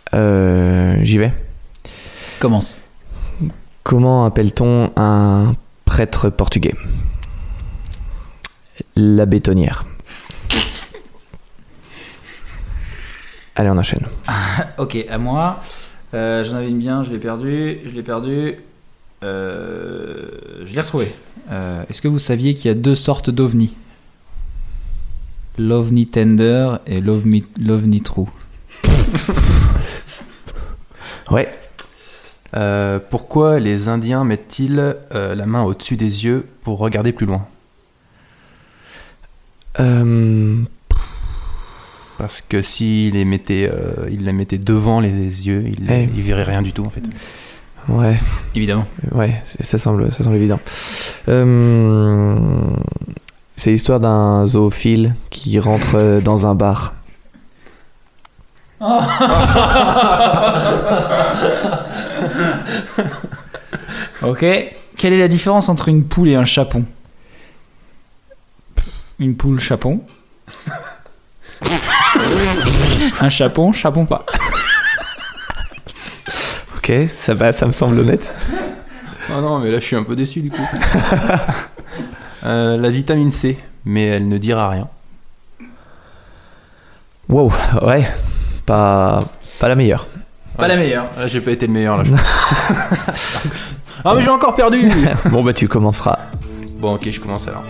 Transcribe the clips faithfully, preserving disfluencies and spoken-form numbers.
Euh, j'y vais. Commence. Comment appelle-t-on un prêtre portugais ? La bétonnière. Allez, on enchaîne. Ok, à moi. Euh, j'en avais une bien, je l'ai perdue. Je l'ai perdue. Euh, je l'ai retrouvée. Euh, est-ce que vous saviez qu'il y a deux sortes d'ovnis ? L'ovni tender et l'ovni, l'ovni true. Ouais. Euh, pourquoi les Indiens mettent-ils euh, la main au-dessus des yeux pour regarder plus loin ? Euh... Parce que s'ils les mettaient, euh, ils les mettaient devant les yeux, ils, hey. ils verraient rien du tout en fait. Ouais. Évidemment. Ouais, c'est, ça semble, ça semble évident. Euh... C'est l'histoire d'un zoophile qui rentre dans un bar. Ok. Quelle est la différence entre une poule et un chapon ? Une poule chapon. Un chapon chapon pas. Ok, ça va, ça me semble honnête. Oh non, mais là je suis un peu déçu du coup. euh, la vitamine C, mais elle ne dira rien. Wow, ouais, pas, pas la meilleure. Pas ouais, la meilleure. Là, j'ai pas été le meilleur là. Je... ah mais j'ai encore perdu. Bon bah tu commenceras. Bon ok, je commence alors.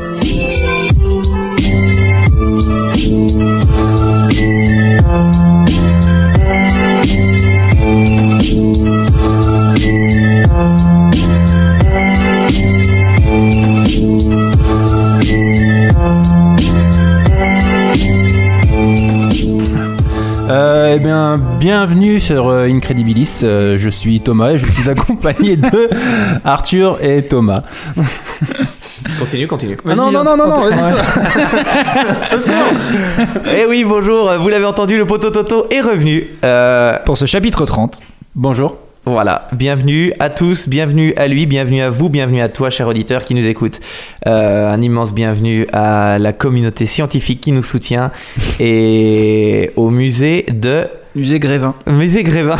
Euh, eh bien, bienvenue sur euh, Incredibilis. Euh, je suis Thomas et je suis accompagné de Arthur et Thomas. Continue, continue. Ah non, non, non, non, non, vas-y toi. Eh oui, bonjour, vous l'avez entendu, le poteau Toto est revenu. Euh, Pour ce chapitre trente. Bonjour. Voilà, bienvenue à tous, bienvenue à lui, bienvenue à vous, bienvenue à toi, cher auditeur qui nous écoute. Euh, un immense bienvenue à la communauté scientifique qui nous soutient et au musée de... Musée Grévin. Musée Grévin.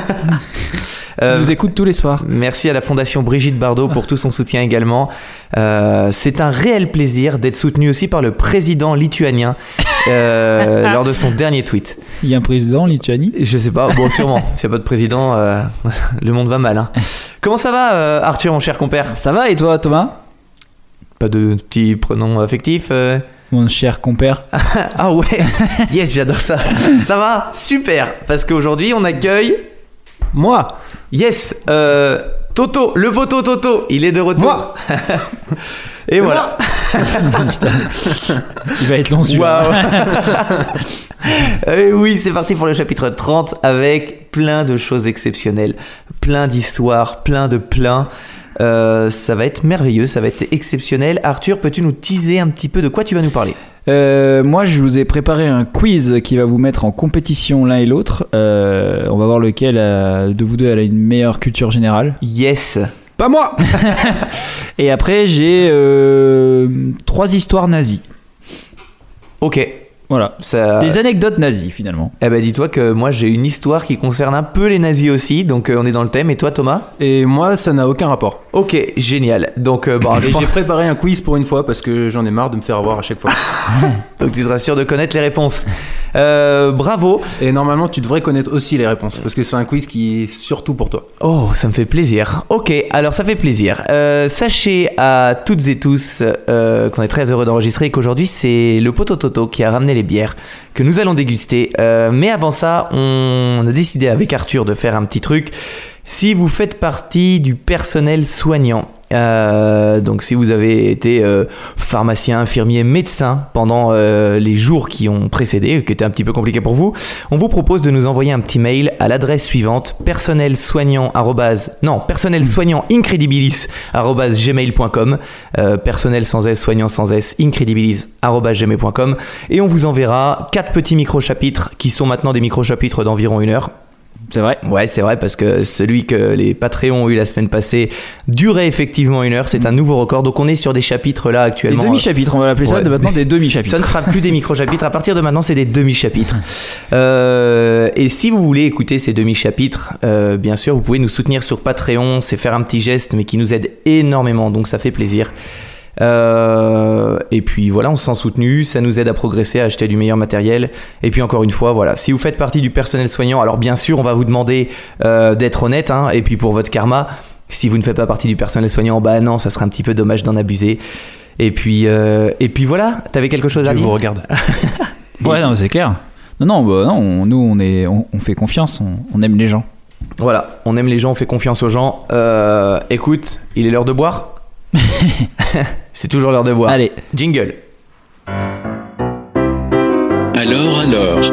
Euh, nous écoute tous les soirs. Merci à la Fondation Brigitte Bardot pour tout son soutien également. Euh, c'est un réel plaisir d'être soutenu aussi par le président lituanien euh, lors de son dernier tweet. Il y a un président en Lituanie ? Je sais pas, bon sûrement. S'il n'y a pas de président, euh, le monde va mal. Hein. Comment ça va euh, Arthur, mon cher compère ? Ça va et toi Thomas ? Pas de petits prénoms affectifs euh... Mon cher compère. Ah ouais, yes, j'adore ça. Ça va ? Super, parce qu'aujourd'hui on accueille... Moi. Yes, euh, Toto, le poteau Toto, il est de retour. Moi. Et voilà. Putain. Il va être long celui-là. Wow. Et oui, c'est parti pour le chapitre trente avec plein de choses exceptionnelles, plein d'histoires, plein de plein. Euh, ça va être merveilleux, ça va être exceptionnel. Arthur, peux-tu nous teaser un petit peu de quoi tu vas nous parler ? Euh, moi, je vous ai préparé un quiz qui va vous mettre en compétition l'un et l'autre. Euh, on va voir lequel euh, de vous deux a une meilleure culture générale. Yes. Pas moi. Et après, j'ai euh, trois histoires nazies. Ok. Voilà. Ça... Des anecdotes nazies, finalement. Eh ben, dis-toi que moi, j'ai une histoire qui concerne un peu les nazis aussi, donc euh, on est dans le thème. Et toi, Thomas ? Et moi, ça n'a aucun rapport. Ok, génial. Donc, euh, bon, et je pense... j'ai préparé un quiz pour une fois parce que j'en ai marre de me faire avoir à chaque fois. Donc, tu seras sûr de connaître les réponses. Euh, bravo. Et normalement, tu devrais connaître aussi les réponses parce que c'est un quiz qui est surtout pour toi. Oh, ça me fait plaisir. Ok, alors ça fait plaisir. Euh, sachez à toutes et tous euh, qu'on est très heureux d'enregistrer et qu'aujourd'hui, c'est le poteau Toto qui a ramené les bières que nous allons déguster. Euh, mais avant ça, on a décidé avec Arthur de faire un petit truc. Si vous faites partie du personnel soignant, euh, donc si vous avez été euh, pharmacien, infirmier, médecin pendant euh, les jours qui ont précédé, qui étaient un petit peu compliqués pour vous, on vous propose de nous envoyer un petit mail à l'adresse suivante personnel soignant arobase, non personnel soignant incredibilis arobase gmail point com, euh, personnel sans s, soignant sans s, incredibilis arobase gmail point com, et on vous enverra quatre petits micro-chapitres qui sont maintenant des micro-chapitres d'environ une heure. C'est vrai ? Ouais, c'est vrai, parce que celui que les Patreons ont eu la semaine passée durait effectivement une heure. C'est un nouveau record. Donc on est sur des chapitres là actuellement. Des demi-chapitres, on va l'appeler ça ouais, de maintenant des demi-chapitres. Ça ne sera plus des micro-chapitres. À partir de maintenant, c'est des demi-chapitres. Euh, et si vous voulez écouter ces demi-chapitres, euh, bien sûr, vous pouvez nous soutenir sur Patreon. C'est faire un petit geste, mais qui nous aide énormément, donc ça fait plaisir. Euh, et puis voilà, on se sent soutenu, ça nous aide à progresser, à acheter du meilleur matériel. Et puis encore une fois, voilà, si vous faites partie du personnel soignant, alors bien sûr, on va vous demander euh, d'être honnête, hein, et puis pour votre karma, si vous ne faites pas partie du personnel soignant, bah non, ça serait un petit peu dommage d'en abuser. Et puis, euh, et puis voilà, t'avais quelque chose Je à dire ? vous regarde. Ouais, non, c'est clair. Non, non, bah, non on, nous, on, est, on, on fait confiance, on, on aime les gens. Voilà, on aime les gens, on fait confiance aux gens. Euh, écoute, il est l'heure de boire. C'est toujours l'heure de boire. Allez. Jingle. Alors, alors.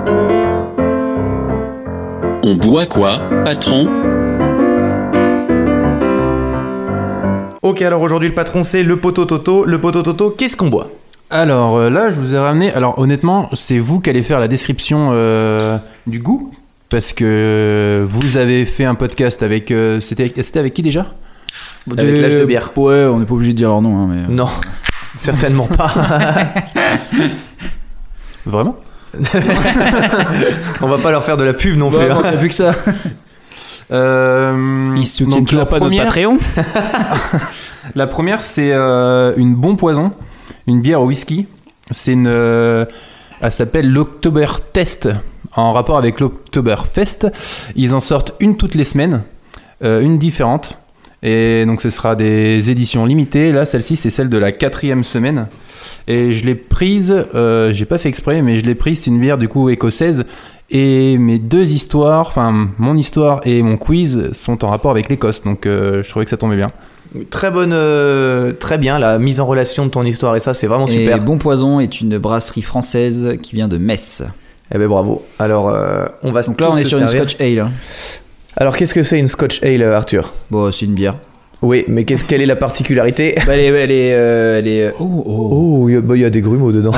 On boit quoi, patron ? Ok, alors aujourd'hui le patron c'est le poteau Toto. Le poteau Toto, qu'est-ce qu'on boit ? Alors euh, là, je vous ai ramené. Alors honnêtement, c'est vous qui allez faire la description euh, du goût. Parce que vous avez fait un podcast avec. Euh, c'était, avec c'était avec qui déjà ? Avec l'âge de bière. Ouais, on n'est pas obligé de dire leur nom. Hein, mais... Non, certainement pas. Vraiment ? On va pas leur faire de la pub non plus. Ouais, hein. on fait plus que ça. Euh, Ils soutiennent donc, toujours la pas première, notre Patreon. La première, c'est euh, une Bon Poison, une bière au whisky. C'est une, euh, elle s'appelle l'Oktoberfest, en rapport avec l'Oktoberfest. Ils en sortent une toutes les semaines, euh, une différente. Et donc ce sera des éditions limitées. Là, celle-ci, c'est celle de la quatrième semaine. Et je l'ai prise, euh, j'ai pas fait exprès, mais je l'ai prise. C'est une bière du coup écossaise. Et mes deux histoires, enfin mon histoire et mon quiz sont en rapport avec l'Écosse. Donc euh, je trouvais que ça tombait bien. Très bonne, euh, très bien la mise en relation de ton histoire et ça c'est vraiment super. Et Bon Poison est une brasserie française qui vient de Metz. Eh ben bravo. Alors euh, on va. Donc là, tous on est se sur servir. une Scotch Ale. Hein. Alors qu'est-ce que c'est une Scotch Ale, Arthur ? Bon, c'est une bière. Oui, mais qu'est-ce quelle est la particularité ? Bah, elle est, elle est, euh, elle est. Oh, oh. Oh, il y, a- bah, y a des grumeaux dedans.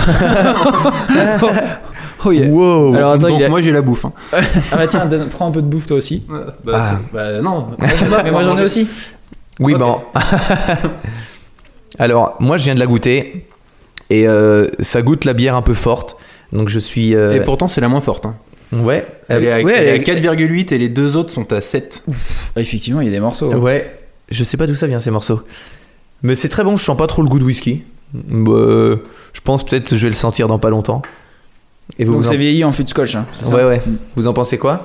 Oh, yeah. Wow. Alors attends, Donc il a- moi j'ai la bouffe. Hein. ah bah tiens, donne- prends un peu de bouffe toi aussi. Bah, Ah. bah non. Mais moi j'en ai aussi. Oui, Ok. bon. Alors, moi, je viens de la goûter. Et euh, ça goûte la bière un peu forte. Donc, je suis. euh, Et pourtant c'est la moins forte. Hein. Ouais. Elle est à, ouais, elle est elle à est- quatre virgule huit et les deux autres sont à sept. Ah, effectivement, il y a des morceaux. Ouais. Je sais pas d'où ça vient, ces morceaux. Mais c'est très bon. Je sens pas trop le goût de whisky. Bah, je pense peut-être que je vais le sentir dans pas longtemps. Et vous, Donc vous en... c'est vieilli en fût de scotch. Hein, c'est ça Ouais, ouais. Vous en pensez quoi ?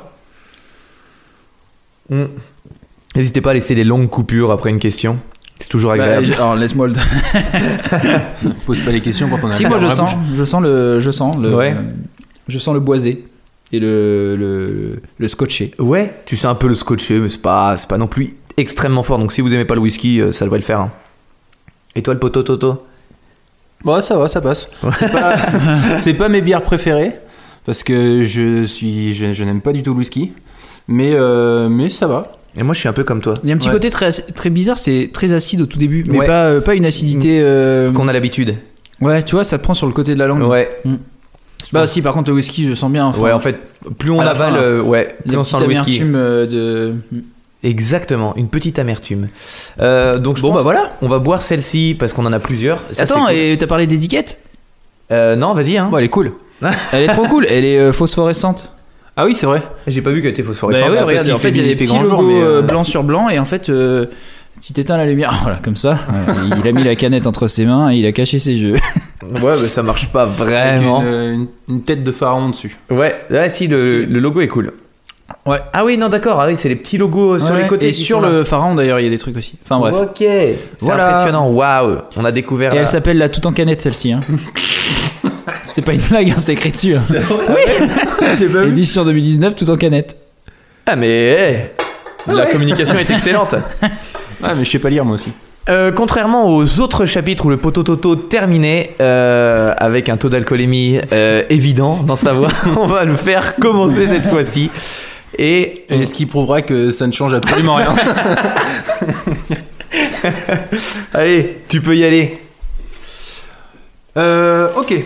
Hmm. N'hésitez pas à laisser des longues coupures après une question. C'est toujours Bah, agréable. je- alors laisse-moi le. Pose pas les questions quand on a. Si la moi je bière dans la sens, bouche. je sens le, je sens le, Ouais. euh, je sens le boisé et le le, le scotché. Ouais, tu sais un peu le scotché, mais c'est pas, c'est pas non plus extrêmement fort. Donc si vous aimez pas le whisky, euh, ça devrait le faire. hein. Et toi, le poteau Toto ? Bah ça va, ça passe. C'est pas, c'est pas mes bières préférées parce que je suis, je, je n'aime pas du tout le whisky, mais euh, mais ça va. Et moi, je suis un peu comme toi. Il y a un petit Ouais. côté très très bizarre, c'est très acide au tout début, mais Ouais. pas euh, pas une acidité. euh, Qu'on a l'habitude. Ouais, tu vois, ça te prend sur le côté de la langue. Ouais. Bah si, par contre le whisky, je sens bien. enfin, Ouais, en fait, plus on à la avale, fin, euh, ouais, il y plus a on une sent petite le whisky. amertume euh, de. Exactement, une petite amertume. Euh, donc je Bon, pense bah voilà. on va boire celle-ci parce qu'on en a plusieurs. Ça, Attends, c'est cool. et t'as parlé d'étiquette? Euh, non, vas-y. Hein. Bon, elle est cool. Elle est trop cool, elle est euh, phosphorescente. Ah oui, c'est vrai. J'ai pas vu qu'elle était phosphorescente. Bah ouais, parce regarde, qu'il en fait, fait- il y a il des fait petits grand jour, logos mais, euh, euh, blanc sur blanc, et en fait, euh, si t'éteins la lumière, voilà, comme ça, ouais, il a mis la canette entre ses mains et il a caché ses yeux. Ouais, mais ça marche pas Avec vraiment. une, euh, une, une tête de pharaon dessus. Ouais, ouais, si le, Stylé. le logo est cool. Ouais. Ah oui, non, d'accord. Ah oui, c'est les petits logos sur Ouais, les côtés et qui sur sont là. le pharaon d'ailleurs, il y a des trucs aussi. Enfin bref. Ok, c'est Voilà. impressionnant. Waouh, on a découvert. Et la- elle s'appelle la tout en canette celle-ci. Hein. C'est pas une blague, hein, c'est écrit dessus. Hein. J'ai pas vu. Édition deux mille dix-neuf, tout en canette. Ah mais hey, la communication est excellente. Ah, mais je sais pas lire moi aussi. Euh, contrairement aux autres chapitres où le poteau Toto terminait euh, avec un taux d'alcoolémie euh, évident dans sa voix, on va le faire commencer cette fois-ci. Et, Et ce qui prouvera que ça ne change absolument rien. allez, tu peux y aller. Euh, ok.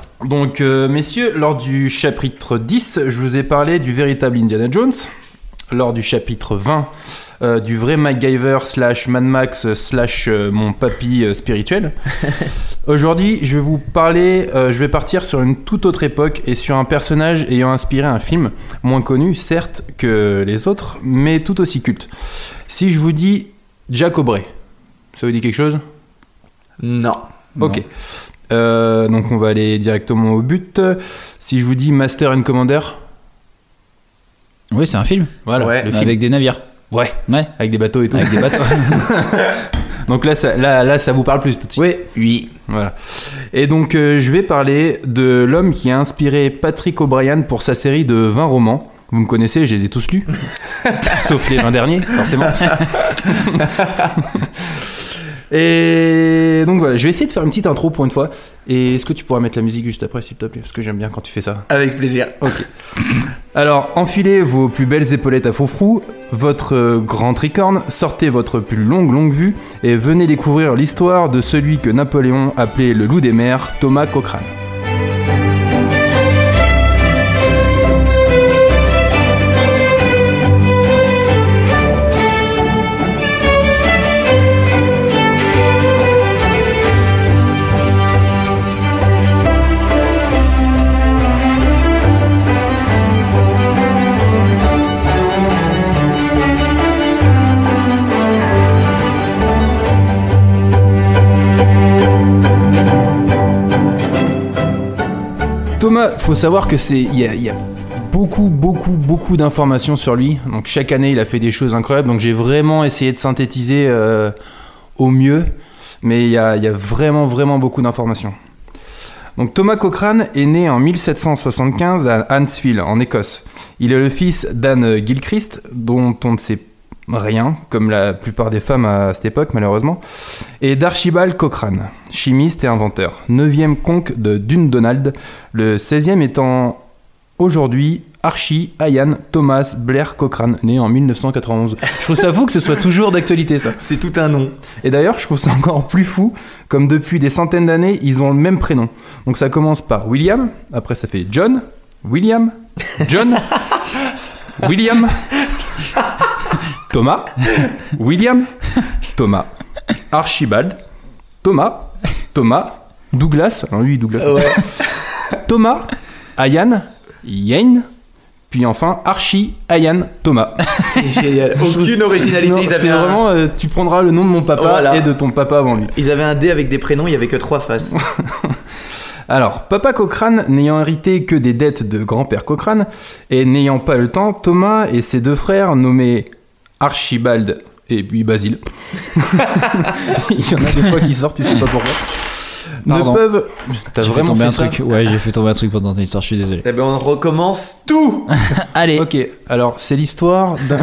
Donc, euh, messieurs, lors du chapitre dix, je vous ai parlé du véritable Indiana Jones. lors du chapitre vingt euh, du vrai MacGyver slash Mad Max slash euh, mon papy euh, spirituel. Aujourd'hui, je vais vous parler, euh, je vais partir sur une toute autre époque et sur un personnage ayant inspiré un film, moins connu certes que les autres, mais tout aussi culte. Si je vous dis Jack Aubrey, ça vous dit quelque chose ? Non. Ok. Non. Euh, donc on va aller directement au but. Si je vous dis Master and Commander, Oui, c'est un film. voilà, Ouais. le film. Avec des navires. Ouais, Ouais. avec des bateaux et tout. Avec des bateaux. Donc là ça, là, là, ça vous parle plus tout de suite. Oui. Oui. Voilà. Et donc euh, je vais parler de l'homme qui a inspiré Patrick O'Brian pour sa série de vingt romans. Vous me connaissez, je les ai tous lus. Sauf les vingt derniers, forcément. Et donc voilà, je vais essayer de faire une petite intro pour une fois. Et est-ce que tu pourras mettre la musique juste après, s'il te plaît ? Parce que j'aime bien quand tu fais ça. Avec plaisir. Ok. Alors, enfilez vos plus belles épaulettes à froufrou, votre euh, grand tricorne, sortez votre plus longue longue vue et venez découvrir l'histoire de celui que Napoléon appelait le loup des mers, Thomas Cochrane. Thomas, faut savoir que c'est il y a, il y a beaucoup beaucoup beaucoup d'informations sur lui. Donc chaque année, il a fait des choses incroyables. Donc j'ai vraiment essayé de synthétiser euh, au mieux, mais il y a, il y a vraiment vraiment beaucoup d'informations. Donc Thomas Cochrane est né en mille sept cent soixante-quinze à Huntsville, en Écosse. Il est le fils d'Anne Gilchrist, dont on ne sait rien, comme la plupart des femmes à cette époque malheureusement, et d'Archibald Cochrane, chimiste et inventeur, neuvième comte de Dundonald, le seizième étant aujourd'hui Archie Ian Thomas Blair Cochrane, né en mille neuf cent quatre-vingt-onze. Je trouve ça fou que ce soit toujours d'actualité, ça. C'est tout un nom. Et d'ailleurs, je trouve ça encore plus fou, comme depuis des centaines d'années, ils ont le même prénom. Donc ça commence par William, après ça fait John, William, John, William, Thomas, William, Thomas, Archibald, Thomas, Thomas, Douglas, non lui Douglas, Ouais. Thomas, Ian, Yane, puis enfin Archie, Ian, Thomas. C'est génial. Aucune originalité. Non, Ils avaient, c'est un... vraiment, euh, tu prendras le nom de mon papa Voilà. et de ton papa avant lui. Ils avaient un dé avec des prénoms, il y avait que trois faces. Alors, papa Cochrane, n'ayant hérité que des dettes de grand-père Cochrane, et n'ayant pas le temps, Thomas et ses deux frères, nommés Archibald et puis Basile, il y en a des fois qui sortent, tu sais pas pourquoi, Pardon. ne peuvent... T'as J'ai fait vraiment tomber fait un ça truc. Ouais, j'ai fait tomber un truc pendant ton histoire, je suis désolé. Eh ben on recommence tout. Allez. Ok, alors c'est l'histoire d'un...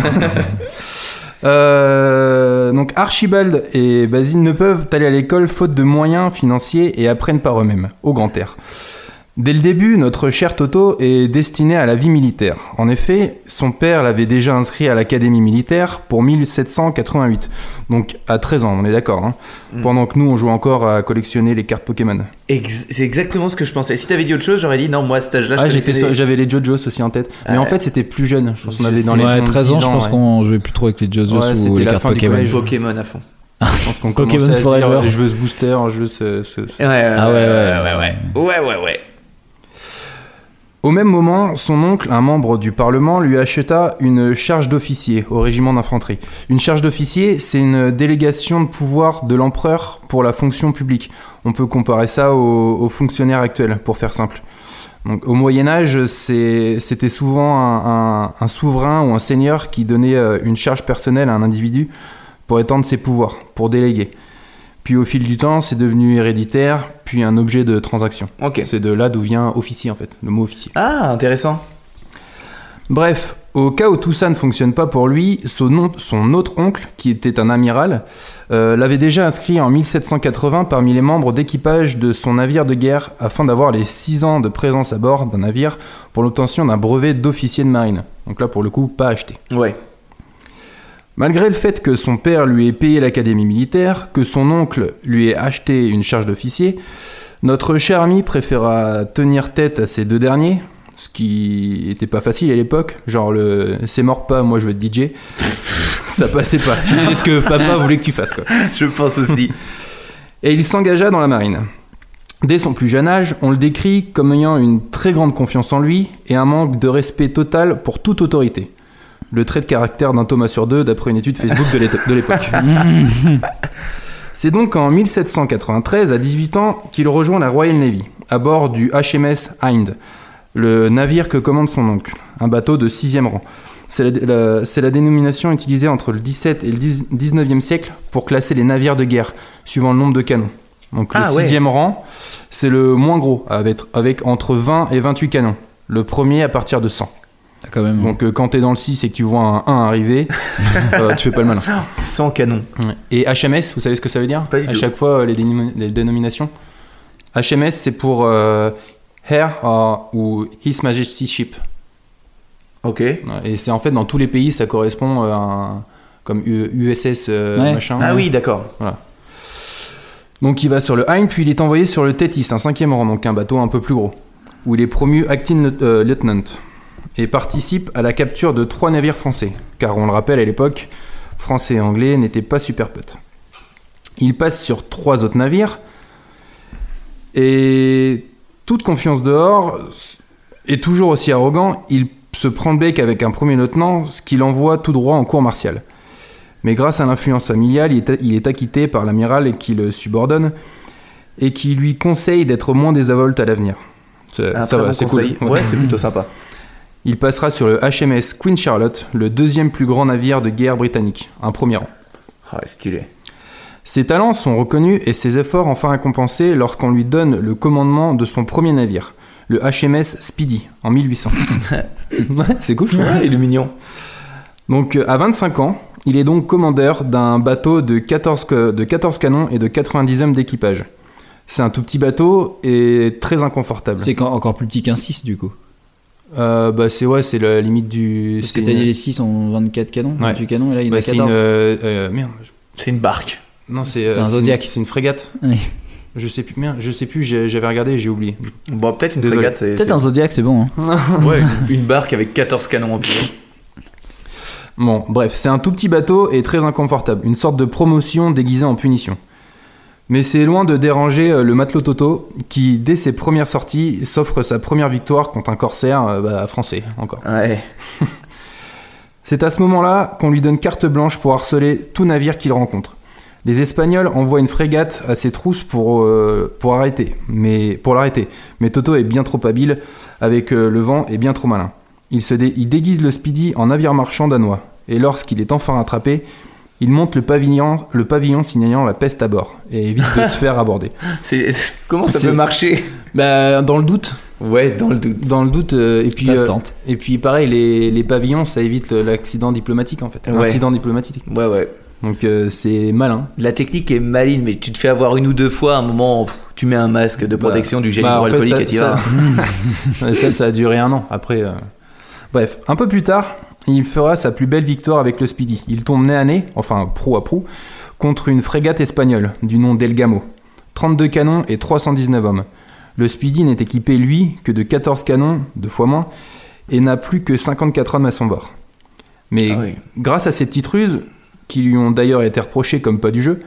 Euh, donc Archibald et Basile ne peuvent aller à l'école faute de moyens financiers et apprennent par eux-mêmes, au grand air. Dès le début, notre cher Toto est destiné à la vie militaire. En effet, son père l'avait déjà inscrit à l'académie militaire pour mille sept cent quatre-vingt-huit. Donc à treize ans, on est d'accord, hein, Mm. pendant que nous on joue encore à collectionner les cartes Pokémon. Ex- c'est exactement ce que je pensais. Si t'avais dit autre chose, j'aurais dit non, moi à cet âge-là, je Ah, connaissais j'étais des- so- j'avais les JoJo's aussi en tête. Mais Ouais. en fait, c'était plus jeune. Je pense qu'on avait dans les Ouais, onze, treize ans, dix je pense ouais. qu'on jouait plus trop avec les JoJo's Ouais, ou c'était les la cartes fin du Pokémon. collège. Pokémon à fond. Je pense qu'on Pokémon commençait à se Forever. dire, je veux ce booster, je veux ce... ce- ce- Ouais, ouais, Ah ouais, ouais, ouais, ouais. Ouais, ouais, ouais. Au même moment, son oncle, un membre du Parlement, lui acheta une charge d'officier au régiment d'infanterie. Une charge d'officier, c'est une délégation de pouvoir de l'empereur pour la fonction publique. On peut comparer ça aux, aux fonctionnaires actuels, pour faire simple. Donc, au Moyen-Âge, c'est- c'était souvent un, un- un souverain ou un seigneur qui donnait euh, une charge personnelle à un individu pour étendre ses pouvoirs, pour déléguer. Puis au fil du temps, c'est devenu héréditaire, puis un objet de transaction. Ok. C'est de là d'où vient officier en fait, le mot officier. Ah, intéressant. Bref, au cas où tout ça ne fonctionne pas pour lui, son, on- son autre oncle, qui était un amiral, euh, l'avait déjà inscrit en mille sept cent quatre-vingts parmi les membres d'équipage de son navire de guerre afin d'avoir les six ans de présence à bord d'un navire pour l'obtention d'un brevet d'officier de marine. Donc là, pour le coup, pas acheté. Ouais. Malgré le fait que son père lui ait payé l'académie militaire, que son oncle lui ait acheté une charge d'officier, notre cher ami préféra tenir tête à ces deux derniers, ce qui était pas facile à l'époque. Genre, le c'est mort pas, moi je veux être D J. Ça passait pas. Tu fais ce que papa voulait que tu fasses, quoi. Je pense aussi. Et il s'engagea dans la marine. Dès son plus jeune âge, on le décrit comme ayant une très grande confiance en lui et un manque de respect total pour toute autorité. Le trait de caractère d'un Thomas sur deux, d'après une étude Facebook de l'é- de l'époque. C'est donc en dix-sept cent quatre-vingt-treize, à dix-huit ans, qu'il rejoint la Royal Navy, à bord du H M S Hind, le navire que commande son oncle, un bateau de sixième rang. C'est la, la- c'est la dénomination utilisée entre le dix-septième et le dix-neuvième siècle pour classer les navires de guerre, suivant le nombre de canons. Donc le Ah, ouais. sixième rang, c'est le moins gros, avec, avec entre vingt et vingt-huit canons. Le premier à partir de cent. Ah, quand même. Donc euh, quand t'es dans le six et que tu vois un un arriver, euh, tu fais pas le malin. Sans canon. Et H M S, vous savez ce que ça veut dire ? Pas du À tout. chaque fois, euh, les, dénom- les dénominations. H M S, c'est pour euh, Her or- ou His Majesty Ship. Ok. Ouais, Et c'est en fait dans tous les pays, ça correspond à un, comme U- USS euh, Ouais. machin. Ah oui, d'accord. Donc il va sur le Hind, puis il est envoyé sur le Thetis, un cinquième rang, donc un bateau un peu plus gros, où il est promu Acting Lieu- euh, Lieutenant et participe à la capture de trois navires français, car on le rappelle à l'époque, français et anglais n'étaient pas super potes. Il passe sur trois autres navires et toute confiance dehors et toujours aussi arrogant, il se prend le bec avec un premier lieutenant, ce qui l'envoie tout droit en cour martiale. Mais grâce à l'influence familiale, il est, il est acquitté par l'amiral qui le subordonne et qui lui conseille d'être moins désinvolte à l'avenir. C'est- Un ça très va, bon c'est conseil. cool. Ouais, c'est plutôt sympa. Il passera sur le H M S Queen Charlotte, le deuxième plus grand navire de guerre britannique, un premier rang. Ah, stylé. Ses talents sont reconnus et ses efforts enfin récompensés lorsqu'on lui donne le commandement de son premier navire, le H M S Speedy, en mille huit cents. Ouais, c'est cool. Ouais, il est mignon. Donc euh, à vingt-cinq ans, il est donc commandeur d'un bateau de quatorze, ca- de quatorze canons et de quatre-vingt-dix hommes d'équipage. C'est un tout petit bateau et très inconfortable. C'est quand- encore plus petit qu'un six du coup. Euh, bah c'est ouais, c'est la limite du. Parce c'est que t'as une- dit les six ont vingt-quatre canons, Ouais. vingt-huit canons, et là il y en bah, a c'est une quatorze. euh, euh, merde. C'est une barque. Non, c'est C'est euh, un une- Zodiac. C'est une frégate. Oui. Je sais plus. Merde, je sais plus. j'ai- J'avais regardé et j'ai oublié. Bon, peut-être une Désolé. frégate, c'est. Peut-être c'est- un Zodiac, c'est bon. Hein. Ouais, une, une barque avec quatorze canons en plus. Bon, bref, c'est un tout petit bateau et très inconfortable, une sorte de promotion déguisée en punition. Mais c'est loin de déranger euh, le matelot Toto, qui, dès ses premières sorties, s'offre sa première victoire contre un corsaire euh, bah, français, encore. Ouais. C'est à ce moment-là qu'on lui donne carte blanche pour harceler tout navire qu'il rencontre. Les Espagnols envoient une frégate à ses trousses pour, euh, pour, arrêter, mais, pour l'arrêter. Mais Toto est bien trop habile avec euh, le vent et bien trop malin. Il, se dé- il déguise le Speedy en navire marchand danois. Et lorsqu'il est enfin rattrapé, il monte le pavillon, le pavillon signalant la peste à bord et évite de se faire aborder. C'est... Comment ça C'est- peut marcher? Bah, dans le doute, Ouais, dans le doute. dans le doute, euh, et puis Ça se euh, tente. et puis pareil, les, les pavillons, ça évite le- l'accident diplomatique en fait, Ouais. l'incident diplomatique. Ouais, ouais. Donc euh, c'est malin. La technique est maligne, mais tu te fais avoir une ou deux fois, à un moment, pff, tu mets un masque de protection du gel Bah, en fait, hydroalcoolique ça- et t'y vas. ça, ça, ça a duré un an. Après, euh, bref, un peu plus tard, il fera sa plus belle victoire avec le Speedy. Il tombe nez à nez, enfin proue à proue, contre une frégate espagnole du nom d'Elgamo. trente-deux canons et trois cent dix-neuf hommes. Le Speedy n'est équipé, lui, que de quatorze canons, deux fois moins, et n'a plus que cinquante-quatre hommes à son bord. Mais Ah oui. grâce à ses petites ruses, qui lui ont d'ailleurs été reprochées comme pas du jeu,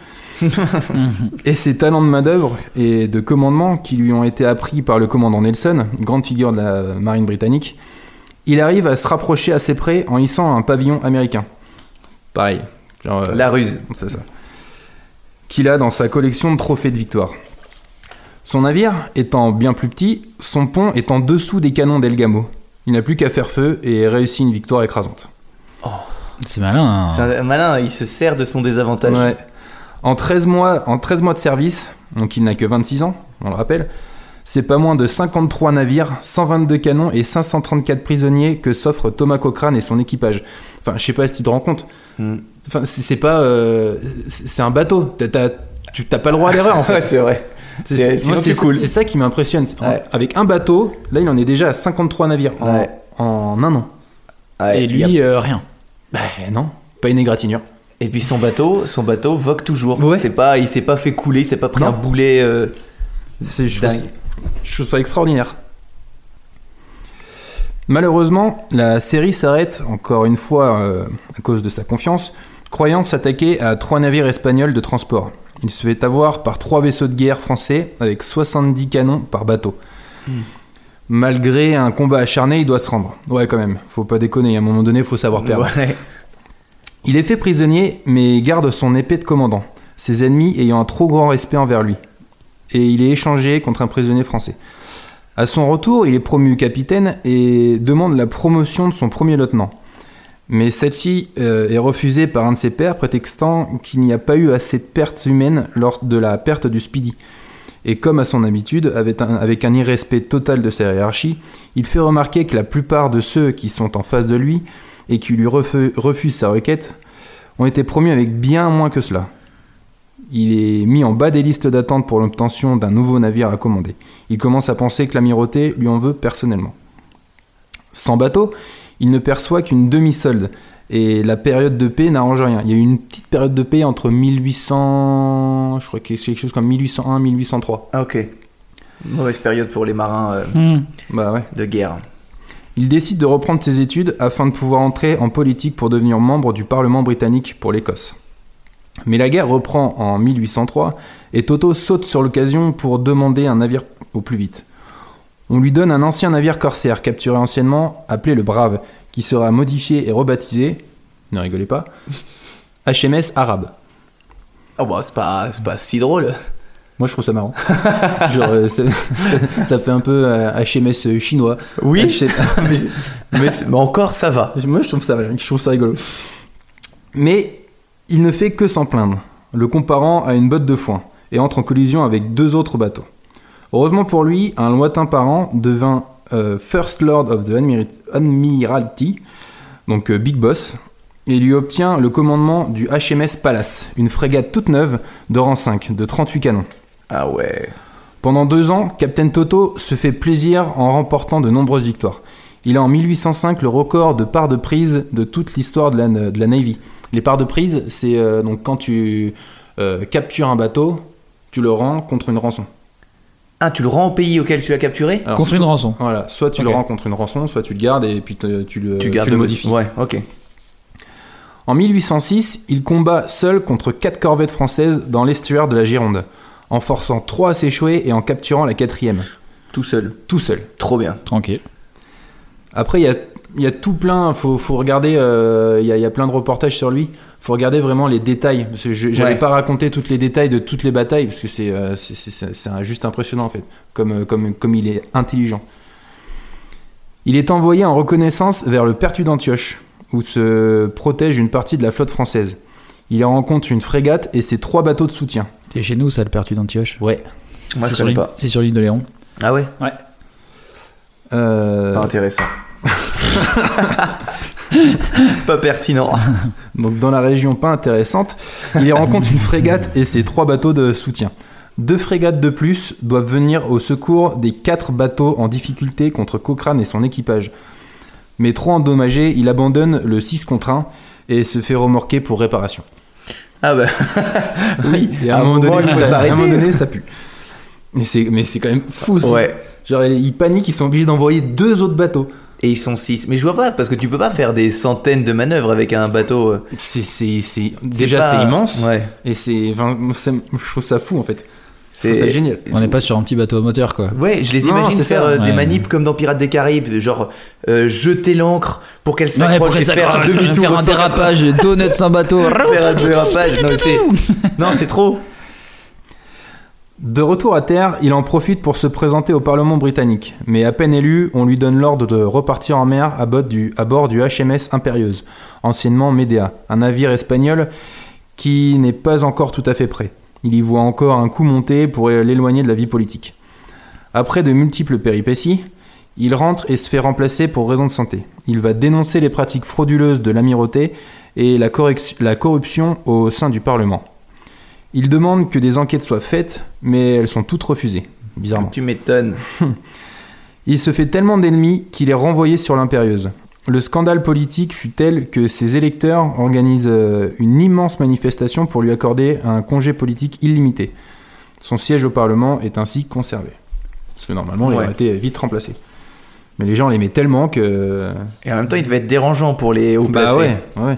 et ses talents de main-d'œuvre et de commandement qui lui ont été appris par le commandant Nelson, grande figure de la marine britannique, il arrive à se rapprocher assez près en hissant un pavillon américain. Pareil. Genre, euh, La ruse. c'est ça. Qu'il a dans sa collection de trophées de victoire. Son navire étant bien plus petit, son pont est en dessous des canons d'Elgamo. Il n'a plus qu'à faire feu et réussit une victoire écrasante. C'est malin. Hein. C'est un malin, il se sert de son désavantage. Ouais. En treize mois, en treize mois de service, donc il n'a que vingt-six ans, on le rappelle, c'est pas moins de cinquante-trois navires, cent vingt-deux canons et cinq cent trente-quatre prisonniers que s'offrent Thomas Cochrane et son équipage. Enfin, je sais pas si tu te rends compte. Hmm. Enfin, c'est c'est pas... euh, c'est c'est un bateau. T'as, t'as- tu t'as pas le droit à l'erreur, en fait. Ouais, c'est vrai. C'est, C'est- moi, sinon, c'est c'est cool. C'est ça qui m'impressionne. C'est- Ouais. Avec un bateau, là, il en est déjà à cinquante-trois navires en, Ouais. en un an. Ouais, Et il y a- lui, euh, rien. Ben non, pas une égratignure. Et puis son bateau, son bateau vogue toujours. Ouais. C'est pas, il s'est pas fait couler, il s'est pas pris Non. un boulet. euh, C'est, je, trouve, dingue. je trouve ça extraordinaire. Malheureusement, la série s'arrête, encore une fois euh, à cause de sa confiance, croyant s'attaquer à trois navires espagnols de transport. Il se fait avoir par trois vaisseaux de guerre français avec soixante-dix canons par bateau. Mmh. Malgré un combat acharné, il doit se rendre. Ouais, quand même, faut pas déconner, à un moment donné, il faut savoir perdre. Ouais. Il est fait prisonnier, mais garde son épée de commandant, ses ennemis ayant un trop grand respect envers lui. Et il est échangé contre un prisonnier français. À son retour, il est promu capitaine et demande la promotion de son premier lieutenant. Mais celle-ci euh, est refusée par un de ses pairs, prétextant qu'il n'y a pas eu assez de pertes humaines lors de la perte du Speedy. Et comme à son habitude, avec un, avec un irrespect total de sa hiérarchie, il fait remarquer que la plupart de ceux qui sont en face de lui et qui lui refu- refusent sa requête ont été promus avec bien moins que cela. Il est mis en bas des listes d'attente pour l'obtention d'un nouveau navire à commander. Il commence à penser que l'amirauté lui en veut personnellement. Sans bateau, il ne perçoit qu'une demi-solde et la période de paix n'arrange rien. Il y a eu une petite période de paix entre mille huit cents, je crois que c'est quelque chose comme mille huit cent un mille huit cent trois. Ah ok. Mauvaise période pour les marins euh, Mmh. Bah ouais. de guerre. Il décide de reprendre ses études afin de pouvoir entrer en politique pour devenir membre du Parlement britannique pour l'Écosse. Mais la guerre reprend en mille huit cent trois et Toto saute sur l'occasion pour demander un navire au plus vite. On lui donne un ancien navire corsaire capturé anciennement, appelé le Brave, qui sera modifié et rebaptisé, ne rigolez pas, H M S Arabe. Oh bah c'est pas, c'est pas si drôle. Moi je trouve ça marrant. Genre, euh, ça, ça- ça fait un peu euh, H M S chinois. Oui, H- mais, mais, c'est- mais encore ça va. Moi je trouve ça, je trouve ça rigolo. Mais il ne fait que s'en plaindre, le comparant à une botte de foin, et entre en collision avec deux autres bateaux. Heureusement pour lui, un lointain parent devint euh, First Lord of the Admir- Admiralty, donc euh, Big Boss, et lui obtient le commandement du H M S Palace, une frégate toute neuve de rang cinq, de trente-huit canons. Ah ouais. Pendant deux ans, Captain Toto se fait plaisir en remportant de nombreuses victoires. Il a en mille huit cent cinq le record de parts de prise de toute l'histoire de la, de la Navy. Les parts de prise, c'est euh, donc quand tu euh, captures un bateau, tu le rends contre une rançon. Ah, tu le rends au pays auquel tu l'as capturé? Alors, Contre soit- une rançon. Voilà, soit tu Ok. le rends contre une rançon, soit tu le gardes et puis te- tu le, Tu gardes le modifies. Ouais, ok. En mille huit cent six, il combat seul contre quatre corvettes françaises dans l'estuaire de la Gironde, en forçant trois à s'échouer et en capturant la quatrième, Tout seul. tout seul. Trop bien. Tranquille. Après, il y a, il y a tout plein, faut, faut regarder, euh, il y a, il y a plein de reportages sur lui, faut regarder vraiment les détails, parce que je n'allais Ouais. pas raconter tous les détails de toutes les batailles, parce que c'est, euh, c'est, c'est, c'est- c'est un- juste impressionnant en fait, comme, euh, comme, comme il est intelligent. Il est envoyé en reconnaissance vers le Pertu d'Antioche, où se protège une partie de la flotte française. Il y rencontre une frégate et ses trois bateaux de soutien. C'est chez nous, ça, le Pertu d'Antioche. Ouais. Moi, je C'est sur connais l'île- pas. C'est sur l'île de Léon. Ah ouais? Euh, Pas intéressant. Pas pertinent. Donc dans la région pas intéressante, il y rencontre une frégate et ses trois bateaux de soutien. Deux frégates de plus doivent venir au secours des quatre bateaux en difficulté contre Cochrane et son équipage. Mais trop endommagé, il abandonne le six contre un et se fait remorquer pour réparation. Ah bah. Oui, Et à un moment donné, il faut ça, à un s'arrêter. moment donné, ça pue. Mais c'est, mais c'est quand même fou. ça. Ouais. Genre ils paniquent, ils sont obligés d'envoyer deux autres bateaux. Et ils sont six. Mais je vois pas, parce que tu peux pas faire des centaines de manœuvres avec un bateau. euh, C'est, c'est, c'est, déjà pas- c'est immense Ouais. et c'est, enfin, moi, ça- je trouve ça fou en fait. Je C'est trouve ça génial. On n'est pas sur un petit bateau à moteur, quoi. Ouais, je les Non, imagine c'est faire ça. euh, des Ouais. manips comme dans Pirates des Caraïbes, genre euh, jeter l'ancre pour qu'elle s'accroche pour qu'elle et faire un s'accroche, demi-tour. faire un au dérapage, donuts sans bateau. Faire un dérapage. Non, c'est... non, c'est trop. De retour à terre, il en profite pour se présenter au Parlement britannique. Mais à peine élu, on lui donne l'ordre de repartir en mer à bord du, à bord du H M S Impérieuse, anciennement Médéa, un navire espagnol qui n'est pas encore tout à fait prêt. Il y voit encore un coup monter pour l'éloigner de la vie politique. Après de multiples péripéties, il rentre et se fait remplacer pour raison de santé. Il va dénoncer les pratiques frauduleuses de l'amirauté et la, correc- la corruption au sein du Parlement. Il demande que des enquêtes soient faites, mais elles sont toutes refusées, bizarrement. Tu m'étonnes. Il se fait tellement d'ennemis qu'il est renvoyé sur l'Impérieuse. Le scandale politique fut tel que ses électeurs organisent euh, une immense manifestation pour lui accorder un congé politique illimité. Son siège au Parlement est ainsi conservé. Parce que normalement, il Ouais. aurait été vite remplacé. Mais les gens l'aimaient tellement que... Et en même temps, il devait être dérangeant pour les hauts placés. Bah ouais, ouais.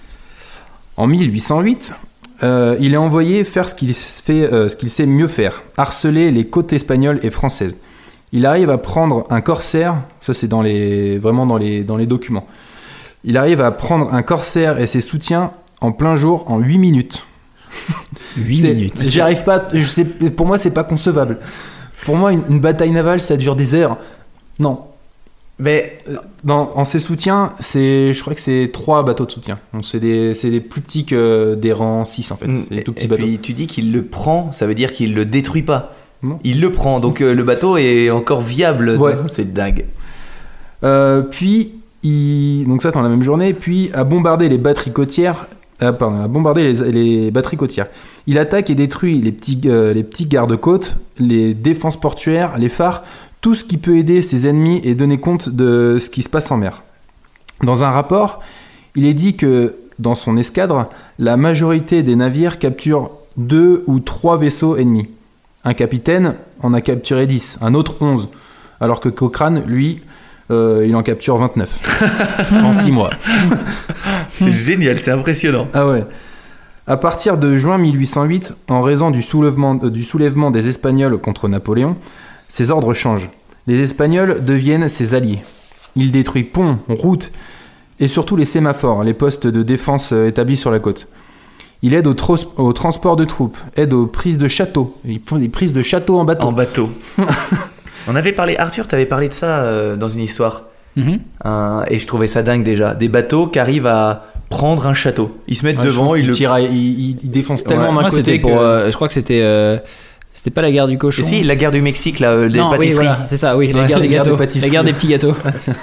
En mille huit cent huit, euh, il est envoyé faire ce qu'il, fait, euh, ce qu'il sait mieux faire, harceler les côtes espagnoles et françaises. Il arrive à prendre un corsaire, ça c'est dans les, vraiment dans les, dans les documents, il arrive à prendre un corsaire et ses soutiens en plein jour en huit minutes. huit C'est- minutes. J'y arrive pas, je sais, pour moi c'est pas concevable. Pour moi une, une bataille navale ça dure des heures. Non. Mais Dans, en ses soutiens, c'est, je crois que c'est trois bateaux de soutien. Donc c'est des, c'est des plus petits que des rangs six en fait. C'est des tout petits et bateaux. puis tu dis qu'il le prend, ça veut dire qu'il le détruit pas. Non. Il le prend, donc euh, le bateau est encore viable. Ouais. C'est dingue. Euh, puis, il... donc ça dans la même journée, puis a bombardé les batteries côtières. Ah, pardon, a bombardé les, les batteries côtières. Il attaque et détruit les petits, euh, les petits gardes-côtes, les défenses portuaires, les phares, tout ce qui peut aider ses ennemis et donner compte de ce qui se passe en mer. Dans un rapport, il est dit que dans son escadre, la majorité des navires capturent deux ou trois vaisseaux ennemis. Un capitaine en a capturé dix, un autre onze, alors que Cochrane, lui, euh, il en capture vingt-neuf en six mois. C'est génial, c'est impressionnant. Ah ouais. À partir de juin mille huit cent huit, en raison du soulèvement, euh, du soulèvement des Espagnols contre Napoléon, ses ordres changent. Les Espagnols deviennent ses alliés. Il détruit ponts, routes et surtout les sémaphores, les postes de défense euh, établis sur la côte. Il aide au, tros- au transport de troupes, aide aux prises de châteaux. Ils font des prises de châteaux en bateau. En bateau. On avait parlé, Arthur, t'avais parlé de ça euh, dans une histoire. Mhm. Un- et je trouvais ça dingue déjà. Des bateaux qui arrivent à prendre un château. Ils se mettent Ouais, je devant, pense ils qu'ils le. tirent à- ils, ils- ils défoncent tellement Ouais. d'un Moi, côté c'était que... pour, euh, je crois que c'était, euh, c'était pas la guerre du cochon. Et si, la guerre du Mexique, là, euh, les non, oui, pâtisseries. voilà, c'est ça, oui, la Ouais, guerre des la guerre des gâteaux, pâtisseries. la guerre des petits gâteaux.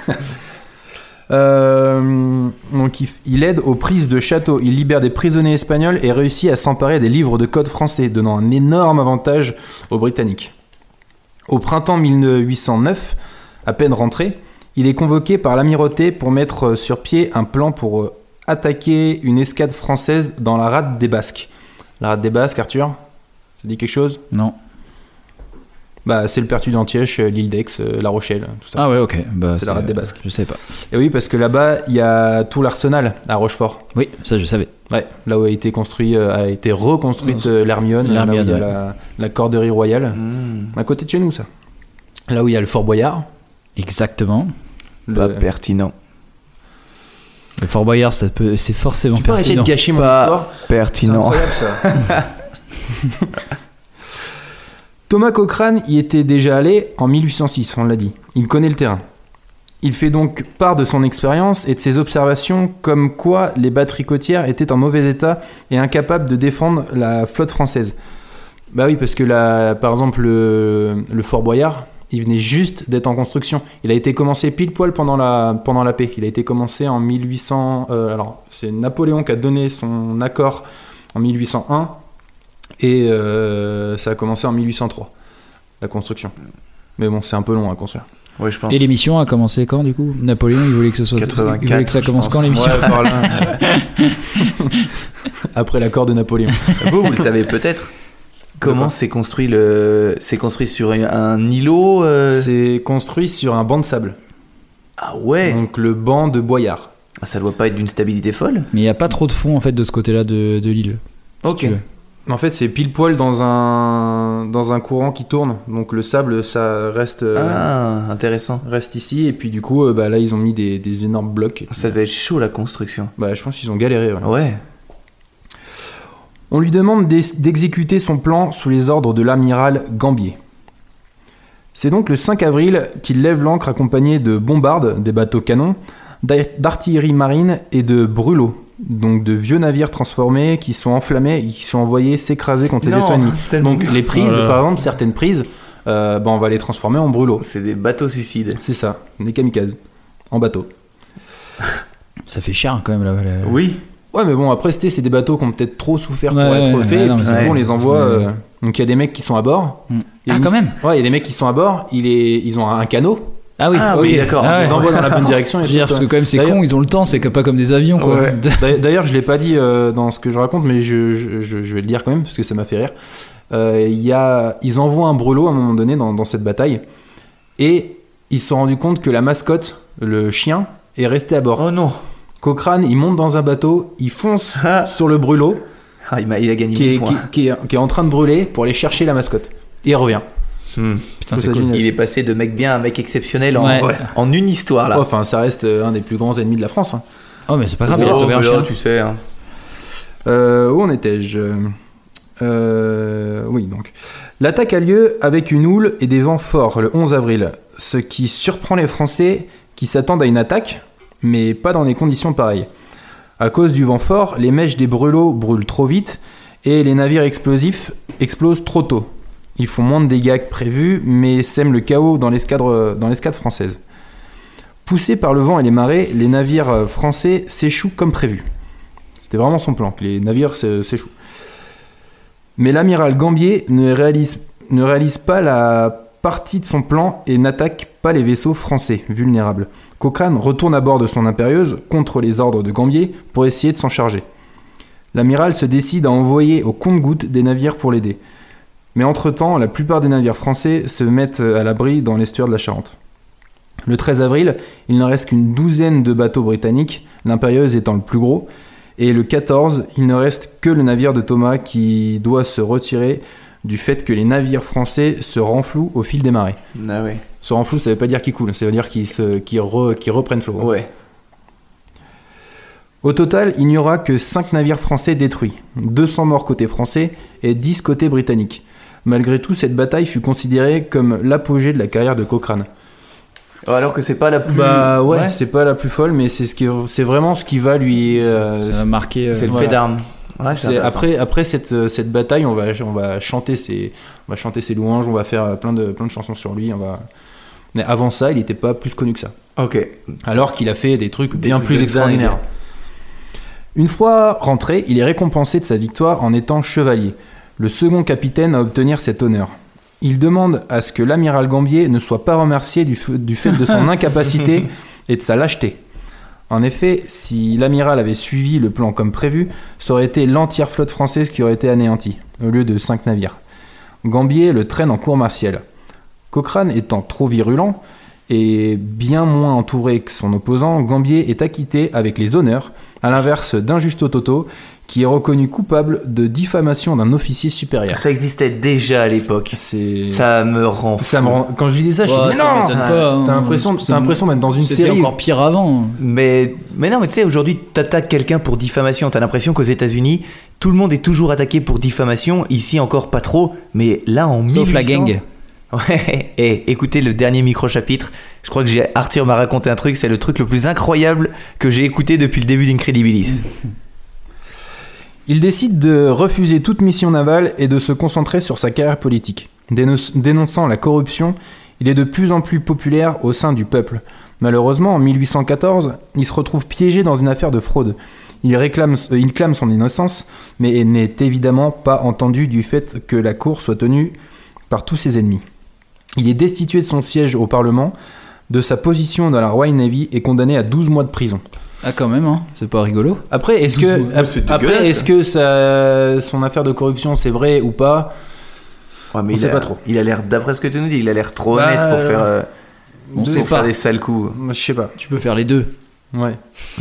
Euh, donc il, f- il aide aux prises de châteaux, il libère des prisonniers espagnols et réussit à s'emparer des livres de code français, donnant un énorme avantage aux Britanniques. Au printemps mille huit cent neuf, à peine rentré, il est convoqué par l'amirauté pour mettre sur pied un plan pour euh, attaquer une escadre française dans la rade des Basques. La rade des Basques, Arthur, ça dit quelque chose? Non. Bah, c'est le Pertu d'Antioche, euh, l'île d'Aix, euh, La Rochelle, tout ça. Ah ouais, ok. Bah, C'est la rade des Basques. Je sais pas. Et oui, parce que là-bas, il y a tout l'arsenal à Rochefort. Oui, ça je savais. Ouais, là où a été construit, euh, a été reconstruite euh, l'Hermione, là où il y a L'Hermione, ouais. la, la corderie royale, Mmh. à côté de chez nous, ça. Là où il y a le Fort Boyard. Exactement. Le... Pas pertinent. Le Fort Boyard, ça peut, c'est forcément Tu peux arrêter de pertinent. gâcher mon Pas histoire. C'est Pertinent. incroyable ça. Thomas Cochrane y était déjà allé en mille huit cent six, on l'a dit. Il connaît le terrain. Il fait donc part de son expérience et de ses observations comme quoi les batteries côtières étaient en mauvais état et incapables de défendre la flotte française. Bah oui, parce que là, par exemple, le, le Fort Boyard, il venait juste d'être en construction. Il a été commencé pile poil pendant la, pendant la paix. Il a été commencé en mille huit cents... euh, alors, c'est Napoléon qui a donné son accord en mille huit cent un et euh, ça a commencé en mille huit cent trois, la construction. Mais bon, c'est un peu long à construire. Ouais, je pense. Et l'émission a commencé quand du coup? Napoléon, il voulait que ce soit. quatre-vingt-quatre, il voulait que ça je commence pense. quand l'émission? Ouais, par là. Après l'accord de Napoléon. Vous, vous le savez peut-être. Comment c'est construit le. C'est construit sur un, un îlot euh, C'est construit sur un banc de sable. Ah ouais. Donc le banc de Boyard. Ah, ça doit pas être d'une stabilité folle. Mais il n'y a pas trop de fond en fait de ce côté-là de, de l'île. si Ok. tu veux. En fait, c'est pile poil dans un, dans un courant qui tourne. Donc le sable, ça reste, euh, Ah, intéressant. reste ici. Et puis du coup, euh, bah, là, ils ont mis des, des énormes blocs. Ça devait être chaud la construction. Bah, je pense qu'ils ont galéré. ouais. Ouais. On lui demande d'ex- d'exécuter son plan sous les ordres de l'amiral Gambier. C'est donc le cinq avril qu'il lève l'ancre accompagné de bombardes, des bateaux canons, d'ar- d'artillerie marine et de brûlots, donc de vieux navires transformés qui sont enflammés et qui sont envoyés s'écraser contre les vaisseaux ennemis. Donc les prises, Oh là là. par exemple, certaines prises, euh, bah, on va les transformer en brûlots. C'est des bateaux suicides. C'est ça, des kamikazes, en bateau. Ça fait cher quand même là. la- Oui. Ouais, mais bon, après, c'était- c'est des bateaux qui ont peut-être trop souffert pour Ouais, être ouais, faits, ouais, et non, puis mais du c'est- coup, on les envoie. Ouais. euh, Donc, il y a des mecs qui sont à bord. Mm. Il y a Ah, une- quand même. Ouais, il y a des mecs qui sont à bord, il est... ils ont un canot, Ah oui, Ah ok. oui, d'accord. Ah on ouais. les envoie dans la bonne direction. Et Je veux dire, surtout- parce que quand même c'est D'ailleurs- con, ils ont le temps, c'est que pas comme des avions quoi. Ouais. D'ailleurs- D'ailleurs, je l'ai pas dit euh, dans ce que je raconte, mais je, je, je- je vais le dire quand même parce que ça m'a fait rire. Euh, il y a, ils envoient un brûlot à un moment donné dans, dans cette bataille et ils se sont rendus compte que la mascotte, le chien, est resté à bord. Oh non. Cochrane, il monte dans un bateau, il fonce Ah. sur le brûlot Ah, il, m'a, il a gagné qui mille est, points. qui, qui est, qui est en train de brûler pour aller chercher la mascotte. Et il revient. Hmm. Putain, Ça, c'est c'est cool. génial. Il est passé de mec bien à mec exceptionnel en, Ouais. ouais, en une histoire là. Enfin, ça reste euh, un des plus grands ennemis de la France. Hein. Oh, mais c'est pas grave, il a Oh, sauvé un mais là, chien. tu sais. Hein. Euh, où en étais-je Euh, Oui, donc. L'attaque a lieu avec une houle et des vents forts le onze avril, ce qui surprend les Français qui s'attendent à une attaque, mais pas dans des conditions pareilles. À cause du vent fort, les mèches des brûlots brûlent trop vite et les navires explosifs explosent trop tôt. Ils font moins de dégâts que prévu, mais sèment le chaos dans l'escadre, dans l'escadre française. Poussés par le vent et les marées, les navires français s'échouent comme prévu. C'était vraiment son plan, que les navires se- s'échouent. Mais l'amiral Gambier ne réalise, ne réalise pas la partie de son plan et n'attaque pas les vaisseaux français vulnérables. Cochrane retourne à bord de son impérieuse contre les ordres de Gambier pour essayer de s'en charger. L'amiral se décide à envoyer au compte-gouttes des navires pour l'aider. Mais entre-temps, la plupart des navires français se mettent à l'abri dans l'estuaire de la Charente. Le treize avril, il ne reste qu'une douzaine de bateaux britanniques, l'impérieuse étant le plus gros, et le quatorze, il ne reste que le navire de Thomas qui doit se retirer du fait que les navires français se renflouent au fil des marées. Ah ouais. Se renflouent, ça veut pas dire qu'ils coulent, ça veut dire qu'ils, se, qu'ils, re- qu'ils reprennent flot. Ouais. Au total, il n'y aura que cinq navires français détruits, deux cents morts côté français et dix côté britannique. Malgré tout, cette bataille fut considérée comme l'apogée de la carrière de Cochrane. Alors que c'est pas la plus. Bah ouais, Ouais. c'est pas la plus folle, mais c'est, ce qui, c'est vraiment ce qui va lui... euh, Ça a marqué. euh, c'est le voilà. fait d'armes. Ouais, c'est c'est- intéressant. après après cette, euh, cette bataille, on va, on, va chanter ses, on va chanter ses louanges, on va faire plein de, plein de chansons sur lui. On va... Mais avant ça, il n'était pas plus connu que ça. Ok. Alors qu'il a fait des trucs Des bien trucs plus de extraordinaires. dingue. Une fois rentré, il est récompensé de sa victoire en étant chevalier, le second capitaine à obtenir cet honneur. Il demande à ce que l'amiral Gambier ne soit pas remercié du, f- du fait de son incapacité et de sa lâcheté. En effet, si l'amiral avait suivi le plan comme prévu, ça aurait été l'entière flotte française qui aurait été anéantie, au lieu de cinq navires. Gambier le traîne en cour martiale. Cochrane étant trop virulent et bien moins entouré que son opposant, Gambier est acquitté avec les honneurs, à l'inverse d'Injusto Toto, qui est reconnu coupable de diffamation d'un officier supérieur. Ça existait déjà à l'époque. C'est... Ça me rend. Ça fou. me rend... Quand je disais ça, je Ouais, me suis dit, ça mais non, m'étonne pas. hein. T'as l'impression, C'est- t'as l'impression d'être dans une C'était série. encore pire avant. Mais, mais non, mais tu sais, aujourd'hui, t'attaques quelqu'un pour diffamation. T'as l'impression qu'aux États-Unis, tout le monde est toujours attaqué pour diffamation. Ici, encore pas trop. Mais là, en Sauf la mille huit cents gang. Ouais, et écoutez le dernier micro-chapitre. Je crois que j'ai... Arthur m'a raconté un truc. C'est le truc le plus incroyable que j'ai écouté depuis le début d'Incredibilis. Il décide de refuser toute mission navale et de se concentrer sur sa carrière politique. Déno- Dénonçant la corruption, il est de plus en plus populaire au sein du peuple. Malheureusement, en mille huit cent quatorze, il se retrouve piégé dans une affaire de fraude. Il, réclame, euh, il clame son innocence, mais n'est évidemment pas entendu du fait que la cour soit tenue par tous ses ennemis. Il est destitué de son siège au Parlement, de sa position dans la Royal Navy et condamné à douze mois de prison. Ah, quand même, hein. C'est pas rigolo. Après, est-ce douze que, mois. ap- C'est après, dégueulasse. est-ce que ça, son affaire de corruption c'est vrai ou pas? Ouais, mais On il sait a, pas trop. Il a l'air, d'après ce que tu nous dis, il a l'air trop Bah, honnête pour faire, euh, On pour sait faire pas. des sales coups. Je sais pas. Tu peux faire les deux. Ouais.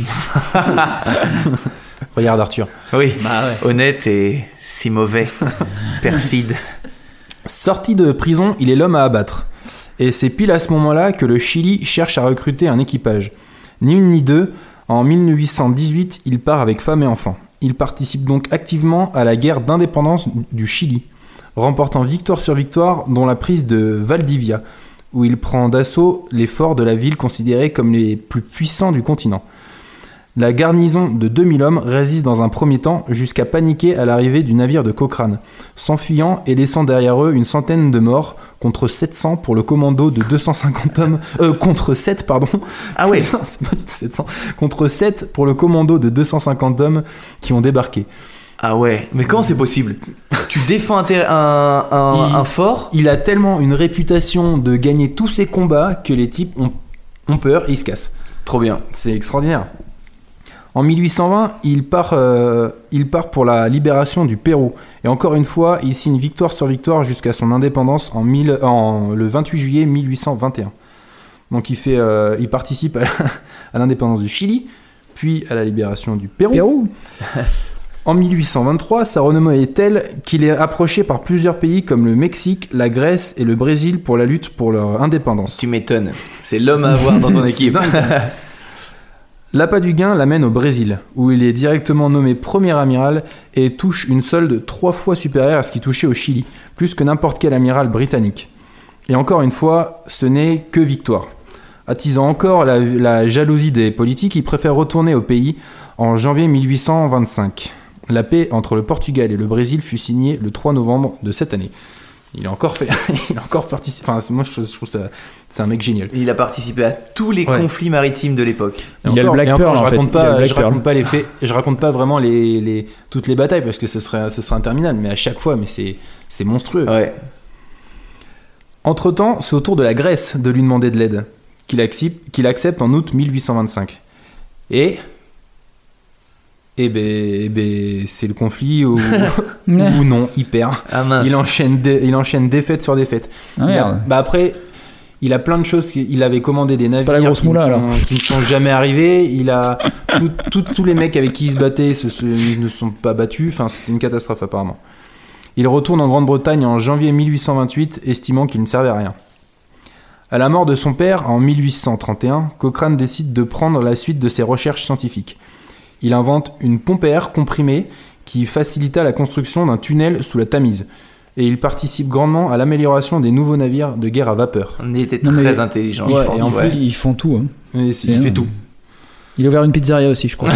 Regarde Arthur. Oui, Bah ouais. honnête et si mauvais, perfide. Sorti de prison, il est l'homme à abattre. Et c'est pile à ce moment-là que le Chili cherche à recruter un équipage. Ni une ni deux, en mille huit cent dix-huit, il part avec femme et enfants. Il participe donc activement à la guerre d'indépendance du Chili, remportant victoire sur victoire, dont la prise de Valdivia, où il prend d'assaut les forts de la ville considérés comme les plus puissants du continent. La garnison de deux mille hommes résiste dans un premier temps jusqu'à paniquer à l'arrivée du navire de Cochrane, s'enfuyant et laissant derrière eux une centaine de morts contre sept cents pour le commando de deux cent cinquante hommes, euh, contre sept pardon. Ah ouais. Non, c'est pas du tout sept cents, contre sept pour le commando de deux cent cinquante hommes qui ont débarqué. Ah ouais, mais comment c'est possible? Tu défends un, ter- un, un, Il- un fort. Il a tellement une réputation de gagner tous ses combats que les types ont, ont peur et ils se cassent. Trop bien. C'est extraordinaire. En mille huit cent vingt, il part, euh, il part pour la libération du Pérou. Et encore une fois, il signe victoire sur victoire jusqu'à son indépendance en, mille, en le vingt-huit juillet mille huit cent vingt et un. Donc il, fait, euh, il participe à, à l'indépendance du Chili, puis à la libération du Pérou. Pérou. En mille huit cent vingt-trois, sa renommée est telle qu'il est approché par plusieurs pays comme le Mexique, la Grèce et le Brésil pour la lutte pour leur indépendance. Tu m'étonnes. C'est l'homme à avoir dans ton équipe. L'appât du gain l'amène au Brésil, où il est directement nommé premier amiral et touche une solde trois fois supérieure à ce qu'il touchait au Chili, plus que n'importe quel amiral britannique. Et encore une fois, ce n'est que victoire. Attisant encore la, la jalousie des politiques, il préfère retourner au pays en janvier mille huit cent vingt-cinq. La paix entre le Portugal et le Brésil fut signée le trois novembre de cette année. Il a encore fait, il a encore participé. Enfin, moi, je trouve, je trouve ça, c'est un mec génial. Il a participé à tous les Ouais. conflits maritimes de l'époque. Et Il y a le encore- Black et encore, Pearl, je en fait. raconte Il y a le pas, Black je raconte Pearl. pas les faits, je raconte pas vraiment les, les toutes les batailles parce que ce serait, ce serait interminable. Mais à chaque fois, mais c'est, c'est monstrueux. Ouais. Entre temps, c'est au tour de la Grèce de lui demander de l'aide, qu'il accepte, qu'il accepte en août mille huit cent vingt-cinq. Et et ben, eh ben, c'est le conflit ou, ou non, il perd. Ah mince. Il enchaîne, dé- il enchaîne défaite sur défaite. Ah, Il a- merde. bah après, il a plein de choses. qu'il- Il avait commandé des pas la navires grosse qui, ne moula, sont, alors. qui ne sont jamais arrivés. Il a tout- tout- tous les mecs avec qui il se battait se, se- ils ne sont pas battus. Enfin, c'était une catastrophe apparemment. Il retourne en Grande-Bretagne en janvier mille huit cent vingt-huit, estimant qu'il ne servait à rien. À la mort de son père en mille huit cent trente et un, Cochrane décide de prendre la suite de ses recherches scientifiques. Il invente une pompe à air comprimée qui facilita la construction d'un tunnel sous la Tamise. Et il participe grandement à l'amélioration des nouveaux navires de guerre à vapeur. On était Non, très mais- intelligent, Ouais, je pense. et en ouais. plus, Ils font tout. hein. Et c'est- Et il fait non. tout. Il a ouvert une pizzeria aussi, je crois.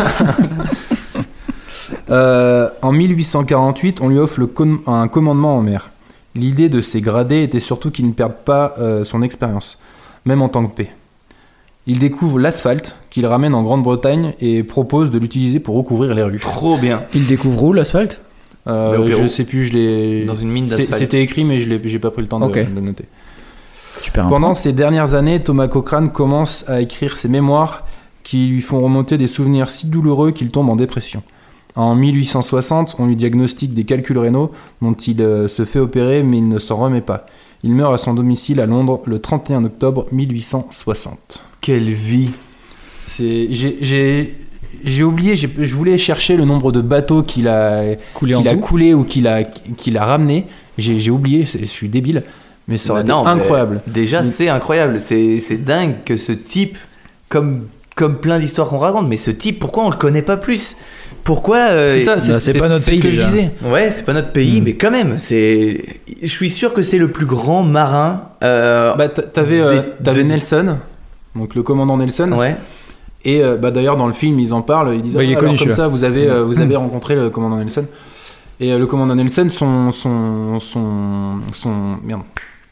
Euh, en mille huit cent quarante-huit, on lui offre le com- un commandement en mer. L'idée de ces gradés était surtout qu'il ne perde pas euh, son expérience, même en tant que paix. Il découvre l'asphalte, qu'il ramène en Grande-Bretagne et propose de l'utiliser pour recouvrir les rues. Trop bien. Il découvre où l'asphalte? Euh, Mais au Pérou. je sais plus, je l'ai. Dans une mine C'est- d'asphalte. C'était écrit, mais je l'ai, j'ai pas pris le temps de, Ok. de le noter. Super. Pendant ces dernières années, Thomas Cochrane commence à écrire ses mémoires qui lui font remonter des souvenirs si douloureux qu'il tombe en dépression. En mille huit cent soixante, on lui diagnostique des calculs rénaux dont il euh, se fait opérer mais il ne s'en remet pas. Il meurt à son domicile à Londres le trente et un octobre mille huit cent soixante. Quelle vie. C'est, j'ai, j'ai, j'ai oublié, j'ai- je voulais chercher le nombre de bateaux qu'il a, Coulé en qu'il a tout. coulé ou qu'il a, qu'il a ramené. J'ai, j'ai oublié, c'est- je suis débile, mais ça aurait Bah non, été mais incroyable. Déjà, Mm. c'est incroyable. C'est c'est dingue que ce type, comme, comme plein d'histoires qu'on raconte, mais ce type, pourquoi on le connaît pas plus? Pourquoi euh, C'est ça, bah, c'est pas notre c'est pays, ce que déjà. je disais. Ouais, c'est pas notre pays, Mm. mais quand même, c'est. Je suis sûr que c'est le plus grand marin. euh, Bah, t'a- t'avais, euh, Des- t'avais de- Nelson, donc le commandant Nelson, ouais. et euh, bah, d'ailleurs dans le film ils en parlent, ils disent Ouais, il est ah, connu, alors, comme celui-là. ça vous avez, euh, vous Mm. avez rencontré le commandant Nelson. Et euh, le commandant Nelson, son, son, son, son, merde,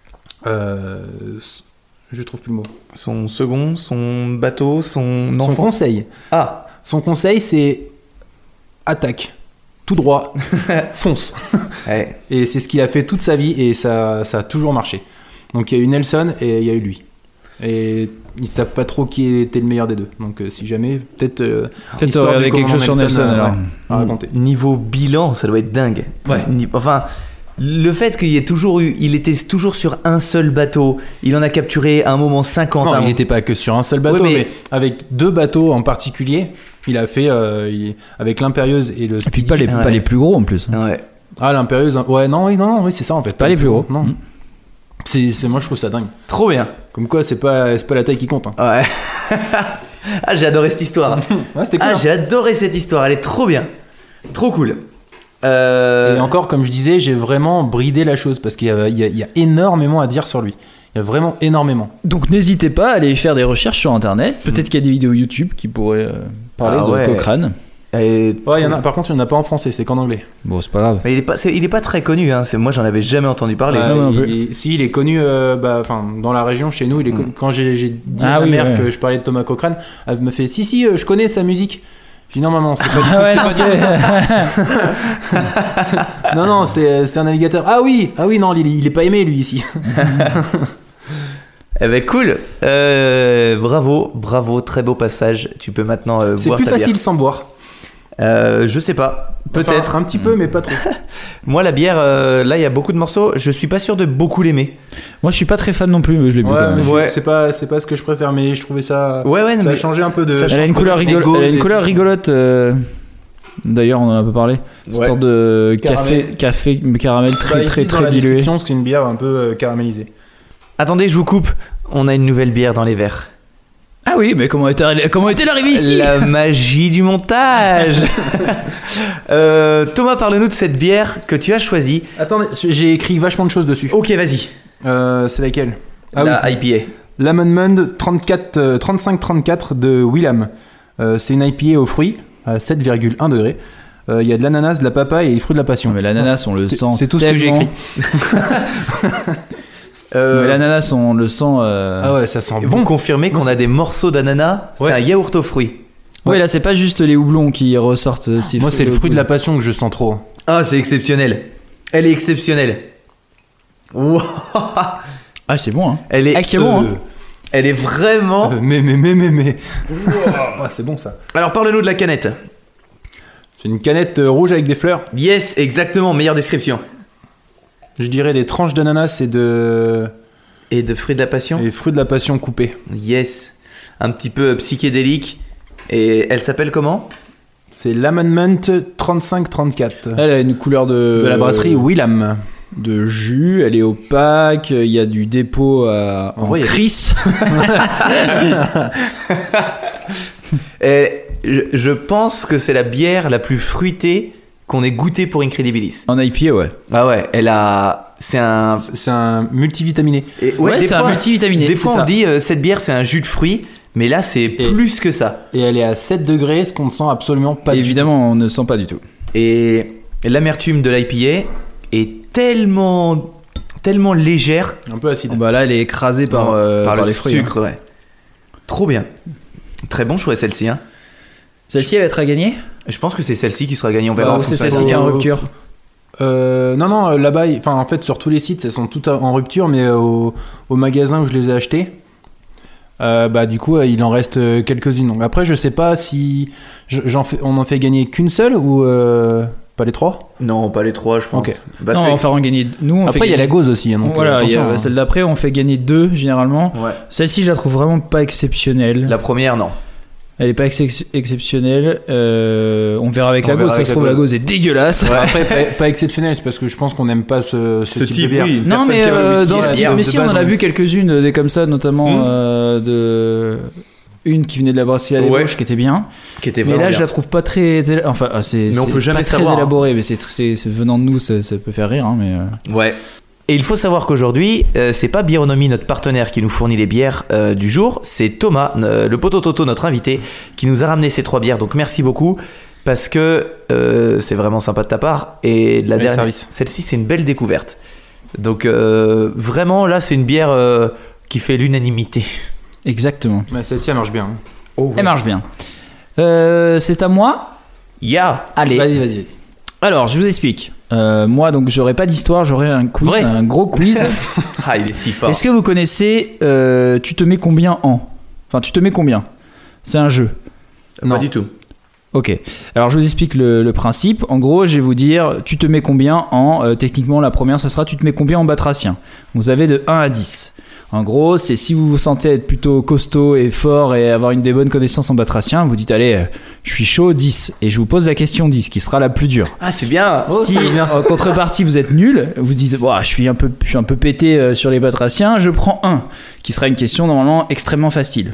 euh, s- je trouve plus le mot. Son second, son bateau, son Son enfant. conseil, Ah, son conseil c'est attaque, tout droit, fonce. ouais. Et c'est ce qu'il a fait toute sa vie et ça, ça a toujours marché. Donc il y a eu Nelson et il y a eu lui. Et ils savent pas trop qui était le meilleur des deux. Donc euh, si jamais, peut-être euh, Peut-être l'histoire regarder du quelque commandant chose sur Nelson euh, alors. ouais, à raconter. Niveau bilan, ça doit être dingue. Ouais. Ni- Enfin, le fait qu'il y ait toujours eu, il était toujours sur un seul bateau. Il en a capturé à un moment cinquante. Non, à un il moment- n'était pas que sur un seul bateau, Ouais, mais... mais- avec deux bateaux en particulier, il a fait euh, il- avec l'Impérieuse et le Et puis Speedy. pas les, Ouais. pas les plus gros en plus. Ouais. Ah, l'Impérieuse, hein. ouais, non, oui, non, non, oui, c'est ça en fait. Pas les plus gros. Non. Mm. C'est, c'est, moi je trouve ça dingue. Trop bien. Comme quoi, c'est pas, c'est pas la taille qui compte. Hein. Ouais. Ah, j'ai adoré cette histoire. Ouais, c'était cool. Ah, hein. j'ai adoré cette histoire. Elle est trop bien. Trop cool. Euh... Et encore, comme je disais, j'ai vraiment bridé la chose parce qu'il y a, il y a- il y a énormément à dire sur lui. Il y a vraiment énormément. Donc n'hésitez pas à aller faire des recherches sur internet. Peut-être qu'il y a des vidéos YouTube qui pourraient euh, parler Ah de ouais. Cochrane. et Ouais, il y en a, par contre, il n'y en a pas en français, c'est qu'en anglais. Bon, c'est pas grave. Mais il est pas, c'est- il est pas très connu. Hein. C'est, moi, j'en avais jamais entendu parler. Ouais, non, non, il un peu. est- si, il est connu euh, bah, enfin, dans la région, chez nous. Il est connu- Quand j'ai, j'ai dit Ah à ma oui, mère ouais. que je parlais de Thomas Cochrane, elle me fait si, si, euh, je connais sa musique. Je dis non, maman, c'est pas du tout. Ah ouais, c'est non, pas c'est- du- non, non, c'est, c'est un navigateur. Ah oui, ah oui, non, il, il est pas aimé lui ici. Eh ben cool. Euh, bravo, bravo, très beau passage. Tu peux maintenant euh, C'est boire plus ta facile bière. sans boire. Euh, je sais pas, peut-être. Enfin, un petit peu, mais pas trop. Moi, la bière, euh, là, il y a beaucoup de morceaux. Je suis pas sûr de beaucoup l'aimer. Moi, je suis pas très fan non plus, mais je l'ai bu Ouais, quand même. mais je- Ouais. c'est pas, c'est pas ce que je préfère, mais je trouvais ça. Ouais, ouais, non, ça a mais changé un peu de. ça Elle a change une couleur, pas de rigolo- Ego, elle a une et- couleur rigolote. euh, D'ailleurs, on en a un peu parlé. Une Ouais. sorte de Caramel. café, café, mais caramel Bah, très, ils très, disent dans très la dilué. description que c'est une bière un peu euh, caramélisée. Attendez, je vous coupe. On a une nouvelle bière dans les verres. Ah oui, mais comment est-elle, comment est-elle arrivée ici? La magie du montage. Euh, Thomas, parle-nous de cette bière que tu as choisie. Attendez, j'ai écrit vachement de choses dessus. Ok, vas-y. Euh, c'est laquelle? Ah La oui. I P A. L'Amendment trente-quatre, euh, trente-cinq trente-quatre de Willam. Euh, c'est une I P A aux fruits à sept virgule un degrés. Euh, Il y a de l'ananas, de la papaye et des fruits de la passion. Mais l'ananas, on le C'est- sent. c'est tout ce que j'ai tellement. écrit. Euh, Mais l'ananas, on le sent. euh, Ah ouais, ça sent Vous bon. confirmez qu'on Moi, a des morceaux d'ananas. Ouais. C'est un yaourt aux fruits. Ouais, là, c'est pas juste les houblons qui ressortent. euh, si Moi, c'est le fruit de la passion que je sens trop. Ah, c'est exceptionnel. Elle est exceptionnelle. Wow. Ah, c'est bon, hein. Elle est, Ah, qui est bon, hein. elle est vraiment. Euh, mais, mais, mais, mais, mais. Ah, c'est bon ça. Alors, parle-nous de la canette. C'est une canette euh, rouge avec des fleurs. Yes, exactement. Meilleure description. Je dirais des tranches d'ananas et de. Et de fruits de la passion. et fruits de la passion coupés. Yes. Un petit peu psychédélique. Et elle s'appelle comment? C'est l'Amendment trente-cinq trente-quatre. Elle a une couleur de. De la brasserie Willam. De jus, elle est opaque, il y a du dépôt à, En en vrai, il y a- cris. Et je, je pense que c'est la bière la plus fruitée qu'on ait goûtée pour Incredibilis. En I P A, ouais. Ah ouais, elle a. C'est un. C'est un multivitaminé. Et Ouais, des c'est un fois- multivitaminé. Des c'est fois, ça. on dit euh, cette bière, c'est un jus de fruits, mais là, c'est Et- plus que ça. Et elle est à sept degrés, ce qu'on ne sent absolument pas. du Évidemment, on ne sent pas du tout. Et l'amertume de l'I P A est tellement. tellement légère tout. Un peu acide. Bah là, elle est écrasée par, Non, euh, par par le les fruits. sucre, ouais. Trop bien. Très bon choix, celle-ci. Hein. Celle-ci, elle va être à gagner. Je pense que c'est celle-ci qui sera gagnée. On verra. en Ou c'est fonction de celle-ci la- qui est en Euh, rupture. Euh, non, non, là-bas, il- enfin, en fait, sur tous les sites, elles sont toutes en rupture, mais euh, au, au magasin où je les ai achetées, euh, bah, du coup, euh, il en reste euh, quelques-unes. Donc après, je sais pas si je- j'en fais, on en fait gagner qu'une seule ou euh, pas les trois. Non, pas les trois, je pense. Ok. Parce Non, que- on va faire en gagner. Nous, on fait Après, il y a la gagner- gauze aussi. Hein, donc, voilà, euh, il y a attention, hein. celle d'après, on fait gagner deux généralement. Ouais. Celle-ci, je la trouve vraiment pas exceptionnelle. La première, non. Elle est pas ex- exceptionnelle. Euh, on verra avec On la verra gauze. Ça avec se la trouve, la gauze. gauze est dégueulasse. Ouais, après, pas, pas exceptionnel, c'est parce que je pense qu'on n'aime pas ce, ce Ce type, type, de bière. oui. Non, Personne mais qui aime le euh, whisky dans à ce la type, bière mais de si, base, on en a on- vu quelques-unes des comme ça, notamment Hmm. euh, de une qui venait de la brasserie à Ouais. l'ébauche qui était bien. Qui était Mais vraiment là, bien. je la trouve pas très, éla- enfin, ah, c'est Mais on c'est peut jamais pas très savoir, hein. élaboré, mais c'est c'est- c'est venant de nous, ça, ça peut faire rire, hein, mais. euh, Ouais. Et il faut savoir qu'aujourd'hui, euh, c'est pas Bironomie, notre partenaire, qui nous fournit les bières euh, du jour, c'est Thomas, euh, le poteau Toto, notre invité, qui nous a ramené ces trois bières. Donc merci beaucoup, parce que euh, c'est vraiment sympa de ta part. Et la Bel dernière, service. celle-ci, c'est une belle découverte. Donc euh, vraiment, là, c'est une bière euh, qui fait l'unanimité. Exactement. Bah, celle-ci, elle marche bien. hein. Oh, Elle marche bien. Euh, c'est à moi. Ya. Allez. Vas-y, vas-y. Alors, je vous explique. Euh, moi, donc, j'aurais pas d'histoire, j'aurais un quiz, Vrai. un gros quiz. Ah, il est si fort. Est-ce que vous connaissez euh, Tu te mets combien en Enfin, tu te mets combien C'est un jeu. Pas du tout. Ok. Alors, je vous explique le, le principe. En gros, je vais vous dire, tu te mets combien en euh, techniquement, la première, ce sera tu te mets combien en batracien. Vous avez de un à dix. En gros, c'est si vous vous sentez être plutôt costaud et fort et avoir une des bonnes connaissances en batracien, vous dites allez, euh, je suis chaud, dix. Et je vous pose la question dix, qui sera la plus dure. Ah, c'est bien. Si en contrepartie vous êtes nul, vous dites bon, je suis un peu, je suis un peu pété euh, sur les batraciens, je prends un, qui sera une question normalement extrêmement facile.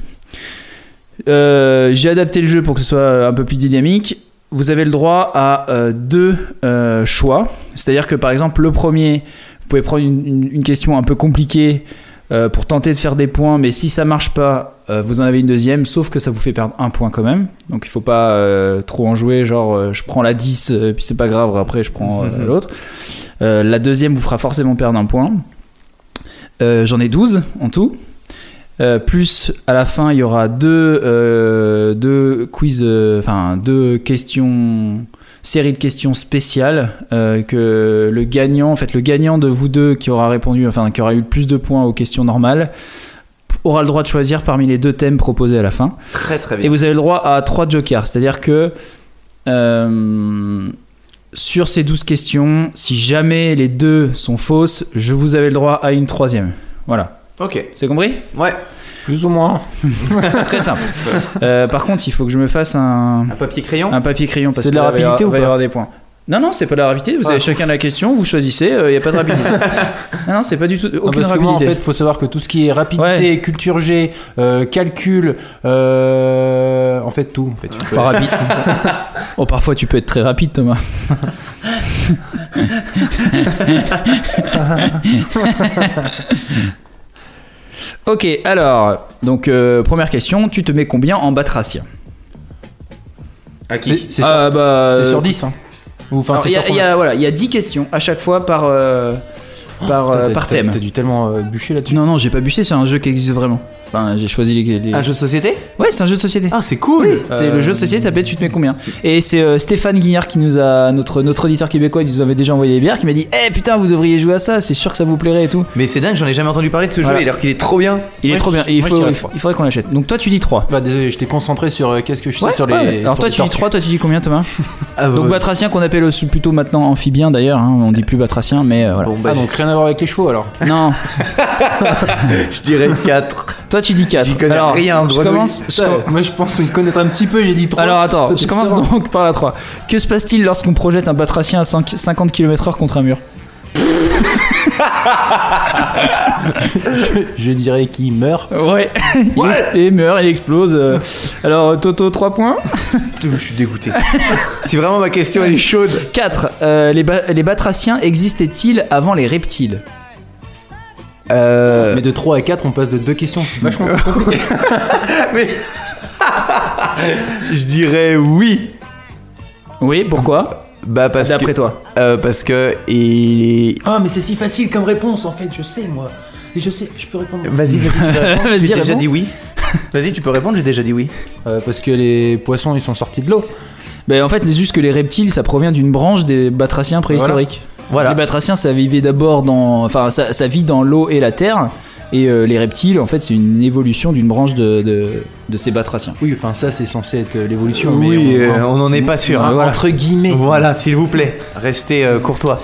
Euh, j'ai adapté le jeu pour que ce soit un peu plus dynamique. Vous avez le droit à euh, deux euh, choix, c'est-à-dire que par exemple le premier, vous pouvez prendre une, une- une question un peu compliquée euh, pour tenter de faire des points, mais si ça marche pas, euh, vous en avez une deuxième, sauf que ça vous fait perdre un point quand même. Donc il faut pas euh, trop en jouer, genre euh, je prends la dix, euh, puis c'est pas grave, après je prends euh, l'autre. Euh, la deuxième vous fera forcément perdre un point. Euh, j'en ai douze en tout. Euh, plus à la fin il y aura deux, euh, deux quiz, euh, enfin deux questions, série de questions spéciales euh, que le gagnant, en fait le gagnant de vous deux qui aura répondu, enfin qui aura eu le plus de points aux questions normales, aura le droit de choisir parmi les deux thèmes proposés à la fin. Très très Et bien. vous avez le droit à trois jokers, c'est-à-dire que Euh, sur ces douze questions, si jamais les deux sont fausses, je vous avais le droit à une troisième. Voilà. Ok. C'est compris ? Ouais. Plus ou moins. Très simple. Euh, par contre, il faut que je me fasse un, Un papier crayon. un papier crayon parce C'est de que la là, il va y rapidité avoir- ou va y pas avoir des points. Non, non, c'est pas de la rapidité. Vous Ah, avez ouf. chacun la question, vous choisissez. Il n'y a pas de rapidité. non, non, c'est pas du tout Non, aucune parce que moi, en rapidité. fait, il faut savoir que tout ce qui est rapidité, Ouais. culture G, euh, calcul, euh, en fait, tout. En fait, tu peux- Pas rapide. Oh, parfois, tu peux être très rapide, Thomas. Ok, alors, donc euh, première question, tu te mets combien en batracien ? À C'est qui c'est sur, Ah, bah, c'est sur euh, dix. Hein. Ou enfin, alors, c'est il y, sur a- il y a voilà, il y a dix questions à chaque fois par euh, par, Putain, euh, t'as- par t'as- thème. T'as dû tellement euh, bûcher là-dessus. Non, non, j'ai pas bûché, c'est un jeu qui existe vraiment. Enfin, j'ai choisi les. les- Un jeu de société? Ouais, c'est un jeu de société. Ah, c'est cool. C'est Euh, le jeu de société s'appelle Tu te mets combien. Et c'est euh, Stéphane Guignard qui nous a notre notre auditeur québécois, il nous avait déjà envoyé des bières, qui m'a dit "Eh putain, vous devriez jouer à ça, c'est sûr que ça vous plairait et tout." Mais c'est dingue, j'en ai jamais entendu parler de ce Voilà. jeu alors qu'il est trop bien. Il est Ouais, trop bien. je- Et il moi, faut je dirais il, faut- trois. il faudrait qu'on l'achète. Donc toi tu dis trois. Bah désolé, j'étais concentré sur euh, qu'est-ce que je sais Ouais, sur les. ouais. Alors sur toi les tu dis tortues. trois, toi tu dis combien Thomas? Ah, Donc ouais. batracien qu'on appelle aussi plutôt maintenant amphibien d'ailleurs, hein, on dit plus batracien mais euh, voilà. Bon, bah, Ah donc rien à voir avec les chevaux alors. Non, je dirais quatre. toi tu dis quatre. J'y connais Alors, rien, je grenouille. commence je Putain, com- moi je pense me connaître un petit peu, j'ai dit trois. Alors attends, Toi, je t'es commence serein. donc par la trois. Que se passe-t-il lorsqu'on projette un batracien à cinquante kilomètres heure contre un mur? Je dirais qu'il meurt. Ouais, il, ex- il meurt, il explose. euh. Alors Toto trois points. Je suis dégoûté. Si vraiment ma question elle est chaude. quatre. Euh, les, ba- les batraciens existaient-ils avant les reptiles? Euh. Mais de trois à quatre, on passe de deux questions vachement plus compliquées. Mais. Je dirais oui. Oui, pourquoi? Bah parce D'après que. toi. Euh, parce que il. Ah mais c'est si facile comme réponse en fait, je sais moi. Et je sais, je peux répondre. Vas-y, vas-y, tu peux répondre. Vas-y, J'ai déjà réponds. dit oui. Vas-y, tu peux répondre. J'ai déjà dit oui. Euh, parce que les poissons ils sont sortis de l'eau. Ben, en fait, c'est juste que les reptiles, ça provient d'une branche des batraciens préhistoriques. Voilà. Les batraciens, ça vivait d'abord dans. Enfin, ça, ça vit dans l'eau et la terre. Et euh, les reptiles, en fait, c'est une évolution d'une branche de, de, de ces batraciens. Oui, enfin ça c'est censé être euh, l'évolution. Oui, mais euh, on n'en est pas sûr. Ah, hein, voilà. Entre guillemets. Voilà, s'il vous plaît, restez euh, courtois.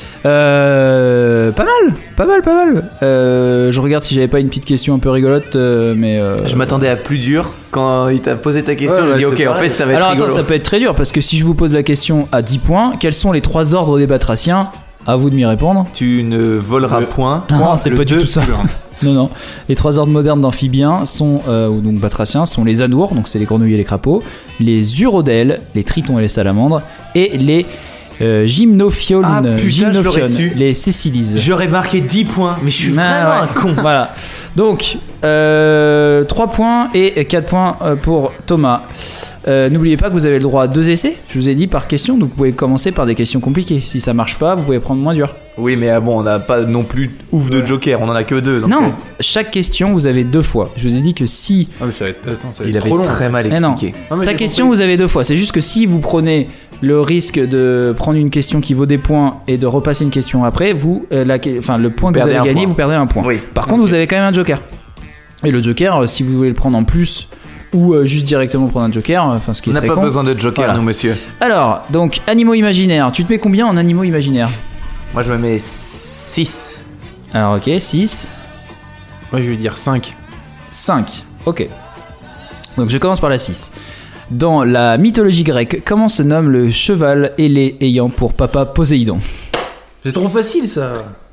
Euh, pas mal, pas mal, pas mal. Euh, je regarde si j'avais pas une petite question un peu rigolote, euh, mais. euh, Je m'attendais à plus dur quand il t'a posé ta question. Ouais, je dis ouais, ok, c'est en pareil. fait ça va être Alors rigolo. attends, ça peut être très dur parce que si je vous pose la question à dix points, quels sont les trois ordres des batraciens? À vous de m'y répondre. Tu ne voleras Le- point. Non, c'est le pas du deux, tout ça. plus un. Non, non. Les trois ordres modernes d'amphibiens sont, euh, ou donc batraciens, sont les anours, donc c'est les grenouilles et les crapauds, les urodèles, les tritons et les salamandres, et les euh, gymnophiones, Ah, putain, je l'aurais gymnophiones, su. les cécilises. J'aurais marqué dix points, mais je suis Ah, vraiment ouais. un con. Voilà. Donc, euh, trois points et quatre points euh, pour Thomas. Euh, N'oubliez pas que vous avez le droit à deux essais. Je vous ai dit par question, donc vous pouvez commencer par des questions compliquées. Si ça marche pas, vous pouvez prendre moins dur. Oui, mais ah bon, on n'a pas non plus ouf de joker, on en a que deux. Donc non, euh, chaque question vous avez deux fois. Je vous ai dit que si Ah mais ça va être, attends, ça va il être avait trop long. très mal Eh non. expliqué. Ah, mais sa j'ai question compris. vous avez deux fois. C'est juste que si vous prenez le risque de prendre une question qui vaut des points et de repasser une question après, vous, euh, la, enfin le point que vous perdez avez un gagné, point. vous perdez un point. Oui. Par contre, vous avez quand même un joker. Et le joker, euh, si vous voulez le prendre en plus ou euh, juste directement prendre un joker, euh, enfin ce qui On est n'a très pas con. besoin de joker, Voilà. nous, monsieur. Alors, donc animaux imaginaires. Tu te mets combien en animaux imaginaires? Moi, je me mets six. Alors ok, six, Moi je vais dire cinq. cinq. Ok. Donc je commence par la six. Dans la mythologie grecque, comment se nomme le cheval ailé ayant pour papa Poséidon? C'est trop facile ça.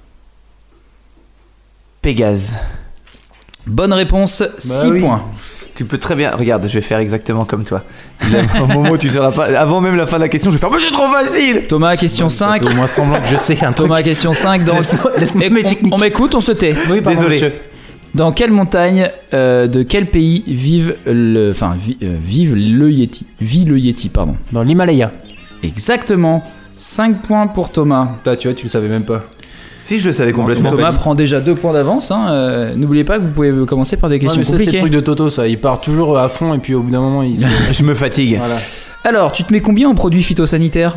Pégase. Bonne réponse, six oui. points. Tu peux très bien. Regarde, je vais faire exactement comme toi. Il y a un moment où tu sauras pas. Avant même la fin de la question, je vais faire. Mais c'est trop facile. Thomas, question Ça cinq. fait au moins semblant que je sais un truc. Thomas, question cinq. Dans... Laisse-moi- laisse-moi Et mes on- techniques. on m'écoute, on se tait. Oui, pardon, Désolé. monsieur. Dans quelle montagne euh, de quel pays vivent le, enfin, vi- euh, vive le Yeti Vit le Yeti, pardon. Dans l'Himalaya. Exactement. cinq points pour Thomas. Toi, tu vois, tu le savais même pas. Si, je le savais complètement. Thomas prend déjà deux points d'avance. Hein. Euh, N'oubliez pas que vous pouvez commencer par des Ouais, questions mais ça, c'est le compliquées. truc de Toto, ça. Il part toujours à fond et puis au bout d'un moment, il. se- Je me fatigue. voilà. Alors, tu te mets combien en produits phytosanitaires?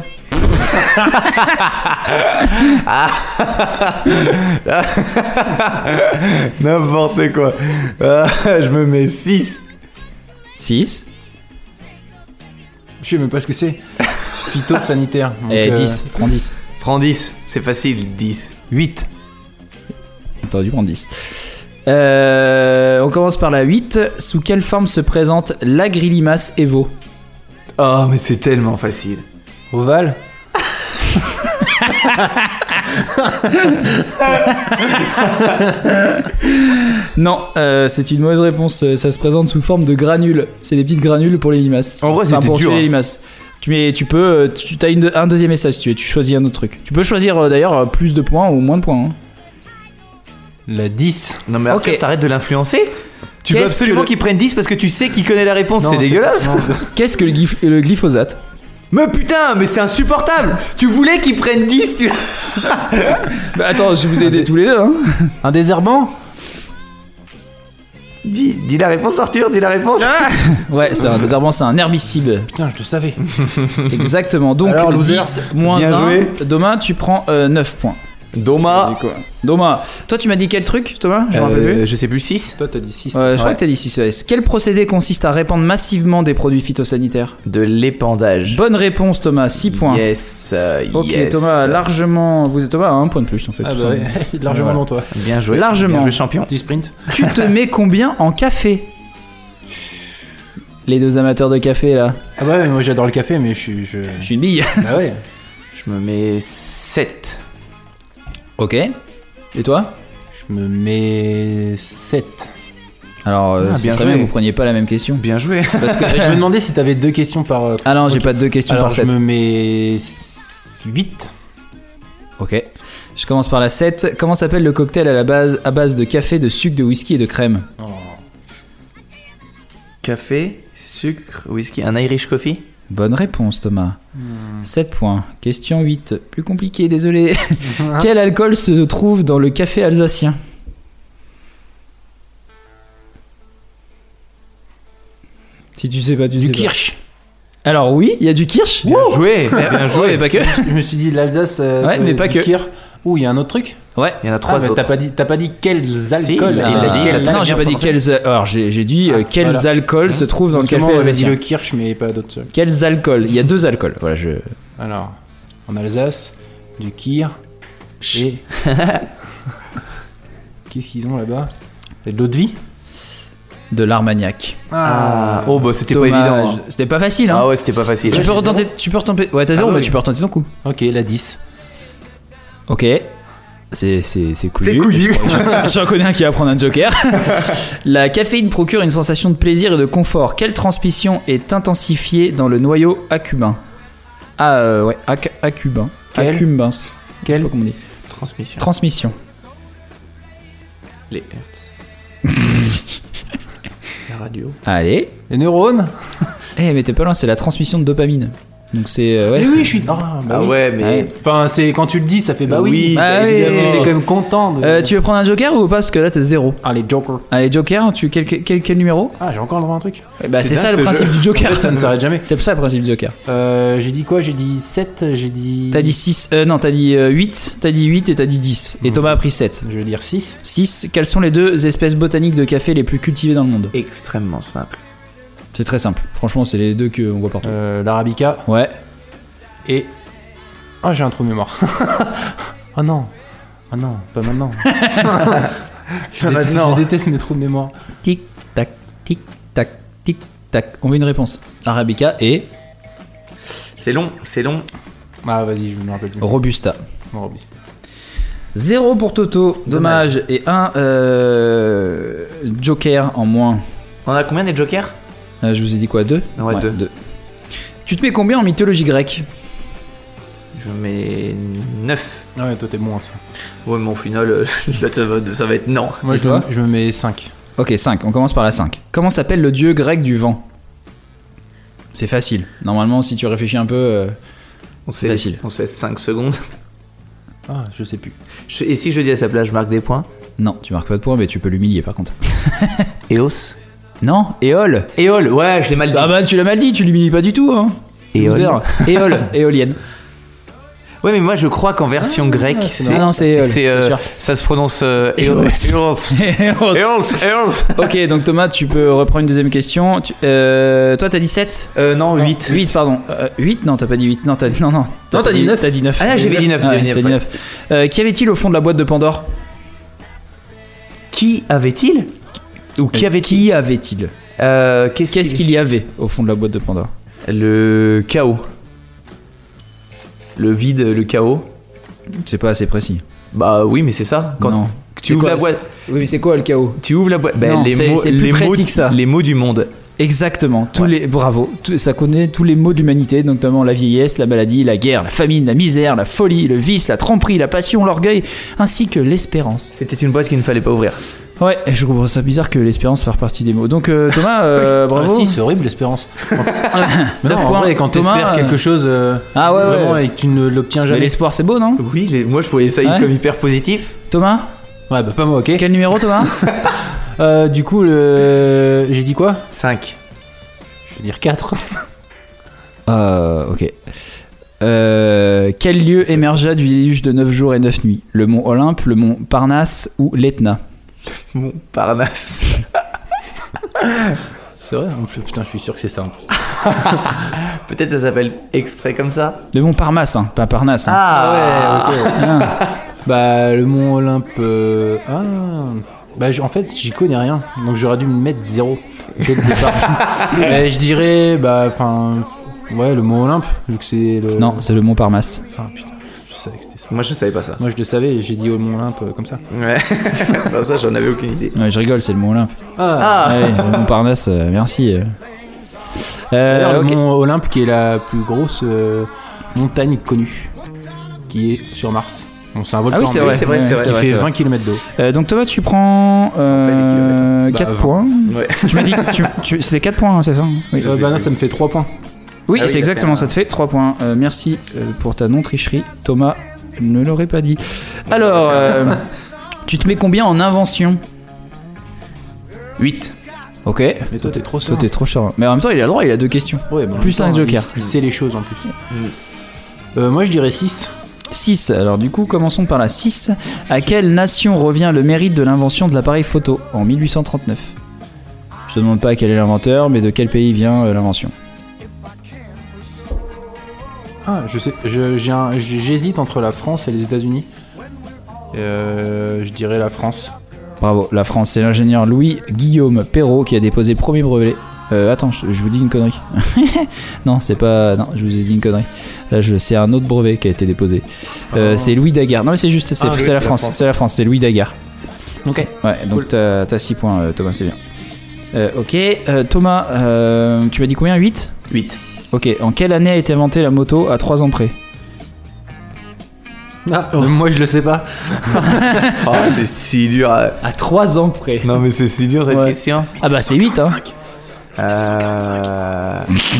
N'importe quoi. Ah, je me mets six. six. Je sais même pas ce que c'est. Phytosanitaire. Donc, Eh, euh, dix, prends dix. Prends dix, c'est facile, dix. huit. T'aurais dû prendre dix. Euh, on commence par la huit. Sous quelle forme se présente l'Agrilimas Evo? Oh, mais c'est tellement facile. Ovale. Non, euh, c'est une mauvaise réponse. Ça se présente sous forme de granules. C'est des petites granules pour les limaces. En vrai, Enfin, c'était pour dur, tuer hein. les limaces. Tu, mets, tu peux, tu as une, un deuxième essai si tu veux. Tu choisis un autre truc. Tu peux choisir euh, d'ailleurs plus de points ou moins de points. Hein. La dix. Non, mais Arthur, Ok. t'arrêtes de l'influencer. Tu veux Qu'est-ce absolument que le- qu'il prenne dix parce que tu sais qu'il connaît la réponse, Non, c'est dégueulasse. non. Qu'est-ce que le, glyph- le glyphosate? Mais putain, mais c'est insupportable. Tu voulais qu'il prenne dix, tu... Bah attends, je vous ai aidé tous les deux. Hein. Un désherbant. Dis, dis la réponse, Arthur, dis la réponse. Ouais, c'est un désherbant, c'est un herbicide. Putain, je le savais. Exactement. Donc Alors, loser. dix moins Bien un. joué. Demain, tu prends euh, neuf points. Doma. Doma. Toi, tu m'as dit quel truc, Thomas? Je me rappelle plus. Euh, je sais plus, six. Toi, t'as dit six. Ouais, je crois ouais. que t'as dit six. ouais. Quel procédé consiste à répandre massivement des produits phytosanitaires? De l'épandage. Bonne réponse, Thomas. six points. Yes, euh, Ok, yes. Thomas, largement. Vous êtes Thomas à un point de plus en fait. Ah tout bah ça. ouais, largement Voilà. non, toi. Bien joué. Largement. Bien joué, champion. Petit sprint. Tu te mets combien en café? Les deux amateurs de café là. Ah bah ouais, moi j'adore le café, mais je suis. Je... Je suis une bille. Bah ouais. Je me mets sept. Ok. Et toi? Je me mets sept. Alors, euh, Ah, ce bien serait joué. bien que vous preniez pas la même question. Bien joué. Parce que Je me demandais si t'avais deux questions par. euh, Ah non, j'ai Ok. pas de deux questions Alors par je sept. me mets huit. Ok. Je commence par la sept. Comment s'appelle le cocktail à la base à base de café, de sucre, de whisky et de crème? Café, sucre, whisky, un Irish coffee. Bonne réponse, Thomas. Hmm. sept points. Question huit. Plus compliqué, désolé. Quel alcool se trouve dans le café alsacien? Si tu sais pas, tu Du sais pas. kirsch. Alors oui, il y a du kirsch. Bien joué. Bien Ouais, joué. mais pas que. Je me suis dit l'Alsace. euh, Ouais, ça mais va pas être du que. kirsch. Ouh, il y a un autre truc. Ouais. Il y en a Ah, trois mais autres. t'as pas dit, t'as pas dit quels Si, alcools. il a- il Ah, a dit, il a très non, j'ai bien pas dit prononcé. quels. Alors j'ai j'ai dit euh, Ah, quels voilà. alcools se trouvent dans le Parce que café moi, on avait dit alsacien. le kirsch, mais pas d'autres. Quels alcools? Il y a deux alcools. Voilà, je. Alors, en Alsace, du kir et. Qu'est-ce qu'ils ont là-bas? Et de l'eau de vie. De l'armagnac. Ah, oh bah c'était pas Dommage. évident. hein. C'était pas facile, hein. Ah ouais, c'était pas facile. Tu Ouais, peux j'ai retenter. Tu peux retenter. Ouais, t'as Ah zéro, oui. mais tu peux retenter ton coup. Ok, la dix. Ok. C'est c'est c'est couillu. C'est couillu. J'en connais un qui va prendre un joker. La caféine procure une sensation de plaisir et de confort. Quelle transmission est intensifiée dans le noyau accubain? Ah euh, ouais, ac- accubain. Quel Accumbens. Je sais Quel pas comment on dit. Transmission. Transmission. Les hertz. La radio. Allez. Les neurones. Eh mais t'es pas loin, c'est la transmission de dopamine. Donc c'est euh, ouais. Mais c'est- oui, je suis. Ah, bah Ah oui. ouais, mais. Ouais. Enfin, c'est quand tu le dis, ça fait bah oui. Oui, bah Bah, oui. évidemment. On est quand même content de. Euh, tu veux prendre un joker ou pas? Parce que là t'es zéro. Ah, les jokers. Allez, joker, tu quel, quel, quel numéro? Ah, j'ai encore le droit un truc. Eh Bah c'est dingue, ça le ce principe jeu. du En joker. fait, ça ne s'arrête jamais. C'est pour ça le principe du joker. Euh, j'ai dit quoi? J'ai dit sept, j'ai dit. T'as dit six, euh, non, t'as dit euh, huit, t'as dit huit et t'as dit dix. Et Mhm. Thomas a pris sept. Je vais dire six. six. Quelles sont les deux espèces botaniques de café les plus cultivées dans le monde? Extrêmement simple. C'est très simple. Franchement, c'est les deux qu'on voit partout. Euh, L'arabica Ouais. et. Ah, j'ai un trou de mémoire. Oh non. Oh non, pas maintenant. je, déteste, maintenant. je déteste mes trous de mémoire. Tic, tac, tic, tac, tic, tac. On veut une réponse. Arabica et C'est long, c'est long. Ah, vas-y, je me rappelle plus. Robusta. Bon, robuste. Zéro pour Toto, dommage. Et un euh, joker en moins. On a combien des jokers? Euh, je vous ai dit quoi, deux? Ouais, deux. Tu te mets combien en mythologie grecque? Je mets neuf. Ah ouais, toi t'es bon. Ça. Ouais, mais au final, euh, ça, ça va, ça va être non. Moi, Et je toi me, je me mets cinq. Ok, cinq. On commence par la cinq. Comment s'appelle le dieu grec du vent? C'est facile. Normalement, si tu réfléchis un peu... euh, On C'est se facile. laisse- On se laisse cinq secondes. Ah, je sais plus. Je- Et si je dis à sa place, je marque des points. Non, tu marques pas de points, mais tu peux l'humilier par contre. Eos. Non, Éole. Éole, ouais, je l'ai mal dit. Ah bah tu l'as mal dit, tu l'humilies pas du tout, hein. Éole. Loser. Éole, éolienne. Ouais, mais moi je crois qu'en version grecque, c'est, Ah non, c'est Éole, c'est, c'est euh, sûr. ça se prononce euh, Éole. Éole. Éole, Éole. Ok, donc Thomas, tu peux reprendre une deuxième question. Tu- euh, toi, t'as dit sept Euh, non, huit. huit, pardon. Euh, huit Non, t'as pas dit huit. Non, t'as, non, non. Non, t'as dit neuf. T'as dit neuf. Ah là, j'avais dit neuf. Ouais, j'avais dit t'as neuf, dit ouais. neuf. Euh, Qu'y avait-il au fond de la boîte de Pandore Qui avait-il Ou qui Euh, avait-il Qui avait-il euh, Qu'est-ce, Qu'est-ce qu'il y avait au fond de la boîte de Pandore Le chaos. Le vide, le chaos. C'est pas assez précis. Bah oui, mais c'est ça. Quand Non. tu C'est ouvres quoi, la boîte, Oui, mais c'est quoi le chaos tu ouvres la boîte. Ben, Non, les c'est- mots, c'est plus les précis mots, que ça. les mots du monde. Exactement. Tous Ouais. les bravo. Tout- ça connaît tous les maux de l'humanité, notamment la vieillesse, la maladie, la guerre, la famine, la misère, la folie, le vice, la tromperie, la passion, l'orgueil, ainsi que l'espérance. C'était une boîte qu'il ne fallait pas ouvrir. Ouais, je trouve ça bizarre que l'espérance fasse partie des mots. Donc euh, Thomas, euh, bravo. Ah, si, c'est horrible l'espérance. Mais Neuf non, en points. vrai, quand Thomas, t'espères euh, quelque chose euh, Ah ouais, vraiment ouais. et que tu ne l'obtiens Mais jamais. l'espoir c'est beau, non Oui, les- moi je voyais ça Ouais. comme hyper positif. Thomas Ouais, bah pas moi, ok. Quel numéro Thomas Euh, du coup, le... j'ai dit quoi cinq. Je vais dire quatre. Euh, ok. Euh, quel lieu émergea du déluge de neuf jours et neuf nuits? Le mont Olympe, le mont Parnasse ou l'Etna? Montparnasse. C'est vrai, en plus, putain, je suis sûr que c'est ça. En plus. Peut-être ça s'appelle exprès comme ça. Le mont Parnasse, hein, pas Parnasse. hein. Ah, ouais, ok. Ah. Bah, le mont Olympe. euh, Ah. Bah, j- en fait, j'y connais rien. Donc, j'aurais dû me mettre zéro dès le départ. Mais je dirais, bah, enfin. Ouais, le mont Olympe, vu que c'est le. Non, c'est le mont Parnasse. Ah, putain, je savais que c'était ça. Moi je savais pas ça. Moi, je le savais, j'ai dit au mont Olympe euh, comme ça. Ouais. Non, ça j'en avais aucune idée. Ouais, je rigole, c'est le mont Olympe. Ah, Ah. Ouais, le mont Parnasse, euh, merci. euh. Euh, D'ailleurs, ok. le mont Olympe qui est la plus grosse euh, montagne connue qui est sur Mars. Bon, c'est un volcan Ah oui, c'est mais vrai, c'est vrai, ouais, c'est vrai, qui c'est fait vrai. vingt kilomètres d'eau. Euh, donc Thomas, tu prends euh, Bah, quatre vingt. points. Ouais. Tu m'as dit, tu, tu, c'était quatre points, hein, c'est ça hein Oui, Euh, bah non, ça me fait trois points. oui Ah oui, c'est il a exactement, fait ça un- te fait trois points. Euh, merci euh, pour ta non-tricherie. Thomas ne l'aurait pas dit. Alors, euh, tu te mets combien en invention? huit. Ok. Mais toi, t'es trop Toi, serein. t'es trop cher. Mais en même temps, il a le droit, il a deux questions. Ouais, bah, en Plus même un temps, joker. Il, il sait les choses en plus. Euh, moi, je dirais six. six. Alors, du coup, commençons par la six. À quelle nation revient le mérite de l'invention de l'appareil photo en mille huit cent trente-neuf? Je te demande pas quel est l'inventeur, mais de quel pays vient euh, l'invention. Ah, je sais. je- j'ai un- j'ai- J'hésite entre la France et les États-Unis. Euh, je dirais la France. Bravo, la France, c'est l'ingénieur Louis-Guillaume Perrault qui a déposé le premier brevet. Euh, attends, je, je vous dis une connerie. non, c'est pas. Non, je vous ai dit une connerie. Là, je, c'est un autre brevet qui a été déposé. Euh, Oh. C'est Louis Daguerre. Non, mais c'est juste, c'est, Ah, oui, c'est c'est la la France. France. C'est la France, c'est Louis Daguerre. Ok. Ouais, donc Cool. t'as, t'as six points, euh, Thomas, c'est bien. Euh, ok, euh, Thomas, euh, tu m'as dit combien? huit? huit. Ok, en quelle année a été inventée la moto à trois ans près? Ah, même moi, je le sais pas. Oh, c'est si dur. euh. À trois ans près. Non mais c'est si dur cette Ouais. question. Ah bah c'est huit, hein. Euh...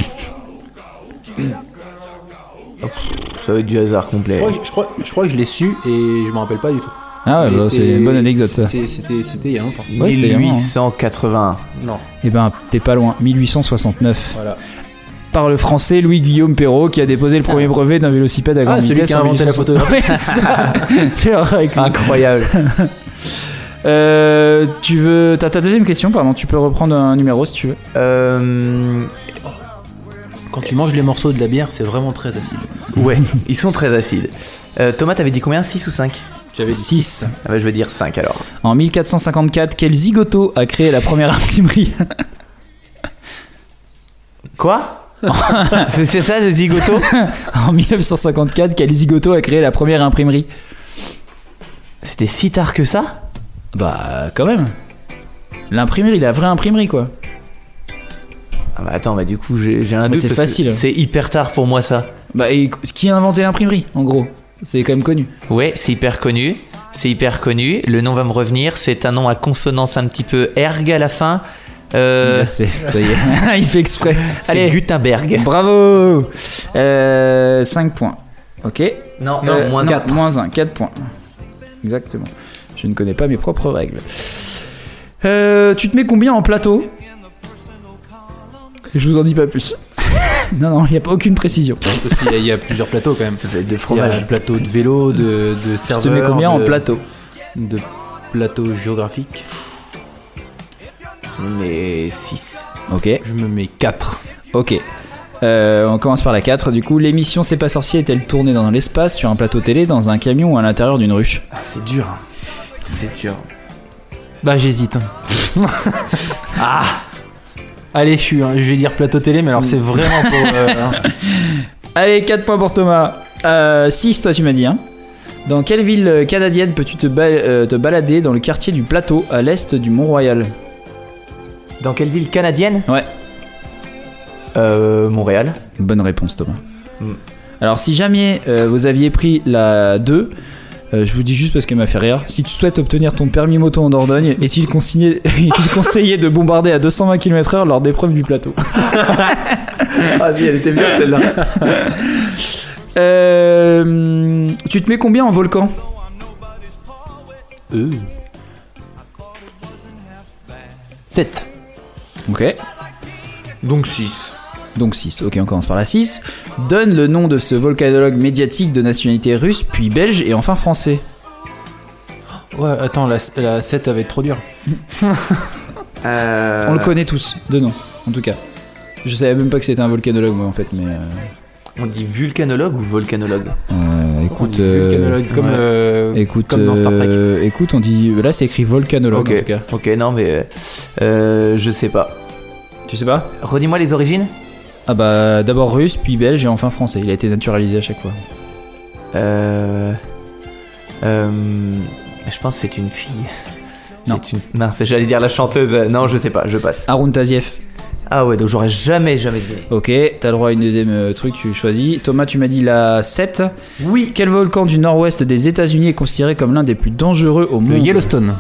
Ça va être du hasard Je complet. crois, que, je, crois, je crois que je l'ai su et je m'en rappelle pas du tout. Ah ouais, Mais bah, c'est une bonne anecdote ça. c'est- C'était c'était il y a longtemps. Ouais, c'était vraiment, hein. mille huit cent quatre-vingt-un. Non. Eh ben, t'es pas loin, mille huit cent soixante-neuf. Voilà. Par le français Louis-Guillaume Perrault qui a déposé le premier brevet d'un vélocipède à grande Ah, celui vitesse. qui a en inventé la mille huit cent soixante. Ouais, ça. Fais le avec lui. Incroyable. Euh, tu veux. T'as ta deuxième question, pardon. Tu peux reprendre un numéro si tu veux. Euh... Quand tu manges les morceaux de la bière, c'est vraiment très acide. Ouais, ils sont très acides. Euh, Thomas, t'avais dit combien? six ou cinq? J'avais dit six. Ah bah je vais dire cinq alors. En mille quatre cent cinquante-quatre, quel zigoto a créé la première imprimerie? Quoi? c'est, c'est ça le zigoto? En mille neuf cent cinquante-quatre, quel zigoto a créé la première imprimerie? C'était si tard que ça? Bah, quand même. L'imprimerie, la vraie imprimerie, quoi. Ah bah attends, bah du coup j'ai, j'ai un Mais doute. c'est parce que facile. C'est hyper tard pour moi ça. Bah, et qui a inventé l'imprimerie, en gros? C'est quand même connu. Ouais, c'est hyper connu. C'est hyper connu. Le nom va me revenir. C'est un nom à consonance un petit peu erg à la fin. Euh, Là, c'est, ça y est. Il fait exprès. c'est Allez, Gutenberg. bravo. euh, cinq points. Ok. Non, Euh, non, moins quatre. Moins un, quatre points. Exactement. Je ne connais pas mes propres règles. Euh, tu te mets combien en plateau? Je vous en dis pas plus. Non, non, il n'y a pas aucune précision. Parce qu'il y a- il y, a plusieurs plateaux quand même. Ça fait de Il y a fromage. le plateau de vélo, de, de Tu te serveur. mets combien en de- plateau? De plateau géographique. Mais six. Ok, Je me mets quatre. ok. Euh, on commence par la quatre. Du coup, l'émission C'est pas sorcier est-elle tournée dans l'espace, sur un plateau télé, dans un camion ou à l'intérieur d'une ruche? Ah, c'est dur. C'est dur. Bah j'hésite. Ah Allez, je, suis, je vais dire plateau télé, mais alors c'est vraiment pour... euh, Allez, quatre points pour Thomas. Euh, six, toi, tu m'as dit. Hein. Dans quelle ville canadienne peux-tu te, ba- euh, te balader dans le quartier du Plateau, à l'est du Mont-Royal? Dans quelle ville canadienne? Ouais. Euh, Montréal. Bonne réponse, Thomas. Mm. Alors, si jamais euh, vous aviez pris la deux, euh, je vous dis juste parce qu'elle m'a fait rire. Si tu souhaites obtenir ton permis moto en Dordogne, est-il consigné- est-il conseillé de bombarder à deux cent vingt kilomètres heure lors d'épreuves du plateau? Ah si, elle était bien celle-là. Euh, tu te mets combien en volcan? euh. sept. Ok. Donc six. Donc six. Ok, on commence par la six. Donne le nom de ce volcanologue médiatique de nationalité russe, puis belge et enfin français. Ouais, attends, la, la sept avait trop dur. Euh... On le connaît tous, de nom, en tout cas. Je savais même pas que c'était un volcanologue, moi, en fait, mais... euh, On dit vulcanologue ou volcanologue? euh, écoute... On dit vulcanologue, euh, comme, ouais. euh, Écoute, comme dans Star Trek. euh, écoute, on dit... Là, c'est écrit volcanologue, en tout Ok, cas. ok, non mais... euh, euh, je sais pas. Tu sais pas? Redis-moi les origines. Ah bah, d'abord russe, puis belge et enfin français. Il a été naturalisé à chaque fois. Euh... Euh... Je pense que c'est une fille. Non. C'est une... Mince, j'allais dire la chanteuse. Non, je sais pas, je passe. Haroun Taziev. Ah ouais, donc j'aurais jamais, jamais deviné. Ok, t'as le droit à une deuxième euh, truc, tu choisis. Thomas, tu m'as dit la sept. Oui. Quel volcan du nord-ouest des États-Unis est considéré comme l'un des plus dangereux au Le monde? Yellowstone.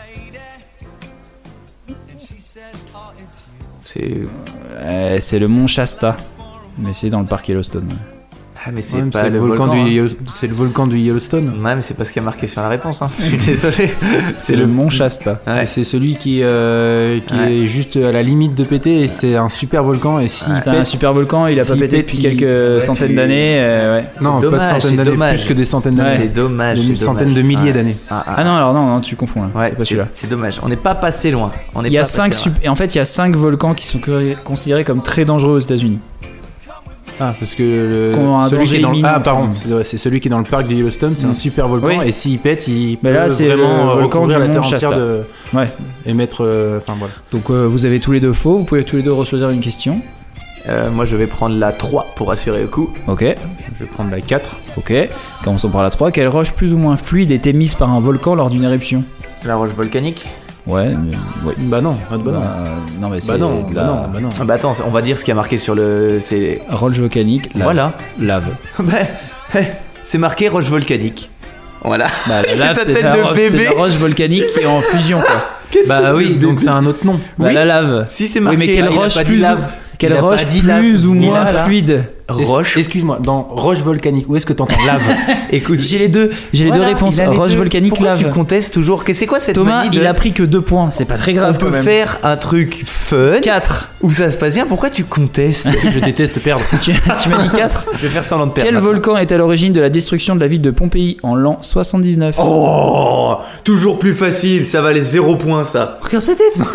C'est... Euh, C'est le mont Shasta. Mais c'est dans le parc Yellowstone. Ah mais c'est Ouais, mais pas c'est le le volcan, volcan. du hein. Yellow- c'est le volcan du Yellowstone. Ouais, mais c'est pas ce qui a marqué sur la réponse. Hein. Je suis désolé. C'est le mont Shasta. Ouais. Et c'est celui qui, euh, qui Ouais. est juste à la limite de péter et c'est un super volcan et si C'est un super volcan, il a pas S'il pété pète, depuis il- quelques Ouais, centaines tu- d'années. euh, ouais. non, C'est pas de dommage, centaines c'est d'années, dommage. plus que des centaines d'années. C'est dommage. Des c'est centaines dommage. de milliers Ouais. d'années. Ah, ah. Ah non, alors non, non, tu confonds là. Ouais, c'est pas c'est, celui-là. c'est dommage. On n'est pas passé loin. On est Il y a pas cinq passé loin. sup- et en fait, il y a cinq volcans qui sont considérés comme très dangereux aux États-Unis. Ah, parce que le, Qu'on a un celui qui est dans le, danger ah, imminent. pardon, c'est, ouais, c'est celui qui est dans le parc de Yellowstone, c'est Mm. un super volcan Oui. et s'il pète, il Mais peut là, c'est vraiment le euh, volcan recouvrir du la terre mont entière Shasta. de, Ouais. et mettre, euh, enfin voilà. Donc euh, vous avez tous les deux faux, vous pouvez tous les deux choisir une question. Euh, moi, je vais prendre la trois pour assurer le coup. Ok, Je vais prendre la quatre. ok. Commençons par la trois. Quelle roche plus ou moins fluide est émise par un volcan lors d'une éruption? La roche volcanique. Ouais, mais, ouais. Bah non, bah non. Bah, non mais c'est Bah non, de bah la non, bah non. Ah bah attends, on va dire ce qui a marqué sur le. C'est. roche volcanique. Lave. Voilà. Lave. Bah, hey, c'est marqué roche volcanique. Voilà. Bah, la Il fait lave, sa c'est tête la, de roche- bébé. c'est la roche volcanique qui est en fusion quoi. Bah oui, donc c'est un autre nom. Bah, Oui. la lave. Si c'est Oui, marqué. mais quelle là, il a roche pas dit plus, lave. quelle Il a pas roche dit plus lave. ou Il a moins là. fluide? Roche. Excuse-moi, dans roche volcanique, où est-ce que t'entends lave? Écoute, J'ai les deux, j'ai les voilà, deux réponses. il a les Roche deux. volcanique, Pourquoi lave. tu contestes toujours? Que c'est quoi cette Thomas, manie de- il a pris que deux points. C'est pas très grave On peut quand même. faire un truc fun quatre. où ça se passe bien. Pourquoi tu contestes? Je déteste perdre. tu tu m'as dit quatre. Je vais faire semblant de perdre. Quel maintenant. volcan est à l'origine de la destruction de la ville de Pompéi en l'an soixante-dix-neuf? Oh, toujours plus facile. Ça valait zéro point ça. Regarde sa tête.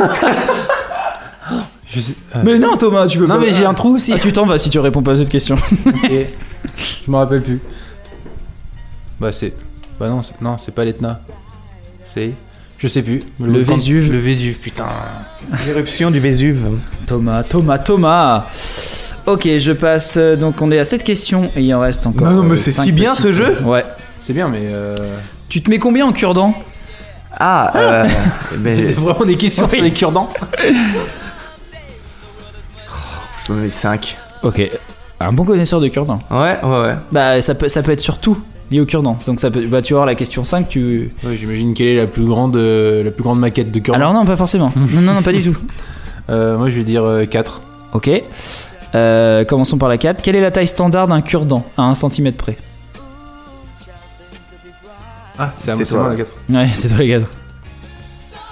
Je sais- euh, Mais non Thomas, tu peux Non pas. mais j'ai un trou aussi. Ah, tu t'en vas si tu réponds pas à cette question. Et- Je me rappelle plus. Bah c'est. Bah non, c'est- non, c'est pas l'Etna. C'est. Je sais plus. Le volcan- Vésuve. Le Vésuve, putain. L'éruption du Vésuve. Thomas, Thomas, Thomas. Ok, je passe. euh, Donc on est à cette question et il en reste encore. Non, non, mais euh, c'est cinq si bien, petites. ce jeu. Ouais. C'est bien, mais. Euh... Tu te mets combien en cure-dent? Ah, euh, ben, Il y a je, vraiment des questions Oui. sur les cure-dents. je me mets cinq. Ok. Un bon connaisseur de cure-dent. Ouais, ouais, ouais. Bah ça peut, ça peut être sur tout lié au cure-dent. Donc ça peut. Bah tu vas voir la question cinq, tu. Ouais, j'imagine quelle est la plus grande, euh, la plus grande maquette de cure-dent. Alors non, pas forcément. non, non, non, pas du tout. Euh, moi je vais dire euh, quatre. Ok. Euh, commençons par la quatre. Quelle est la taille standard d'un cure-dent à un centimètre près? Ah, c'est à C'est moi, c'est toi. moi la quatre. Ouais, c'est toi les gars.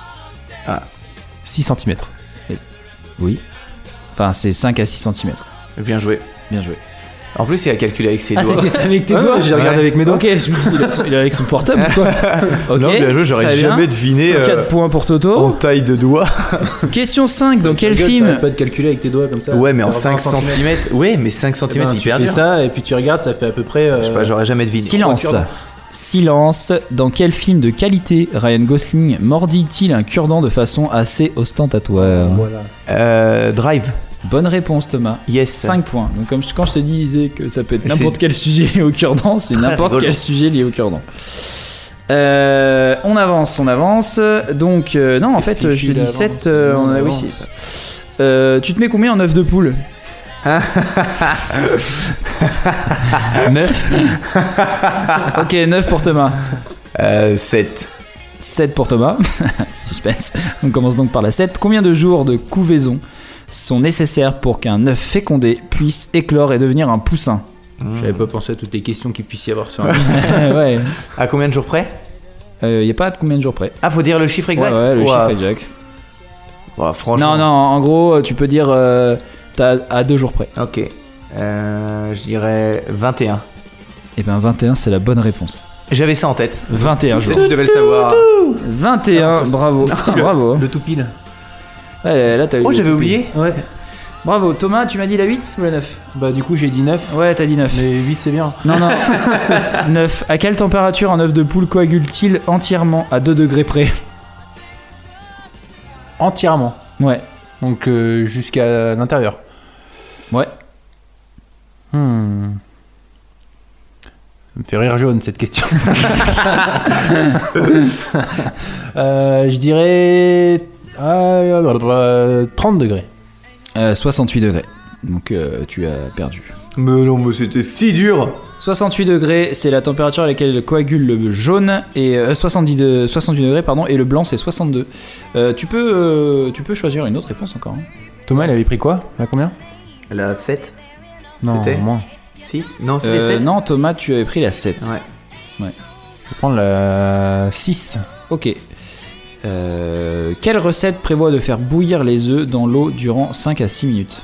six centimètres. Oui. Enfin, c'est cinq à six centimètres. Bien joué. Bien joué. En plus, il a calculé avec ses Ah, doigts. c'était avec tes Ah, doigts. j'ai regardé Ouais. avec mes doigts. Ok, je me suis dit, il a son- il est avec son portable ou quoi? Ok. Non, bien joué, j'aurais très bien. jamais deviné euh, quatre points pour en Toto. taille de doigt. Question cinq. Dans quel Tu rigoles, film t'arrêtes pas de calculer avec tes doigts comme ça. Ouais, mais en T'as cinq vingt centimètres. centimètres. Ouais, mais cinq Eh centimètres, ben, c'est tu hyper fais dur. ça et puis tu regardes, ça fait à peu près. euh, Je sais pas, j'aurais jamais deviné. Silence. Trois cure-dents. Silence. Dans quel film de qualité Ryan Gosling mordit-il un cure-dent de façon assez ostentatoire? Voilà. Euh, Drive. Bonne réponse, Thomas. Yes. cinq points. Donc, comme je- quand je te disais que ça peut être C'est- n'importe quel sujet lié au cure-dent, c'est Très n'importe rigolo. quel sujet lié au cure-dent. Euh, on avance, on avance. Donc, euh, non, en fait, fichu je te dis d'avance. sept. euh, on a, oui, D'avance. c'est ça. Euh, tu te mets combien en œuf de poule? neuf. Ok, neuf pour Thomas. Euh, sept. sept pour Thomas. Suspense. On commence donc par la sept. Combien de jours de couvaison sont nécessaires pour qu'un œuf fécondé puisse éclore et devenir un poussin? J'avais pas pensé à toutes les questions qu'il puisse y avoir sur un. Ouais. À combien de jours près? Il euh, n'y a pas de combien de jours près. Ah, faut dire le chiffre exact. Ouais, ouais, le Ouah. chiffre exact. Ouah, franchement. Non, non, en gros, tu peux dire euh, t'as à deux jours près. Ok. Euh, je dirais vingt et un. Et ben vingt et un, c'est la bonne réponse. J'avais ça en tête. vingt et un jours. Peut-être que je devais le savoir. vingt et un, bravo. Bravo. Le tout pile. Ouais, là, t'as eu Oh, le j'avais tout oublié. Ouais. pile. Bravo. Thomas, tu m'as dit la huit ou la neuf? Bah, du coup, j'ai dit neuf. Ouais, t'as dit neuf. Mais huit, c'est bien. Non, non. neuf. À quelle température un œuf de poule coagule-t-il entièrement à deux degrés près? Entièrement. Ouais. Donc, euh, jusqu'à l'intérieur. Ouais. Hmm. Ça me fait rire jaune cette question. Euh, je dirais euh, trente degrés. Euh, soixante-huit degrés. Donc euh, tu as perdu. Mais non, mais c'était si dur. soixante-huit degrés, c'est la température à laquelle coagule le jaune et euh, soixante-dix de, soixante-huit degrés pardon et le blanc c'est soixante-deux. Euh, tu peux euh, tu peux choisir une autre réponse encore. Hein. Thomas, il avait pris quoi? Là, combien? La sept. Non, C'était moins. six. Non, c'était Euh, sept. non, Thomas, tu avais pris la sept. Ouais. Je vais prendre la six. OK. Euh, quelle recette prévoit de faire bouillir les œufs dans l'eau durant cinq à six minutes?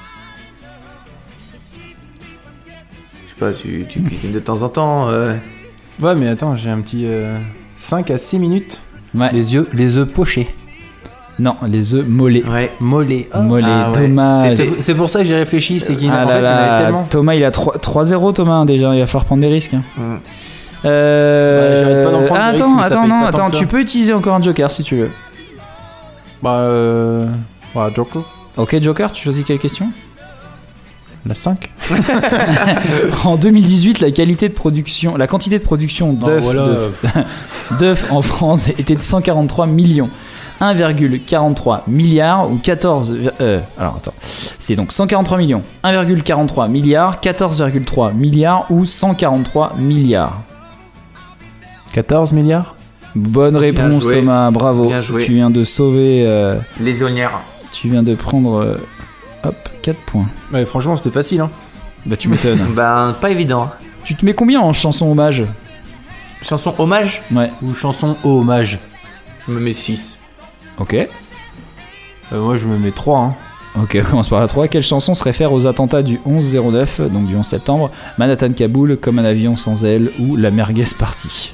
Je sais pas, tu, tu cuisines de temps en temps. euh. Ouais, mais attends, j'ai un petit euh, cinq à six minutes. Ouais. Les œufs, les œufs pochés. Non, les œufs mollets. Ouais. Mollets. Mollets, Ah ouais. Thomas. C'est- C'est c'est pour ça que j'ai réfléchi, c'est qu'il y en Ah a- en là fait, il y en avait là, tellement. Thomas il a trois zéro Thomas hein, déjà, il va falloir prendre des risques. hein. Mm. Euh... Bah, j'arrête pas d'en prendre des attends, risques, mais ça attends, paye non, pas tant attends, que tu ça. peux utiliser encore un joker si tu veux. Bah, euh. Bah, Joko. Ok, joker, tu choisis quelle question? La cinq. En deux mille dix-huit, la qualité de production, la quantité de production d'œufs voilà. d'œufs- d'œufs en France était de cent quarante-trois millions. un virgule quarante-trois milliards ou quatorze. Euh, alors attends. C'est donc cent quarante-trois millions, un virgule quarante-trois milliards, quatorze virgule trois milliards ou cent quarante-trois milliards. quatorze milliards. Bonne réponse joué. Thomas, bravo. Bien joué. Tu viens de sauver. euh, Les aulnières. tu viens de prendre. euh, hop, quatre points. Ouais, franchement, c'était facile, hein. Bah tu m'étonnes. Ben, pas évident. hein. Tu te mets combien en chanson hommage? Chanson hommage, Ouais. Ou chanson au hommage. je me mets six. Ok. Euh, moi, je me mets trois, hein. Ok, on commence par la trois. Quelle chanson se réfère aux attentats du onze zéro neuf, donc du onze septembre? Manhattan Kaboul, Comme un avion sans aile ou La merguez partie?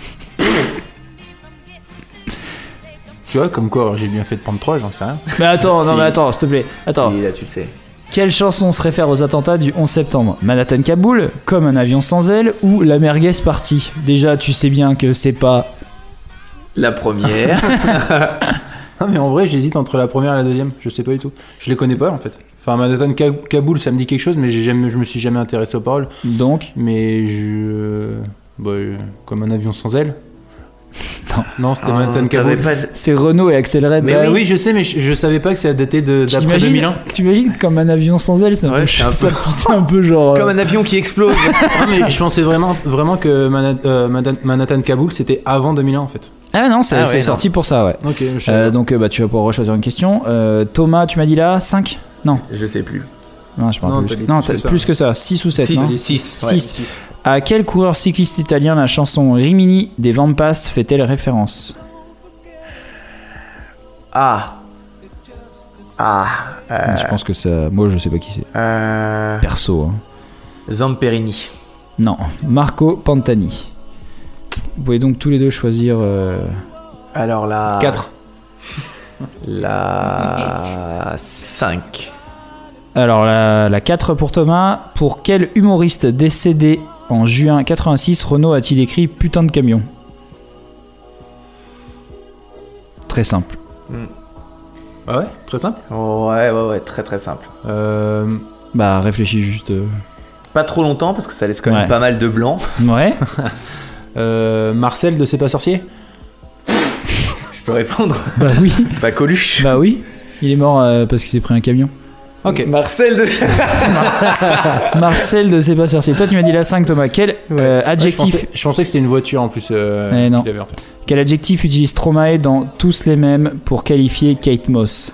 Tu vois, comme quoi, alors, j'ai bien fait de prendre trois, j'en sais rien. Mais attends, non Si. mais attends, s'il te plaît. Attends. Si, là, tu le sais. Quelle chanson se réfère aux attentats du onze septembre? Manhattan Kaboul, Comme un avion sans aile ou La merguez partie? Déjà, tu sais bien que c'est pas... La première. Ah, mais en vrai, j'hésite entre la première et la deuxième. Je sais pas du tout. Je les connais pas, en fait. Enfin, Manhattan Ka- Kaboul, ça me dit quelque chose, mais j'ai jamais, je me suis jamais intéressé aux paroles. Donc, Mais je. Bah, euh, comme un avion sans aile. Non. Non, c'était Ah, Manhattan t'avais Kaboul. pas... c'est Renault et Axel Red. Mais Bah oui. oui. je sais, mais je, je savais pas que ça datait de- d'après T'imagines- deux mille un. T'imagines comme un avion sans aile, c'est un, Ouais, peu, c'est un peu- ça- c'est un peu genre... euh, Comme un avion qui explose. Non, mais je pensais vraiment, vraiment que Manhat- euh, Manhattan, Manhattan Kaboul, c'était avant deux mille un, en fait. Ah non, c'est Ah ouais, c'est non. sorti pour ça, ouais. Ok, je savais Euh, pas. donc euh, bah, tu vas pouvoir rechoisir une question. Euh, Thomas, tu m'as dit là cinq? Non, Je sais plus. non, je parle Non, plus. t'as dit Non, plus t'as que ça. plus que ça. six ou sept, six. non? six. Six. À quel coureur cycliste italien la chanson Rimini des Vampas fait-elle référence? Ah. Ah. Euh, Je pense que ça. Moi, je sais pas qui c'est. euh, Perso. Hein. Zamperini. Non, Marco Pantani. Vous pouvez donc tous les deux choisir. Euh... Alors la. quatre. La. cinq. Alors, la, la quatre pour Thomas. Pour quel humoriste décédé en juin quatre-vingt-six, Renaud a-t-il écrit Putain de camion? Très simple. Ah ouais, très simple. Ouais, ouais, ouais, très très simple. Euh, Bah, réfléchis juste. euh. Pas trop longtemps parce que ça laisse quand même Ouais. pas mal de blanc. Ouais. euh, Marcel de C'est pas sorcier. Je peux répondre. Bah oui. Bah Coluche. Bah oui. Il est mort euh, parce qu'il s'est pris un camion. Ok. Marcel de. Marcel de C'est pas sorcier. Toi, tu m'as dit la cinq, Thomas. Quel euh, Ouais, je, adjectif pensais, je pensais que c'était une voiture en plus. Euh, Eh non. qu'il avait en tête. Quel adjectif utilise Stromae dans Tous les mêmes pour qualifier Kate Moss?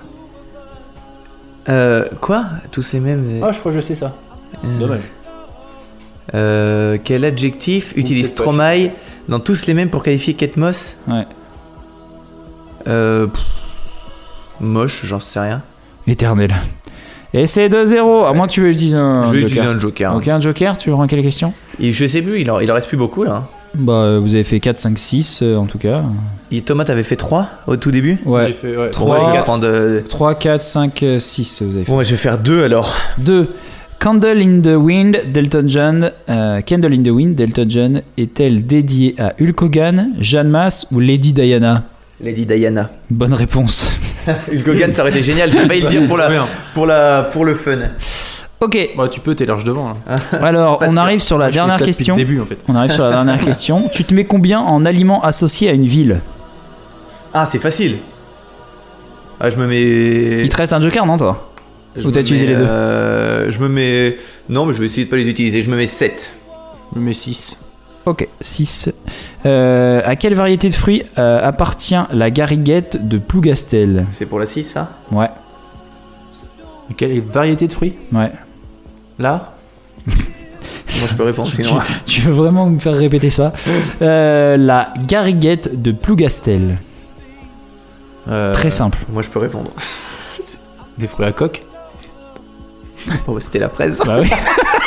Euh, quoi? Tous les mêmes. Ah, je crois que je sais ça. euh, Dommage. Euh, quel adjectif utilise peut-être pas. Stromae dans tous les mêmes pour qualifier Kate Moss? Ouais. Euh. pff, moche, j'en sais rien. Éternel. Et c'est deux zéro. À moins que tu veux utiliser un Je vais joker. utiliser un joker. Ok, un joker. Tu veux rendre quelle question? Et je sais plus, il en, il en reste plus beaucoup là. Bah, euh, vous avez fait quatre, cinq, six euh, en tout cas. Et Thomas, t'avais fait trois au tout début? J'ai Ouais. fait, ouais, Trois. Bon, je vais attendre de- trois, quatre, cinq, six, vous avez fait. Bon, je vais faire deux alors. deux. Candle in the Wind d'Elton John. euh, Candle in the Wind d'Elton John est-elle dédiée à Hulk Hogan, Jeanne Masse ou Lady Diana? Lady Diana. Bonne réponse. Hulk Hogan, ça aurait été génial. J'ai failli le dire pour, la, Bien. pour, la, pour le fun. Ok. Bah, tu peux, t'es large devant. Là. Alors, Pas on sûr. arrive sur la Moi, je fais dernière ça depuis question. le début en fait. On arrive sur la dernière question. Tu te mets combien en aliments associés à une ville? Ah, c'est facile. Ah, je me mets. Il te reste un joker, non, toi? je ou t'as me utilisé mets, les deux euh, Je me mets. Non, mais je vais essayer de pas les utiliser. Je me mets sept. Je me mets six. Ok, six. Euh, à quelle variété de fruits euh, appartient la gariguette de Plougastel? C'est pour la six, ça? Ouais, Quelle variété de fruits? ouais. Là. Moi, je peux répondre sinon. Tu veux vraiment me faire répéter ça? Euh, La gariguette de Plougastel. Euh, Très simple. Moi, je peux répondre. Des fruits à coque. Bon, bah, c'était la fraise. Bah oui.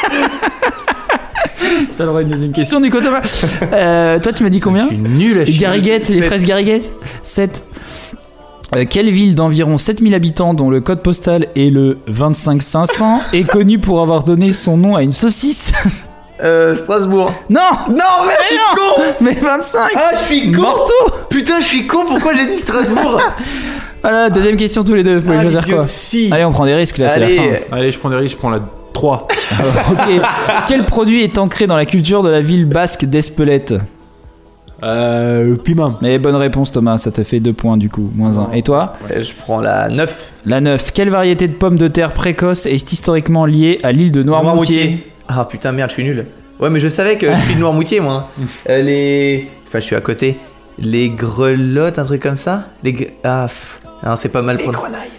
T'as le droit à une deuxième question, Nico Thomas. Euh, toi, tu m'as dit combien? Je suis nul à Les chier. gariguettes, les Sept. fraises gariguettes? sept. Euh, quelle ville d'environ sept mille habitants dont le code postal est le vingt-cinq cinq cents est connue pour avoir donné son nom à une saucisse? Euh, Strasbourg. Non. Non, mais je suis con! Mais vingt-cinq. Ah, je suis con! Morto. Putain, je suis con, pourquoi j'ai dit Strasbourg? Voilà, deuxième question tous les deux. Vous pouvez Ah, choisir quoi? l'idiotie. Allez, on prend des risques là, c'est la fin. Allez, Allez, je prends des risques, je prends la trois. Alors, ok. Quel produit est ancré dans la culture de la ville basque d'Espelette? Euh, le piment. Mais bonne réponse, Thomas, ça te fait deux points du coup, moins un. Et toi? ouais, je prends la neuf. La neuf. Quelle variété de pommes de terre précoce est historiquement liée à l'île de Noirmoutier? Ah putain, merde, je suis nul. Ouais, mais je savais que je suis de Noirmoutier, moi. Euh, les. Enfin, je suis à côté. Les grelottes, un truc comme ça? Les. gre- Ah, pff. Non, c'est pas mal. Les grenailles.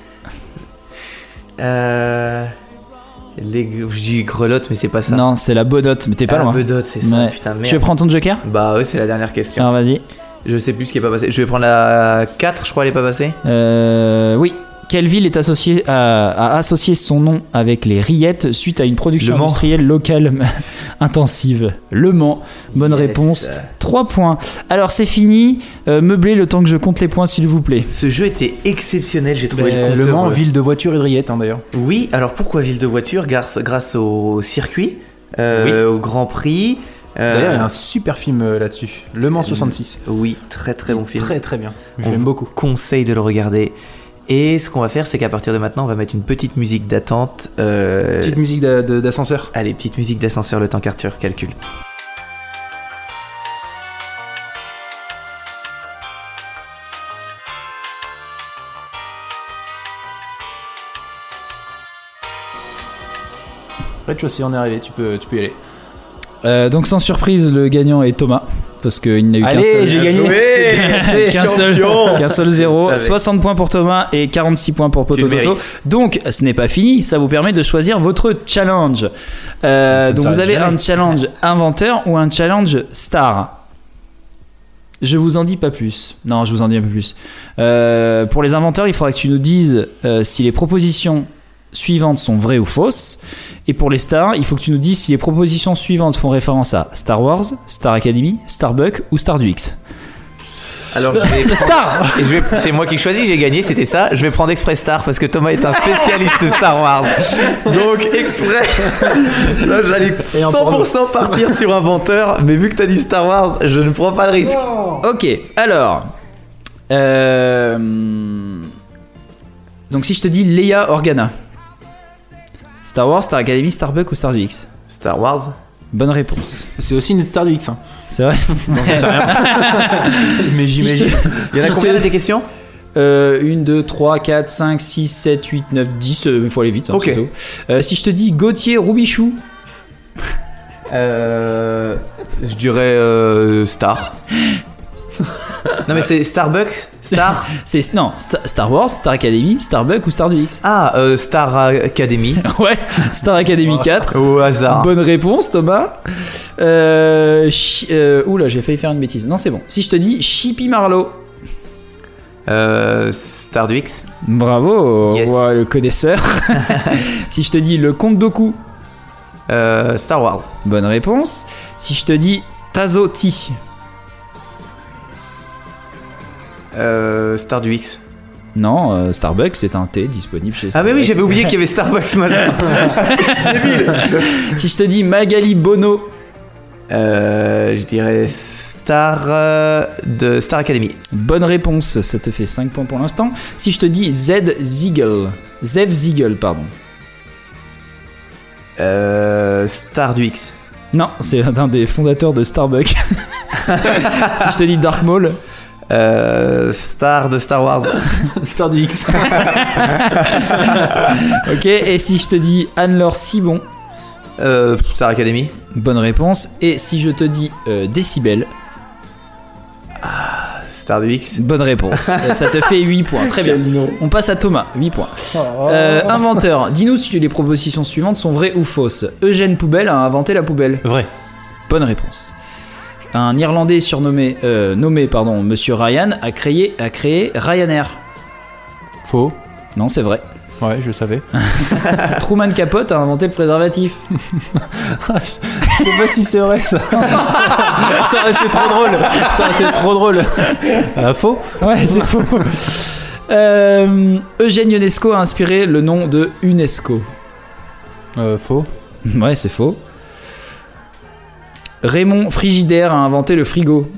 Euh. Les. gre- Je dis grelottes, mais c'est pas ça. Non, c'est la bodotte, mais t'es pas ah, loin. bedotte, c'est ça. Ouais. Putain, Tu veux merde. prendre ton joker? Bah, ouais, c'est la dernière question. Alors vas-y. Je sais plus ce qui est pas passé. Je vais prendre la quatre, je crois, elle est pas passée. Euh, oui. Quelle ville est associée à, a associé son nom avec les rillettes suite à une production Le Mans. industrielle locale intensive? Le Mans. Bonne Yes. réponse. trois points. Alors c'est fini. Euh, meublez le temps que je compte les points, s'il vous plaît. Ce jeu était exceptionnel, j'ai trouvé le Ben, compteur. le Mans, euh, ville de voiture et de rillettes hein, d'ailleurs. Oui, alors pourquoi ville de voiture? Grâce, grâce au circuit, euh, au Grand Prix. euh, D'ailleurs, il y a un super film euh, là-dessus. Le Mans soixante-six. Oui, très très bon film. Très très bien. On J'aime vous beaucoup. conseille de le regarder. Et ce qu'on va faire, c'est qu'à partir de maintenant, on va mettre une petite musique d'attente. euh, Petite musique d'a- de- d'ascenseur. Allez, petite musique d'ascenseur, le temps qu'Arthur calcule. Rez-de-chaussée, on est arrivé, tu peux, tu peux y aller. Euh, donc sans surprise, le gagnant est Thomas. Parce qu'il n'a eu qu'un Allez, seul. j'ai gagné. Qu'un seul, qu'un seul zéro. Je le savais. soixante points pour Thomas et quarante-six points pour Tu le Poto Toto. mérites. Donc ce n'est pas fini, ça vous permet de choisir votre challenge. Euh, Ça ne donc vous s'arrête avez jamais. un challenge inventeur ou un challenge star. Je vous en dis pas plus. Non, je vous en dis un peu plus. Euh, pour les inventeurs, il faudra que tu nous dises euh, si les propositions suivantes sont vraies ou fausses. Et pour les stars, il faut que tu nous dises si les propositions suivantes font référence à Star Wars, Star Academy, Starbucks ou Star du X. Alors je vais Star. Et je vais... C'est moi qui choisis, j'ai gagné, c'était ça. Je vais prendre exprès Star parce que Thomas est un spécialiste de Star Wars. Donc exprès. Là j'allais cent pour cent partir sur inventeur, mais vu que t'as dit Star Wars, je ne prends pas le risque. Ok, alors. Euh... Donc si je te dis Leia Organa. Star Wars, Star Academy, Starbucks ou Star du X? Star Wars. Bonne réponse. C'est aussi une Star du X. Hein. C'est vrai? Non, je sais rien. Mais j'imagine. Si je te- Il y en a si je combien te- là des questions? Euh, une, deux, trois, quatre, cinq, six, sept, huit, neuf, dix. Il faut aller vite. Hein, Ok. c'est tout. Euh, si je te dis Gauthier Roubichou. Euh. Je dirais euh, Star. Non mais c'est Starbucks, Star. C'est non, Star, Star Wars, Star Academy, Starbucks ou Star du X? Ah, euh, Star Academy. Ouais, Star Academy quatre. Au hasard. Bonne réponse, Thomas. Euh, chi- euh, oula, j'ai failli faire une bêtise. Non, c'est bon. Si je te dis Chippy Marlowe. Euh, Star du X. Bravo, Yes. ouais, le connaisseur. Si je te dis le Comte Dooku. Euh, Star Wars. Bonne réponse. Si je te dis Tazo Ti. Euh, Star du X. Non, euh, Starbucks, c'est un thé disponible chez Ah Starbucks. mais oui, j'avais oublié qu'il y avait Starbucks maintenant. Si je te dis Magali Bono. Euh, je dirais Star euh, de Star Academy. Bonne réponse, ça te fait cinq points pour l'instant. Si je te dis Z Ziegel. Zev Ziegel, pardon. Euh, Star du X. Non, c'est un des fondateurs de Starbucks. Si je te dis Dark Maul. Euh, Star de Star Wars. Star du X. Ok, et si je te dis Anne-Laure Cibon. Euh, Star Academy. Bonne réponse. Et si je te dis euh, Décibel. Star du X. Bonne réponse. Euh, Ça te fait huit points. Très bien. On passe à Thomas. huit points. Euh, inventeur. Dis-nous si les propositions suivantes sont vraies ou fausses. Eugène Poubelle a inventé la poubelle. Vrai. Bonne réponse. Un Irlandais surnommé, euh, nommé pardon, Monsieur Ryan a créé, a créé Ryanair. Faux. Non, c'est vrai. Ouais, je le savais. Truman Capote a inventé le préservatif. Je sais pas si c'est vrai ça. Ça aurait été trop drôle. Ça aurait été trop drôle. Ah, faux. Ouais, c'est faux. Euh, Eugène Ionesco a inspiré le nom de UNESCO. Euh, faux. Ouais, c'est faux. Raymond Frigidaire a inventé le frigo.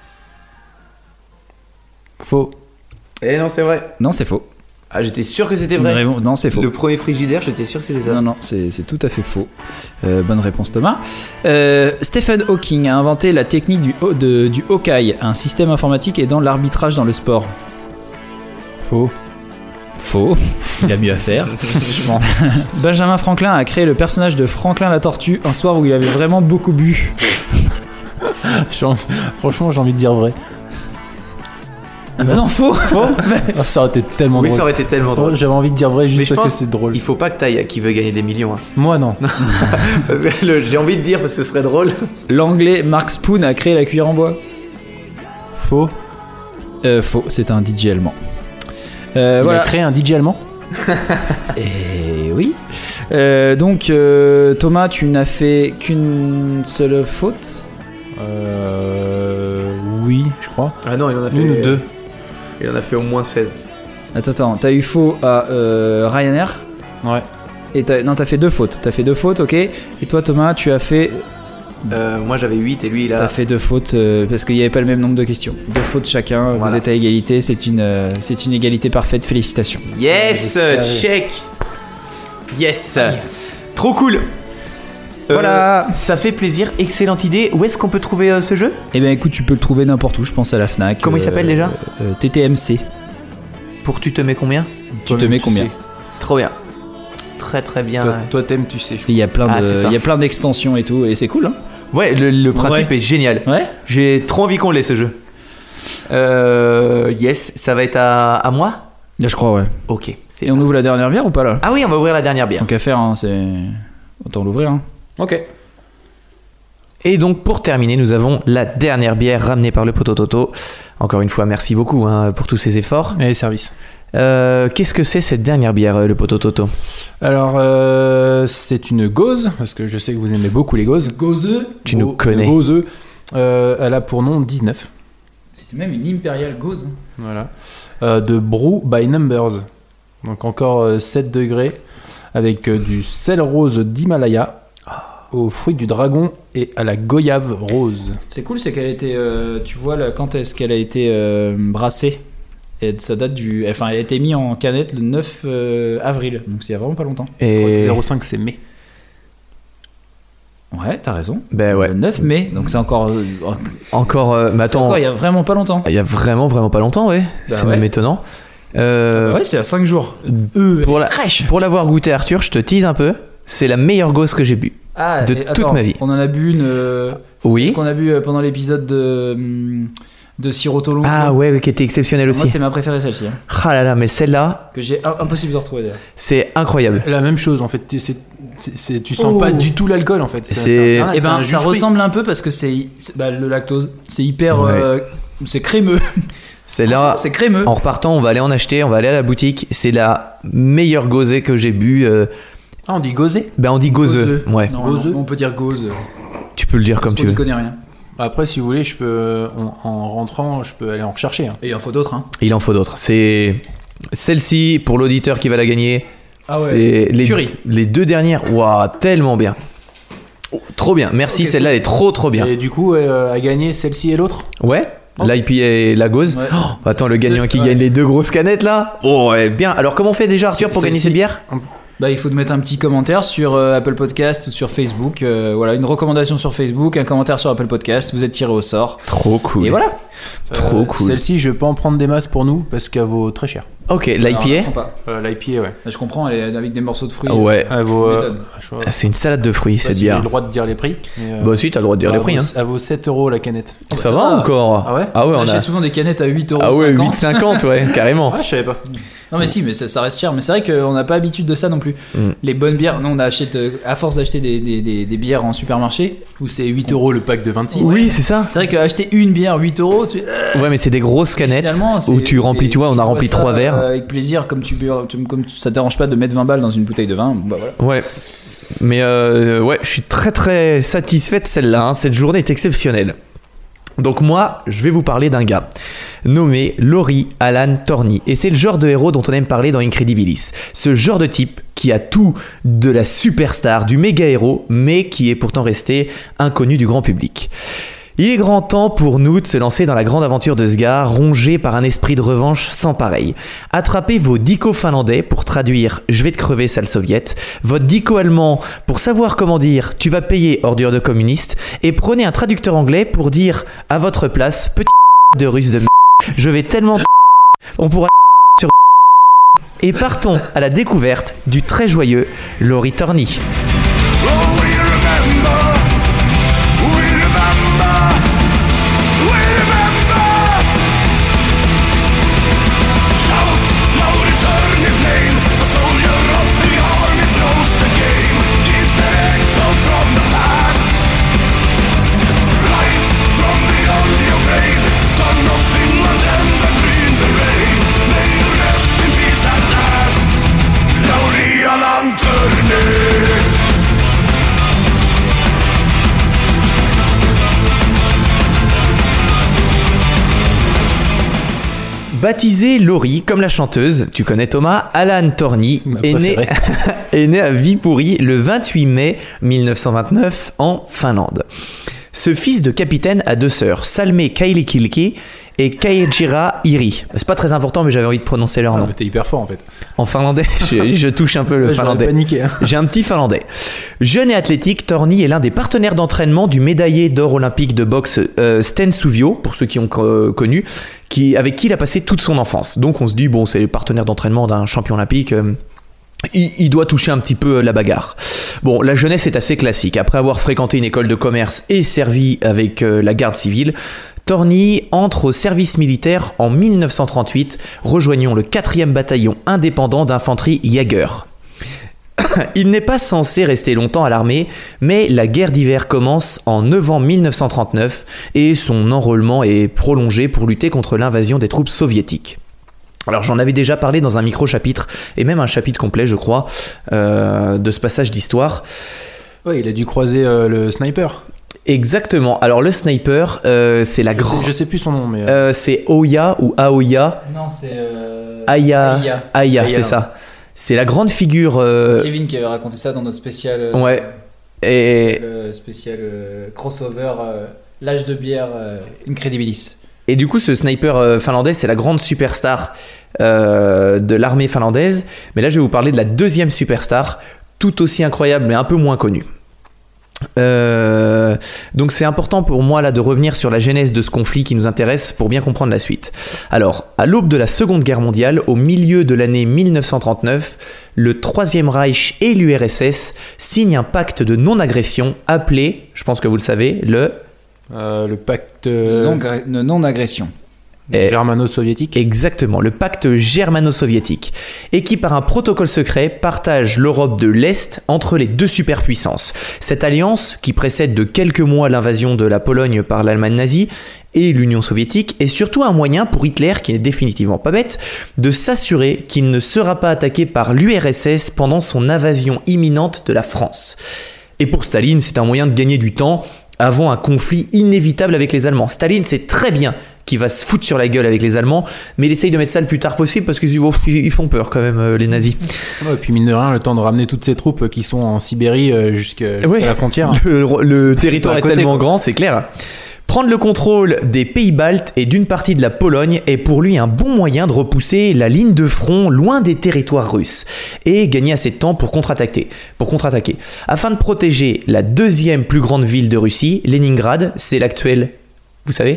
Faux. Eh non, c'est vrai. Non, c'est faux. Ah, j'étais sûr que c'était vrai. Raymond- Non, c'est faux. Le premier frigidaire, j'étais sûr que c'était ça. Non, non, c'est c'est tout à fait faux. Euh, bonne réponse, Thomas. Euh, Stephen Hawking a inventé la technique du, Haw- de- du Hawkeye, un système informatique aidant l'arbitrage dans le sport. Faux. Faux. Il a mieux à faire. Benjamin Franklin a créé le personnage de Franklin la tortue un soir où il avait vraiment beaucoup bu. J'ai envie- Franchement, j'ai envie de dire vrai. Ah bah non, faux. Ah, ça aurait été tellement Oui, ça drôle. aurait été tellement drôle. J'avais envie de dire vrai Mais juste je parce que pense- c'est drôle. Il faut pas que t'ailles à qui veut gagner des millions. Hein. Moi, non. Parce que le- j'ai envie de dire parce que ce serait drôle. L'anglais Mark Spoon a créé la cuillère en bois. Faux. Euh, faux, c'est un D J allemand. Euh, Il voilà. a créé un D J allemand. Et oui. Euh, donc euh, Thomas, tu n'as fait qu'une seule faute. Euh. Oui, je crois. Ah non, il en a fait Une ou deux. Il en a fait au moins seize. Attends, attends, t'as eu faux à euh, Ryanair. Ouais. Et t'as, non, t'as fait deux fautes. T'as fait deux fautes, ok. Et toi, Thomas, tu as fait, Euh, moi j'avais huit et lui il a. t'as fait deux fautes euh, parce qu'il n'y avait pas le même nombre de questions. Deux fautes chacun. Vous Voilà. êtes à égalité. C'est une, euh, c'est une égalité parfaite. Félicitations. Yes, Je savais. check. Yes. Trop cool. Euh, Voilà. Ça fait plaisir, excellente idée. Où est-ce qu'on peut trouver euh, ce jeu? Eh ben, écoute, tu peux le trouver n'importe où. Je pense à la Fnac. Comment il s'appelle déjà euh, T T M C. Pour tu te mets combien? Tu te mets combien? sais. Trop bien. Très très bien. Toi, toi, t'aimes, tu sais. je Et Il y a plein Ah, de, c'est ça. il y a plein d'extensions et tout, et c'est cool. Hein. Ouais, le, le principe Ouais. est génial. Ouais. J'ai trop envie qu'on l'ait ce jeu. Euh, yes, ça va être à, à moi? Je crois, ouais. Ok, c'est Et on bon. ouvre la dernière bière ou pas là? Ah oui, on va ouvrir la dernière bière. Tant qu'à faire, hein, c'est. Autant l'ouvrir. Hein. Ok. Et donc pour terminer, nous avons la dernière bière ramenée par le Potototo. Encore une fois, merci beaucoup hein, pour tous ces efforts. Et service. Euh, qu'est-ce que c'est cette dernière bière, le Potototo ? Alors, euh, c'est une gauze, parce que je sais que vous aimez beaucoup les gauzes. Gauze. Tu nous Go- connais. une Gauze. Euh, elle a pour nom dix-neuf. C'était même une impériale gauze. Voilà. Euh, de Brew by Numbers. Donc encore euh, sept degrés, avec euh, du sel rose d'Himalaya, aux fruits du dragon et à la goyave rose. C'est cool, c'est qu'elle a été, euh, tu vois là, quand est-ce qu'elle a été euh, brassée. Et ça date du, enfin, elle a été mise en canette le neuf euh, avril, donc c'est il y a vraiment pas longtemps. Et zéro cinq c'est mai. Ouais, t'as raison. ben ouais. Le neuf mai, donc c'est encore. euh, Encore, euh, mais c'est attends, encore il y a vraiment pas longtemps. il y a vraiment vraiment pas longtemps, ouais. Bah c'est ouais. même étonnant. Euh, Ouais, c'est à cinq jours. Euh, pour la- fraîche. Pour l'avoir goûté, Arthur, je te tease un peu. C'est la meilleure gauze que j'ai bu. Ah, de et toute attends, ma vie. On en a bu une. euh, Oui. celle qu'on a bu euh, pendant l'épisode de hum, de Sirotolo. Ah ouais, ouais, qui était exceptionnelle Moi, aussi. c'est ma préférée celle-ci, hein, Ah là là, mais celle-là, que j'ai impossible de retrouver d'ailleurs. c'est incroyable. La même chose en fait, c'est, c'est, c'est- tu sens Oh. pas du tout l'alcool en fait. Ça- C'est- ça a rien, Et t'as ben, un jus ça de fruits. ressemble un peu parce que c'est, c'est- bah, le lactose, c'est hyper, Ouais. euh, c'est crémeux. Celle-là, c'est crémeux. en repartant, on va aller en acheter, on va aller à la boutique. C'est la meilleure gauzée que j'ai bu. euh, Ah, on dit gauzé. Ben on dit gauzeux. Ouais. Non, Gauzeux. non, on peut dire gauze. Tu peux le dire comme tu On veux. ne connaît rien. Après, si vous voulez, je peux, en, en rentrant, je peux aller en rechercher. hein. Et il en faut d'autres, hein. Il en faut d'autres. C'est celle-ci pour l'auditeur qui va la gagner. Ah ouais. C'est les, Tuerie. les deux dernières. Waouh, tellement bien. Oh, trop bien. Merci, Ok, celle-là cool. elle est trop trop bien. Et du coup, euh, à gagner celle-ci et l'autre. Ouais. Oh. L'I P A et la gauze. Ouais. Oh, attends, le gagnant qui Ouais. gagne les deux grosses canettes là. Oh ouais, bien. Alors comment on fait déjà Arthur pour C'est- gagner celle-ci. cette bière? Bah, il faut te mettre un petit commentaire sur euh, Apple Podcast ou sur Facebook. euh, voilà, une recommandation sur Facebook, un commentaire sur Apple Podcast. Vous êtes tiré au sort. Trop cool. Et voilà. Trop Euh, cool. Celle-ci, je vais pas en prendre des masses pour nous parce qu'elle vaut très cher. Ok, Alors, je l'I P A. comprends pas. Euh, L'I P A, ouais. Je comprends, elle est avec des morceaux de fruits. Ah ouais. Elle vaut. euh, Méthode. je sais pas Ah, c'est une salade de fruits pas cette si j'ai bière. le droit de dire les prix. mais, euh, Bah si, t'as le droit de dire les elle prix. vaut- Hein. Elle vaut sept euros la canette. bah, Ça ça va va. encore. Ah ouais Ah ouais, On on a. achète souvent des canettes à huit euros. Ah ouais, huit cinquante, ouais, carrément. Ah, je savais pas. Non mais si, mais ça, ça reste cher. Mais c'est vrai qu'on n'a pas l'habitude de ça non plus. Mm. Les bonnes bières, nous on achète euh, à force d'acheter des, des, des, des bières en supermarché où c'est huit euros. euros le pack de vingt-six. Oui, c'est ça. C'est vrai qu'acheter une bière huit euros, tu... Ouais, mais c'est des grosses canettes finalement, c'est- où tu remplis, et tu vois, on a bois rempli ça, trois verres. euh, avec plaisir, comme tu, bois- tu- comme tu- ça t'arrange pas de mettre vingt balles dans une bouteille de vin. Bon, bah voilà. Ouais. Mais euh, ouais, je suis très très satisfait de celle-là. hein. Cette journée est exceptionnelle. Donc moi, je vais vous parler d'un gars nommé Laurie Alan Torney. Et c'est le genre de héros dont on aime parler dans Incredibilis. Ce genre de type qui a tout de la superstar, du méga héros, mais qui est pourtant resté inconnu du grand public. Il est grand temps pour nous de se lancer dans la grande aventure de ce gars, rongé par un esprit de revanche sans pareil. Attrapez vos dico finlandais pour traduire « je vais te crever, sale soviète », votre dico allemand pour savoir comment dire « tu vas payer, ordure de communiste », et prenez un traducteur anglais pour dire à votre place « petit de russe de m***, je vais tellement on pourra sur ». Et partons à la découverte du très joyeux Laurie Torney. Oh, we remember, we remember, we remember. Shout, Laurie Torney's name, a soldier of the armies knows the game, gives the echo from the past. Rise from beyond your grave, son of Finland and the Green Beret. May you rest in peace at last, Laurie Alan Torney. Baptisé Laurie, comme la chanteuse, tu connais Thomas, Alan Torney Ma est né, préférée. est né à Viipuri le vingt-huit mai mille neuf cent vingt-neuf en Finlande. Ce fils de capitaine a deux sœurs, Salme Kailikilki et Kaijira Iri. C'est pas très important, mais j'avais envie de prononcer leur Ah, nom. mais t'es hyper fort en fait. En finlandais, je, je touche un peu le Ouais, j'aurais finlandais. paniqué, hein. J'ai un petit finlandais. Jeune et athlétique, Torney est l'un des partenaires d'entraînement du médaillé d'or olympique de boxe euh, Sten Suvio, pour ceux qui ont euh, connu, qui, avec qui il a passé toute son enfance. Donc on se dit, bon, c'est le partenaire d'entraînement d'un champion olympique, euh, il, il doit toucher un petit peu euh, la bagarre. Bon, la jeunesse est assez classique. Après avoir fréquenté une école de commerce et servi avec euh, la garde civile, Torney entre au service militaire en mille neuf cent trente-huit, rejoignant le quatrième bataillon indépendant d'infanterie Jäger. Il n'est pas censé rester longtemps à l'armée, mais la guerre d'hiver commence en novembre mille neuf cent trente-neuf et son enrôlement est prolongé pour lutter contre l'invasion des troupes soviétiques. Alors j'en avais déjà parlé dans un micro-chapitre, et même un chapitre complet je crois, euh, de ce passage d'histoire. Ouais, il a dû croiser euh, le sniper. Exactement, alors le sniper, euh, c'est la Je sais, grande... je sais plus son nom, mais... euh, Euh, c'est Oya ou Aoya. Non, c'est. Euh... Aya. Aya. Aya, Aya. c'est ça. C'est la grande figure... euh, Kevin qui avait raconté ça dans notre spécial. euh, Ouais. Et, Le spécial euh, crossover, euh, l'âge de bière, euh, Incredibilis. et du coup, ce sniper euh, finlandais, c'est la grande superstar euh, de l'armée finlandaise. Mais là, je vais vous parler de la deuxième superstar, tout aussi incroyable, mais un peu moins connue. Euh, donc c'est important pour moi là de revenir sur la genèse de ce conflit qui nous intéresse pour bien comprendre la suite. Alors, à l'aube de la Seconde Guerre mondiale, au milieu de l'année mille neuf cent trente-neuf, le Troisième Reich et l'U R S S signent un pacte de non-agression appelé, je pense que vous le savez, le euh, le pacte euh, Non, gra- de non-agression. Et- germano-soviétique. Exactement, le pacte germano-soviétique, et qui par un protocole secret partage l'Europe de l'Est entre les deux superpuissances. Cette alliance, qui précède de quelques mois l'invasion de la Pologne par l'Allemagne nazie et l'Union soviétique, est surtout un moyen pour Hitler, qui n'est définitivement pas bête, de s'assurer qu'il ne sera pas attaqué par l'U R S S pendant son invasion imminente de la France. Et pour Staline, c'est un moyen de gagner du temps avant un conflit inévitable avec les Allemands. Staline sait très bien qu'il va se foutre sur la gueule avec les Allemands, mais il essaye de mettre ça le plus tard possible parce qu'ils oh, ils font peur quand même, euh, les nazis. Ouais, et puis mine de rien, le temps de ramener toutes ces troupes qui sont en Sibérie euh, jusqu'à jusqu'à Ouais. la frontière. Le, le C'est territoire pas à est côté, tellement quoi. grand, c'est clair. Prendre le contrôle des pays baltes et d'une partie de la Pologne est pour lui un bon moyen de repousser la ligne de front loin des territoires russes et gagner assez de temps pour contre-attaquer. Pour contre-attaquer. Afin de protéger la deuxième plus grande ville de Russie, Leningrad, c'est l'actuel, vous savez ?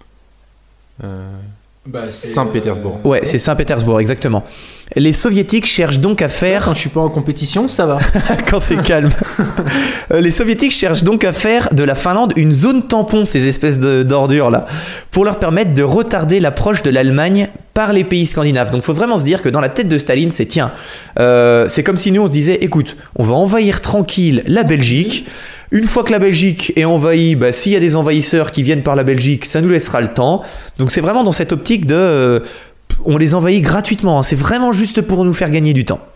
Euh, Bah, c'est, Saint-Pétersbourg. Ouais, c'est Saint-Pétersbourg, exactement. Les soviétiques cherchent donc à faire... Quand je suis pas en compétition, ça va. Quand c'est calme. Euh, Les soviétiques cherchent donc à faire de la Finlande une zone tampon, ces espèces de- d'ordures là, pour leur permettre de retarder l'approche de l'Allemagne par les pays scandinaves. Donc faut vraiment se dire que dans la tête de Staline, c'est tiens, euh, c'est comme si nous on se disait, écoute, on va envahir tranquille la Belgique. Une fois que la Belgique est envahie, bah, s'il y a des envahisseurs qui viennent par la Belgique, ça nous laissera le temps. Donc c'est vraiment dans cette optique de... euh, on les envahit gratuitement, hein. C'est vraiment juste pour nous faire gagner du temps.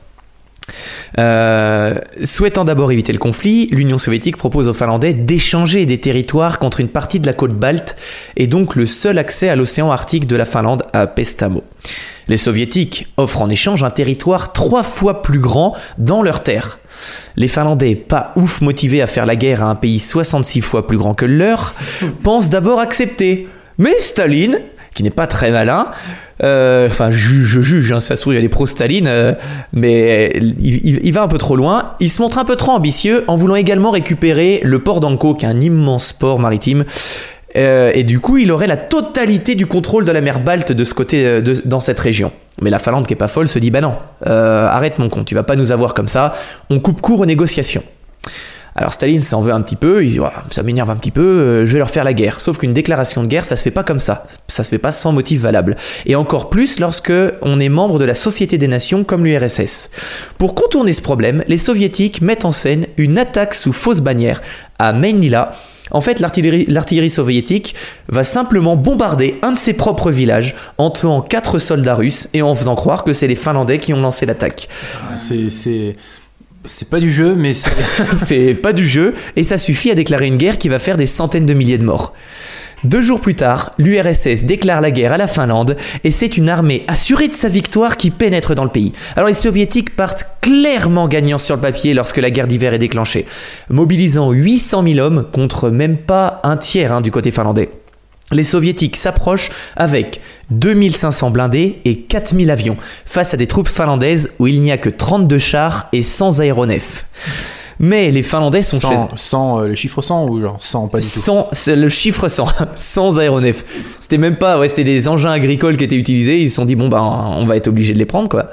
Euh, souhaitant d'abord éviter le conflit, l'Union soviétique propose aux Finlandais d'échanger des territoires contre une partie de la côte balte et donc le seul accès à l'océan Arctique de la Finlande à Pestamo. Les soviétiques offrent en échange un territoire trois fois plus grand dans leurs terres. Les Finlandais, pas ouf motivés à faire la guerre à un pays soixante-six fois plus grand que le leur, pensent d'abord accepter. Mais Staline, qui n'est pas très malin, euh, enfin ju- je juge, hein, ça se trouve il y a des pro-Staline, euh, mais il, il- il va un peu trop loin. Il se montre un peu trop ambitieux en voulant également récupérer le port d'Anko, qui est un immense port maritime. Euh, et du coup, il aurait la totalité du contrôle de la mer Balte de ce côté, euh, de- dans cette région. Mais la Finlande, qui est pas folle, se dit bah non, euh, arrête mon con, tu vas pas nous avoir comme ça. On coupe court aux négociations. Alors Staline s'en veut un petit peu, il dit, ah, ça m'énerve un petit peu, euh, je vais leur faire la guerre. Sauf qu'une déclaration de guerre, ça se fait pas comme ça. Ça se fait pas sans motif valable. Et encore plus lorsque on est membre de la Société des Nations comme l'U R S S. Pour contourner ce problème, les soviétiques mettent en scène une attaque sous fausse bannière à Mainila. En fait, l'artillerie, l'artillerie soviétique va simplement bombarder un de ses propres villages en tuant quatre soldats russes et en faisant croire que c'est les Finlandais qui ont lancé l'attaque. C'est, c'est, c'est pas du jeu, mais c'est. C'est pas du jeu, et ça suffit à déclarer une guerre qui va faire des centaines de milliers de morts. Deux jours plus tard, l'U R S S déclare la guerre à la Finlande, et c'est une armée assurée de sa victoire qui pénètre dans le pays. Alors les soviétiques partent clairement gagnants sur le papier lorsque la guerre d'hiver est déclenchée, mobilisant huit cent mille hommes contre même pas un tiers hein, du côté finlandais. Les soviétiques s'approchent avec deux mille cinq cents blindés et quatre mille avions, face à des troupes finlandaises où il n'y a que trente-deux chars et cent aéronefs. Mais les Finlandais sont chez Sans, sans euh, le chiffre cent ou genre cent, pas du tout. cent, c'est le chiffre cent, sans aéronefs. C'était même pas, ouais, c'était des engins agricoles qui étaient utilisés. Ils se sont dit, bon, ben, on va être obligé de les prendre, quoi.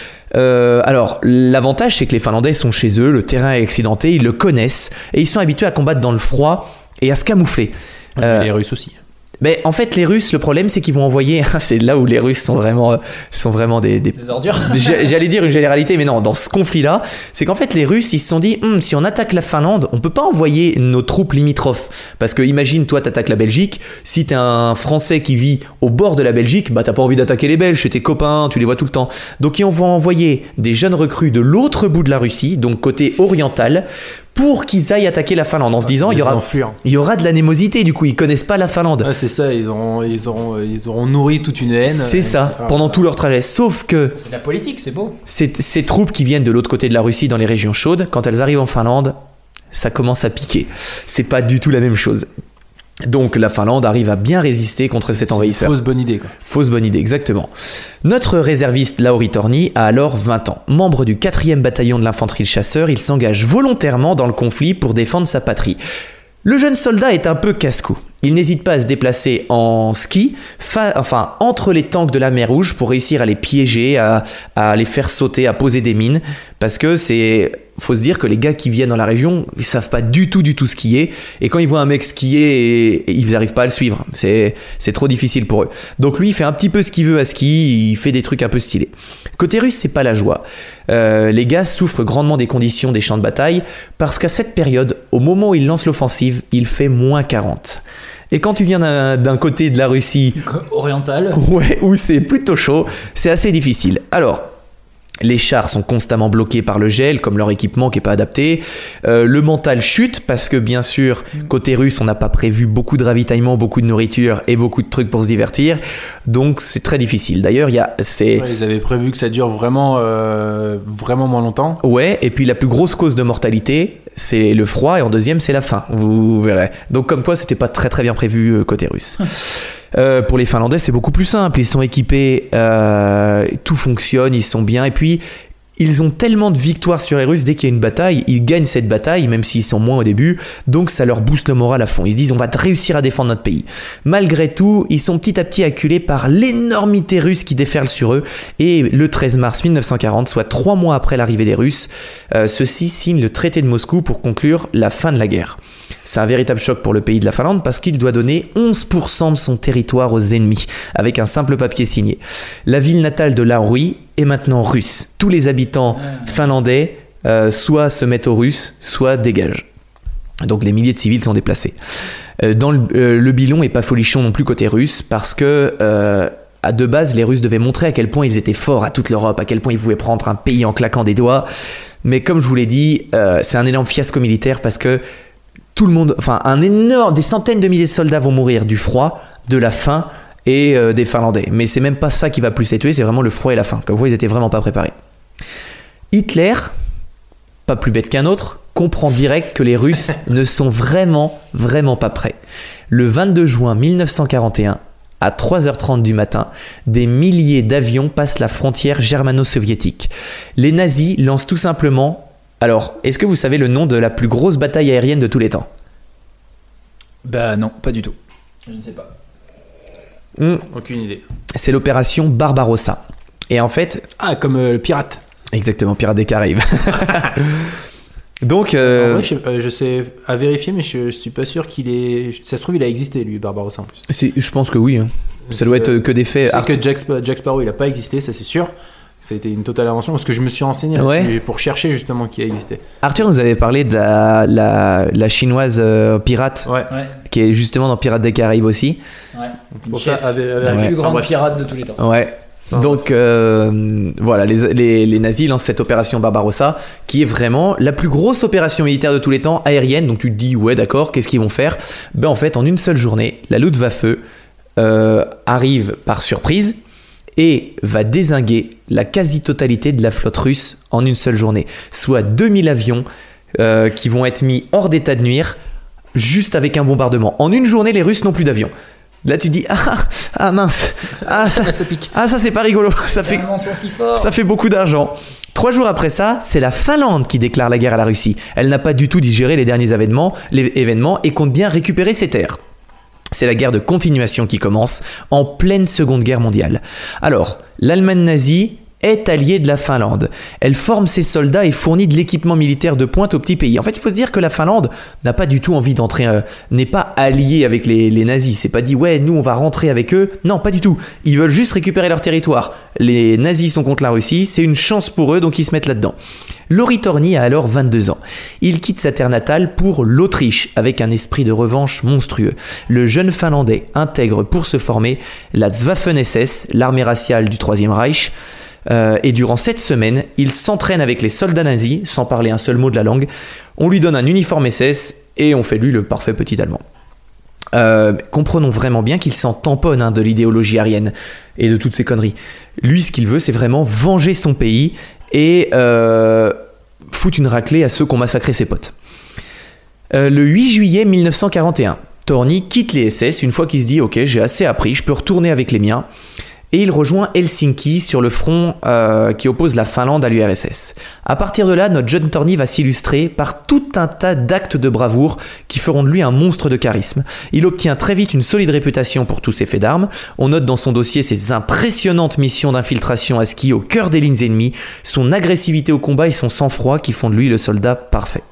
Euh, alors, l'avantage, c'est que les Finlandais sont chez eux, le terrain est accidenté, ils le connaissent, et ils sont habitués à combattre dans le froid et à se camoufler. Ouais, Euh, Les Russes aussi. Mais en fait, les Russes, le problème, c'est qu'ils vont envoyer. C'est là où les Russes sont vraiment, euh, sont vraiment des, des... Des ordures. J'ai- J'allais dire une généralité, mais non, dans ce conflit-là, c'est qu'en fait, les Russes, ils se sont dit, Hum, si on attaque la Finlande, on peut pas envoyer nos troupes limitrophes. Parce que imagine, toi, t'attaques la Belgique, si t'es un Français qui vit au bord de la Belgique, bah t'as pas envie d'attaquer les Belges, c'est tes copains, tu les vois tout le temps. Donc ils vont envoyer des jeunes recrues de l'autre bout de la Russie, donc côté oriental, pour qu'ils aillent attaquer la Finlande, en se disant, il y Les aura, enflures. il y aura de l'anémosité, du coup, ils connaissent pas la Finlande. Ouais, c'est ça, ils auront, ils, auront, ils auront nourri toute une haine. C'est ça, Ah, pendant voilà. tout leur trajet. Sauf que C'est de la politique, c'est beau. ces, ces troupes qui viennent de l'autre côté de la Russie, dans les régions chaudes, quand elles arrivent en Finlande, ça commence à piquer. C'est pas du tout la même chose. Donc la Finlande arrive à bien résister contre cet C'est une envahisseur. fausse bonne idée, quoi. Fausse bonne idée, exactement. Notre réserviste Lauri Torni a alors vingt ans. Membre du quatrième bataillon de l'infanterie de chasseurs, il s'engage volontairement dans le conflit pour défendre sa patrie. Le jeune soldat est un peu casse-cou. Il n'hésite pas à se déplacer en ski, fa- enfin entre les tanks de la mer Rouge pour réussir à les piéger, à, à les faire sauter, à poser des mines, parce que c'est, faut se dire que les gars qui viennent dans la région, ils savent pas du tout, du tout skier, et quand ils voient un mec skier, et- et ils n'arrivent pas à le suivre. C'est, c'est trop difficile pour eux. Donc lui, il fait un petit peu ce qu'il veut à ski, il fait des trucs un peu stylés. Côté russe, c'est pas la joie. Euh, les gars souffrent grandement des conditions des champs de bataille, parce qu'à cette période, au moment où ils lancent l'offensive, il fait moins quarante. Et quand tu viens d'un, d'un côté de la Russie, Oriental. ouais, où c'est plutôt chaud, c'est assez difficile. Alors, les chars sont constamment bloqués par le gel, comme leur équipement qui n'est pas adapté. Euh, le mental chute parce que, bien sûr, côté russe, on n'a pas prévu beaucoup de ravitaillement, beaucoup de nourriture et beaucoup de trucs pour se divertir. Donc, c'est très difficile. D'ailleurs, il y a, c'est, Ouais, ils avaient prévu que ça dure vraiment, euh, vraiment moins longtemps. ouais, et puis la plus grosse cause de mortalité, c'est le froid, et en deuxième, c'est la faim. Vous, vous verrez. Donc, comme quoi, c'était pas très très bien prévu euh, côté russe. Euh, pour les Finlandais, c'est beaucoup plus simple. Ils sont équipés, euh, tout fonctionne, ils sont bien. Et puis, ils ont tellement de victoires sur les Russes, dès qu'il y a une bataille, ils gagnent cette bataille, même s'ils sont moins au début. Donc, ça leur booste le moral à fond. Ils se disent, on va réussir à défendre notre pays. Malgré tout, ils sont petit à petit acculés par l'énormité russe qui déferle sur eux. Et le treize mars mille neuf cent quarante, soit trois mois après l'arrivée des Russes, euh, ceux-ci signent le traité de Moscou pour conclure la fin de la guerre. C'est un véritable choc pour le pays de la Finlande parce qu'il doit donner onze pour cent de son territoire aux ennemis, avec un simple papier signé. La ville natale de Lauri est maintenant russe. Tous les habitants finlandais euh, soit se mettent aux Russes, soit dégagent. Donc les milliers de civils sont déplacés. Euh, dans le, euh, le bilan est pas folichon non plus côté russe parce que euh, à de base les Russes devaient montrer à quel point ils étaient forts à toute l'Europe, à quel point ils pouvaient prendre un pays en claquant des doigts. Mais comme je vous l'ai dit, euh, c'est un énorme fiasco militaire parce que tout le monde, enfin un énorme, des centaines de milliers de soldats vont mourir du froid, de la faim et euh, des Finlandais. Mais c'est même pas ça qui va plus les tuer, c'est vraiment le froid et la faim. Comme quoi ils étaient vraiment pas préparés. Hitler, pas plus bête qu'un autre, comprend direct que les Russes ne sont vraiment, vraiment pas prêts. Le vingt-deux juin mille neuf cent quarante et un, à trois heures trente du matin, des milliers d'avions passent la frontière germano-soviétique. Les nazis lancent tout simplement... Alors, est-ce que vous savez le nom de la plus grosse bataille aérienne de tous les temps ? Bah non, pas du tout. Je ne sais pas. Hmm, Aucune idée. C'est l'opération Barbarossa. Et en fait, Ah, comme euh, le pirate. exactement, Pirates des Caraïbes. Donc, euh, En vrai, je, euh, je sais à vérifier, mais je, je suis pas sûr qu'il est. Ça se trouve, il a existé, lui, Barbarossa en plus. c'est- je pense que oui. hein. Ça doit être que des faits. C'est Arthur- que Jack, Sp- Jack Sparrow, il a pas existé, ça c'est sûr. Ça a été une totale invention parce que je me suis renseigné Ouais. là-dessus pour chercher justement qui a existé. Arthur nous avait parlé de la, la, la chinoise euh, pirate, Ouais. Ouais, qui est justement dans Pirates des Caraïbes aussi. ouais. Une Pour ça, chef, avec- la avec- plus ah, grande bref. pirate de tous les temps. Ouais. Donc euh, voilà, les, les, les nazis lancent cette opération Barbarossa, qui est vraiment la plus grosse opération militaire de tous les temps, aérienne. Donc tu te dis, ouais d'accord, qu'est-ce qu'ils vont faire ? Ben en fait, en une seule journée, la Luftwaffe euh, arrive par surprise et va dézinguer la quasi-totalité de la flotte russe en une seule journée. Soit deux mille avions euh, qui vont être mis hors d'état de nuire juste avec un bombardement. En une journée, les Russes n'ont plus d'avions. Là, tu te dis, ah, ah mince, ah ça, Ah, ça pique. ah, ça c'est pas rigolo, ça fait, Tellement sont si forts. ça fait beaucoup d'argent. Trois jours après ça, c'est la Finlande qui déclare la guerre à la Russie. Elle n'a pas du tout digéré les derniers événements, les événements et compte bien récupérer ses terres. C'est la guerre de continuation qui commence en pleine Seconde Guerre mondiale. Alors, l'Allemagne nazie est alliée de la Finlande. Elle forme ses soldats et fournit de l'équipement militaire de pointe au petit pays. En fait, il faut se dire que la Finlande n'a pas du tout envie d'entrer, euh, n'est pas alliée avec les, les nazis. C'est pas dit, ouais, nous on va rentrer avec eux. Non, pas du tout. Ils veulent juste récupérer leur territoire. Les nazis sont contre la Russie, c'est une chance pour eux, donc ils se mettent là-dedans. Lauri Torni a alors vingt-deux ans. Il quitte sa terre natale pour l'Autriche avec un esprit de revanche monstrueux. Le jeune Finlandais intègre pour se former la Waffen-S S, l'armée raciale du Troisième Reich. Euh, et durant sept semaines, il s'entraîne avec les soldats nazis, sans parler un seul mot de la langue. On lui donne un uniforme S S et on fait de lui le parfait petit Allemand. Euh, comprenons vraiment bien qu'il s'en tamponne hein, de l'idéologie aryenne et de toutes ces conneries. Lui, ce qu'il veut, c'est vraiment venger son pays et euh, foutre une raclée à ceux qui ont massacré ses potes. Euh, le huit juillet mille neuf cent quarante et un, Torni quitte les S S une fois qu'il se dit « Ok, j'ai assez appris, je peux retourner avec les miens ». Et il rejoint Helsinki sur le front euh, qui oppose la Finlande à l'U R S S. À partir de là, notre jeune Torni va s'illustrer par tout un tas d'actes de bravoure qui feront de lui un monstre de charisme. Il obtient très vite une solide réputation pour tous ses faits d'armes. On note dans son dossier ses impressionnantes missions d'infiltration à ski au cœur des lignes ennemies, son agressivité au combat et son sang-froid qui font de lui le soldat parfait.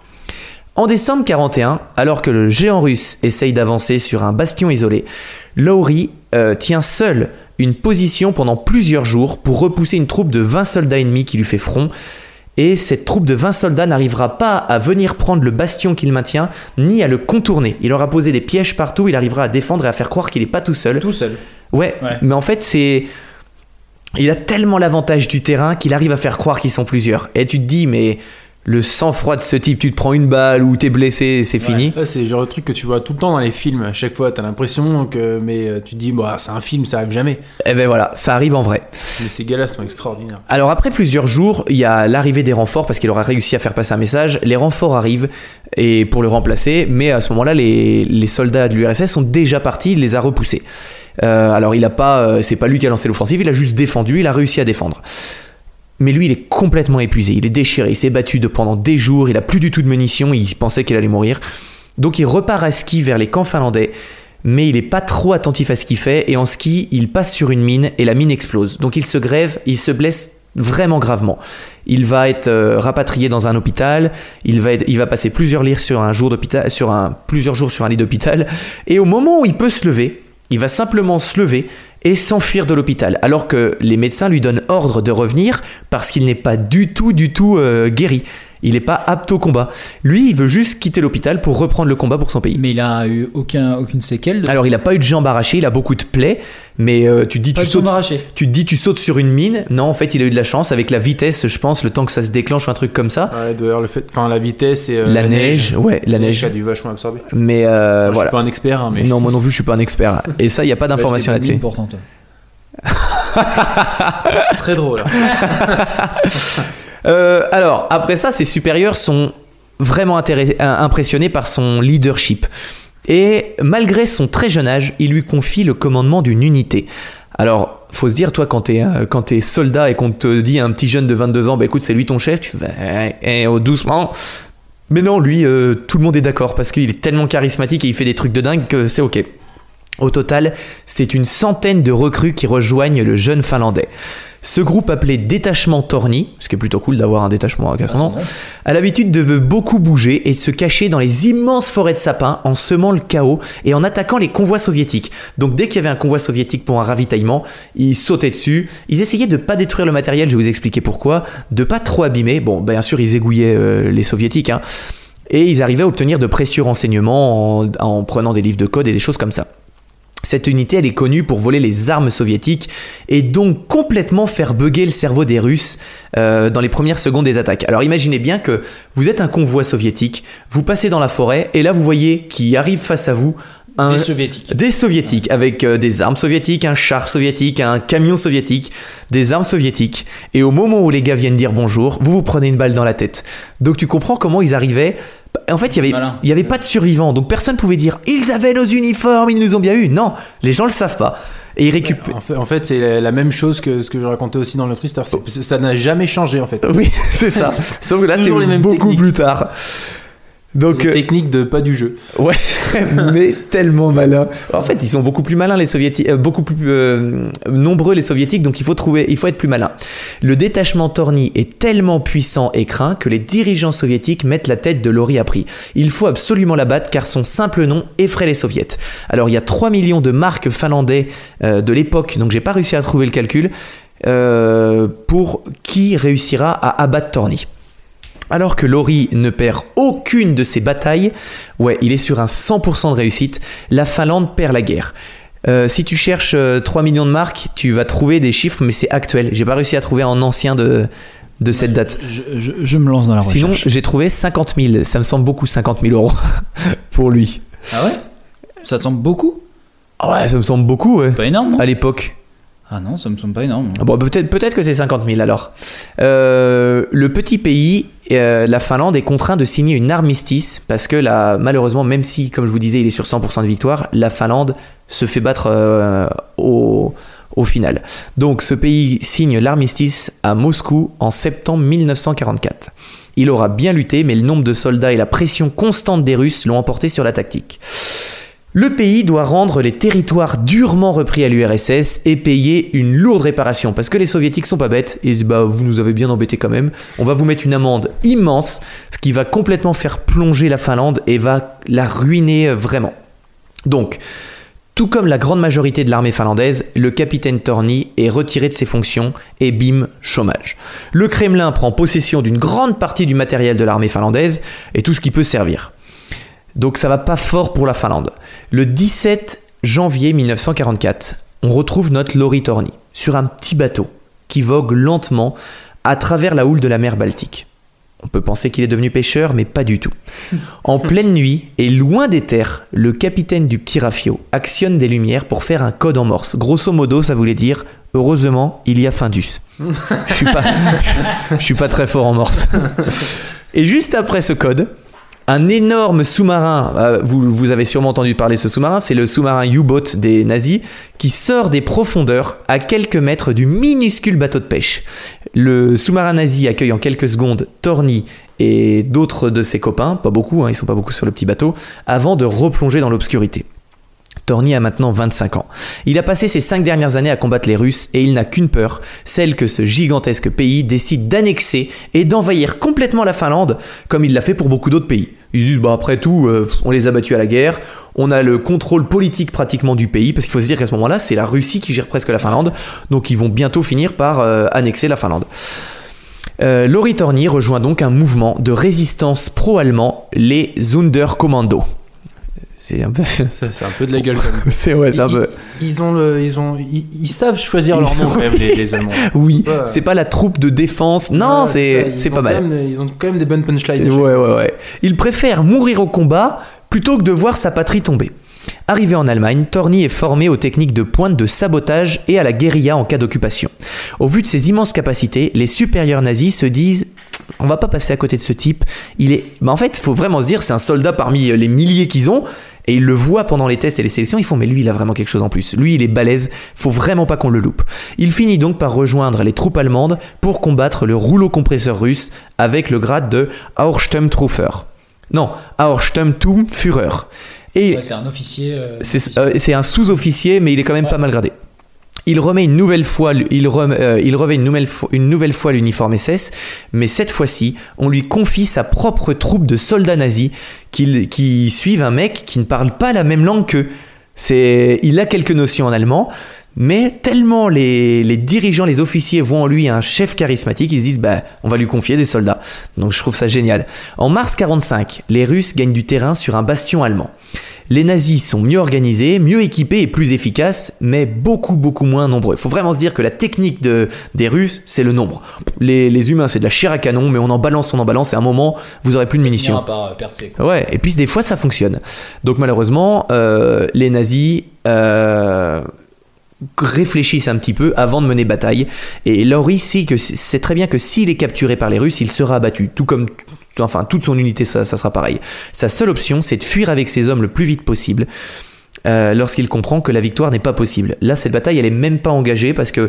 En décembre quarante et un, alors que le géant russe essaye d'avancer sur un bastion isolé, Lauri euh, tient seul une position pendant plusieurs jours pour repousser une troupe de vingt soldats ennemis qui lui fait front. Et cette troupe de vingt soldats n'arrivera pas à venir prendre le bastion qu'il maintient, ni à le contourner. Il aura posé des pièges partout, il arrivera à défendre et à faire croire qu'il n'est pas tout seul. Tout seul. Ouais, ouais, mais en fait, c'est... Il a tellement l'avantage du terrain qu'il arrive à faire croire qu'ils sont plusieurs. Et tu te dis, mais... Le sang-froid de ce type, tu te prends une balle ou t'es blessé, c'est ouais. fini. Ouais, c'est le genre de truc que tu vois tout le temps dans les films. À chaque fois, t'as l'impression que, mais tu te dis, bah, c'est un film, ça arrive jamais. Et ben voilà, ça arrive en vrai. Mais ces gars-là sont extraordinaires. Alors après plusieurs jours, il y a l'arrivée des renforts parce qu'il aura réussi à faire passer un message. Les renforts arrivent et pour le remplacer, mais à ce moment-là, les, les soldats de l'U R S S sont déjà partis, il les a repoussés. Euh, alors il a pas, euh, c'est pas lui qui a lancé l'offensive, il a juste défendu, il a réussi à défendre. Mais lui, il est complètement épuisé, il est déchiré, il s'est battu de pendant des jours, il a plus du tout de munitions, il pensait qu'il allait mourir. Donc il repart à ski vers les camps finlandais, mais il est pas trop attentif à ce qu'il fait, et en ski, il passe sur une mine, et la mine explose. Donc il se grève, il se blesse vraiment gravement. Il va être euh, rapatrié dans un hôpital, il va, être, il va passer plusieurs, lits sur un jour d'hôpital, sur un, plusieurs jours sur un lit d'hôpital, et au moment où il peut se lever, il va simplement se lever et s'enfuir de l'hôpital, alors que les médecins lui donnent ordre de revenir parce qu'il n'est pas du tout, du tout euh, guéri. Il n'est pas apte au combat. Lui, il veut juste quitter l'hôpital pour reprendre le combat pour son pays. Mais il a eu aucun, aucune séquelle de... Alors, il n'a pas eu de jambes arrachées, il a beaucoup de plaies, mais euh, tu te dis, pas tu de sautes, arrachées. tu te dis, tu sautes sur une mine. Non, en fait, il a eu de la chance avec la vitesse, je pense, le temps que ça se déclenche ou un truc comme ça. Ouais, d'ailleurs, le fait, enfin, la vitesse et euh, la, la neige, neige, ouais, la, la neige. neige a dû vachement absorber. Mais euh, moi, voilà. Je suis pas un expert, hein, mais. Non, moi non plus, je suis pas un expert. Et ça, il y a pas d'information là-dessus. C'est important, toi. Très drôle. euh, alors, après ça, ses supérieurs sont vraiment intéress- impressionnés par son leadership. Et malgré son très jeune âge, il lui confie le commandement d'une unité. Alors, faut se dire, toi, quand t'es, euh, quand t'es soldat et qu'on te dit à un petit jeune de vingt-deux ans, bah écoute, c'est lui ton chef, tu fais, bah, eh, oh, doucement. Mais non, lui, euh, tout le monde est d'accord parce qu'il est tellement charismatique et il fait des trucs de dingue que c'est ok. Au total, c'est une centaine de recrues qui rejoignent le jeune Finlandais. Ce groupe appelé Détachement Torni, ce qui est plutôt cool d'avoir un détachement à son nom, a l'habitude de beaucoup bouger et de se cacher dans les immenses forêts de sapins en semant le chaos et en attaquant les convois soviétiques. Donc dès qu'il y avait un convoi soviétique pour un ravitaillement, ils sautaient dessus, ils essayaient de pas détruire le matériel, je vais vous expliquer pourquoi, de pas trop abîmer, bon bien sûr ils égouillaient euh, les soviétiques, hein, et ils arrivaient à obtenir de précieux renseignements en, en prenant des livres de code et des choses comme ça. Cette unité, elle est connue pour voler les armes soviétiques et donc complètement faire bugger le cerveau des Russes euh, dans les premières secondes des attaques. Alors imaginez bien que vous êtes un convoi soviétique, vous passez dans la forêt et là vous voyez qui arrive face à vous un, des soviétiques. Des soviétiques avec euh, des armes soviétiques, un char soviétique, un camion soviétique, des armes soviétiques. Et au moment où les gars viennent dire bonjour, vous vous prenez une balle dans la tête. Donc tu comprends comment ils arrivaient. En fait, il n'y avait, il y avait pas de survivants, donc personne ne pouvait dire « Ils avaient nos uniformes, ils nous ont bien eu ». Non, les gens le savent pas. Et ils récupèrent... En fait, en fait, c'est la, la même chose que ce que je racontais aussi dans l'autre histoire. C'est, c'est, ça n'a jamais changé, en fait. Oui, c'est ça. Sauf que là, c'est les mêmes beaucoup techniques. plus tard. Donc, C'est euh, une technique de pas du jeu. ouais, mais tellement malin. En fait, ils sont beaucoup plus malins les soviétiques, euh, beaucoup plus euh, nombreux les soviétiques, donc il faut trouver, il faut être plus malin. Le détachement Torny est tellement puissant et craint que les dirigeants soviétiques mettent la tête de Lori à prix. Il faut absolument la battre car son simple nom effraie les soviets. Alors il y a trois millions de marques finlandais euh, de l'époque, donc j'ai pas réussi à trouver le calcul, euh, pour qui réussira à abattre Torny. Alors que Lori ne perd aucune de ses batailles, ouais, il est sur un cent pour cent de réussite, la Finlande perd la guerre. Euh, si tu cherches euh, trois millions de marques, tu vas trouver des chiffres, mais c'est actuel. J'ai pas réussi à trouver en ancien de, de cette date. Je, je, je me lance dans la Sinon, recherche. j'ai trouvé cinquante mille. Ça me semble beaucoup, cinquante mille euros pour lui. Ah ouais? Ça te semble beaucoup? Ah ouais, ça me semble beaucoup, ouais. Pas énorme, non? À l'époque. Ah non, ça me semble pas énorme. Bon, peut-être, peut-être que c'est cinquante mille alors. Euh, le petit pays, euh, la Finlande, est contraint de signer une armistice parce que là, malheureusement, même si, comme je vous disais, il est sur cent pour cent de victoire, la Finlande se fait battre euh, au, au final. Donc, ce pays signe l'armistice à Moscou en septembre mille neuf cent quarante-quatre. Il aura bien lutté, mais le nombre de soldats et la pression constante des Russes l'ont emporté sur la tactique. Le pays doit rendre les territoires durement repris à l'U R S S et payer une lourde réparation parce que les soviétiques sont pas bêtes et ils disent bah vous nous avez bien embêtés quand même, on va vous mettre une amende immense, ce qui va complètement faire plonger la Finlande et va la ruiner vraiment. Donc, tout comme la grande majorité de l'armée finlandaise, le capitaine Torny est retiré de ses fonctions et bim, chômage. Le Kremlin prend possession d'une grande partie du matériel de l'armée finlandaise et tout ce qui peut servir. Donc ça va pas fort pour la Finlande. Le dix-sept janvier mille neuf cent quarante-quatre, on retrouve notre Lori Torny sur un petit bateau qui vogue lentement à travers la houle de la mer Baltique. On peut penser qu'il est devenu pêcheur, mais pas du tout. En pleine nuit et loin des terres, le capitaine du petit Rafio actionne des lumières pour faire un code en morse. Grosso modo, ça voulait dire « Heureusement, il y a Findus ». Je suis pas, je suis pas très fort en morse. Et juste après ce code, un énorme sous-marin, euh, vous, vous avez sûrement entendu parler de ce sous-marin, c'est le sous-marin U-Boat des nazis, qui sort des profondeurs à quelques mètres du minuscule bateau de pêche. Le sous-marin nazi accueille en quelques secondes Torny et d'autres de ses copains, pas beaucoup, hein, ils sont pas beaucoup sur le petit bateau, avant de replonger dans l'obscurité. Torny a maintenant vingt-cinq ans. Il a passé ses cinq dernières années à combattre les Russes et il n'a qu'une peur, celle que ce gigantesque pays décide d'annexer et d'envahir complètement la Finlande, comme il l'a fait pour beaucoup d'autres pays. Ils se disent, bah après tout, euh, on les a battus à la guerre, on a le contrôle politique pratiquement du pays, parce qu'il faut se dire qu'à ce moment-là, c'est la Russie qui gère presque la Finlande, donc ils vont bientôt finir par euh, annexer la Finlande. Euh, Lori Torny rejoint donc un mouvement de résistance pro-allemand, les Sonderkommando. C'est un peu... Ça, c'est un peu de la gueule quand même. c'est ouais, c'est un Ils- peu... Ils ont le, ils ont, ils, ils savent choisir leur nom quand même les, les Allemands. Oui, Ouais. c'est pas la troupe de défense. Non, Ouais, c'est, ça, ils c'est ont pas mal. quand même- ils ont quand même des bonnes punchlines. Ouais, ouais, ouais. Il préfère mourir au combat plutôt que de voir sa patrie tomber. Arrivé en Allemagne, Torny est formé aux techniques de pointe de sabotage et à la guérilla en cas d'occupation. Au vu de ses immenses capacités, les supérieurs nazis se disent « on va pas passer à côté de ce type, il est... » bah en fait, il faut vraiment se dire c'est un soldat parmi les milliers qu'ils ont, et ils le voient pendant les tests et les sélections, ils font « mais lui, il a vraiment quelque chose en plus. Lui, il est balèze, faut vraiment pas qu'on le loupe. » Il finit donc par rejoindre les troupes allemandes pour combattre le rouleau compresseur russe avec le grade de Auersturmtrooper. Non, Auersturmturmführer. Et Ouais, c'est un officier. euh, c'est, officier. euh, c'est un sous-officier, mais il est quand même Ouais. pas mal gradé. Il remet une nouvelle fois, il rem- euh, il revêt une nouvelle, fois, une nouvelle fois l'uniforme S S, mais cette fois-ci, on lui confie sa propre troupe de soldats nazis qui, qui suivent un mec qui ne parle pas la même langue qu'eux. C'est, il a quelques notions en allemand, mais tellement les, les dirigeants, les officiers voient en lui un chef charismatique, ils se disent bah, on va lui confier des soldats. Donc je trouve ça génial. En mars quarante-cinq, les Russes gagnent du terrain sur un bastion allemand. Les nazis sont mieux organisés, mieux équipés et plus efficaces, mais beaucoup beaucoup moins nombreux. Il faut vraiment se dire que la technique de, des Russes, c'est le nombre. Les, les humains, c'est de la chair à canon, mais on en balance, on en balance, et à un moment, vous aurez plus de munitions. finira par euh, percer, quoi. Ouais, et puis des fois ça fonctionne. Donc malheureusement, euh, les nazis euh, réfléchissent un petit peu avant de mener bataille. Et Lori sait que c'est très bien que s'il est capturé par les Russes, il sera abattu. Tout comme, enfin, toute son unité, ça, ça sera pareil. Sa seule option, c'est de fuir avec ses hommes le plus vite possible. Euh, lorsqu'il comprend que la victoire n'est pas possible. Là, cette bataille, elle est même pas engagée parce que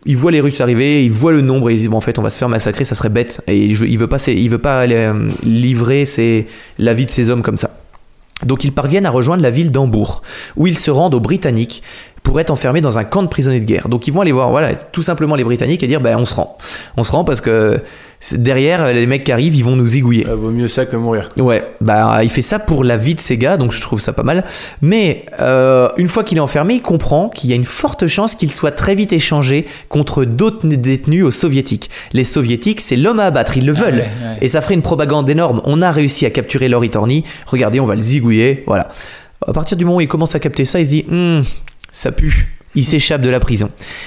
il voit les Russes arriver, il voit le nombre et il se dit bon, en fait on va se faire massacrer, ça serait bête. Et il, il veut pas, il veut pas aller, euh, livrer ses, la vie de ces hommes comme ça. Donc ils parviennent à rejoindre la ville d'Hambourg, où ils se rendent aux Britanniques pour être enfermés dans un camp de prisonniers de guerre. Donc ils vont aller voir, voilà, tout simplement les Britanniques et dire, ben on se rend. On se rend parce que derrière, les mecs qui arrivent, ils vont nous zigouiller. Ah, vaut mieux ça que mourir. Ouais, bah il fait ça pour la vie de ces gars, donc je trouve ça pas mal. Mais euh, une fois qu'il est enfermé, il comprend qu'il y a une forte chance qu'il soit très vite échangé contre d'autres détenus aux soviétiques. Les soviétiques, c'est l'homme à abattre, ils le veulent. Ah ouais, ouais. Et ça ferait une propagande énorme. On a réussi à capturer Laurie Torney. Regardez, on va le zigouiller, voilà. À partir du moment où il commence à capter ça, il se dit, hm, ça pue. Il s'échappe de la prison.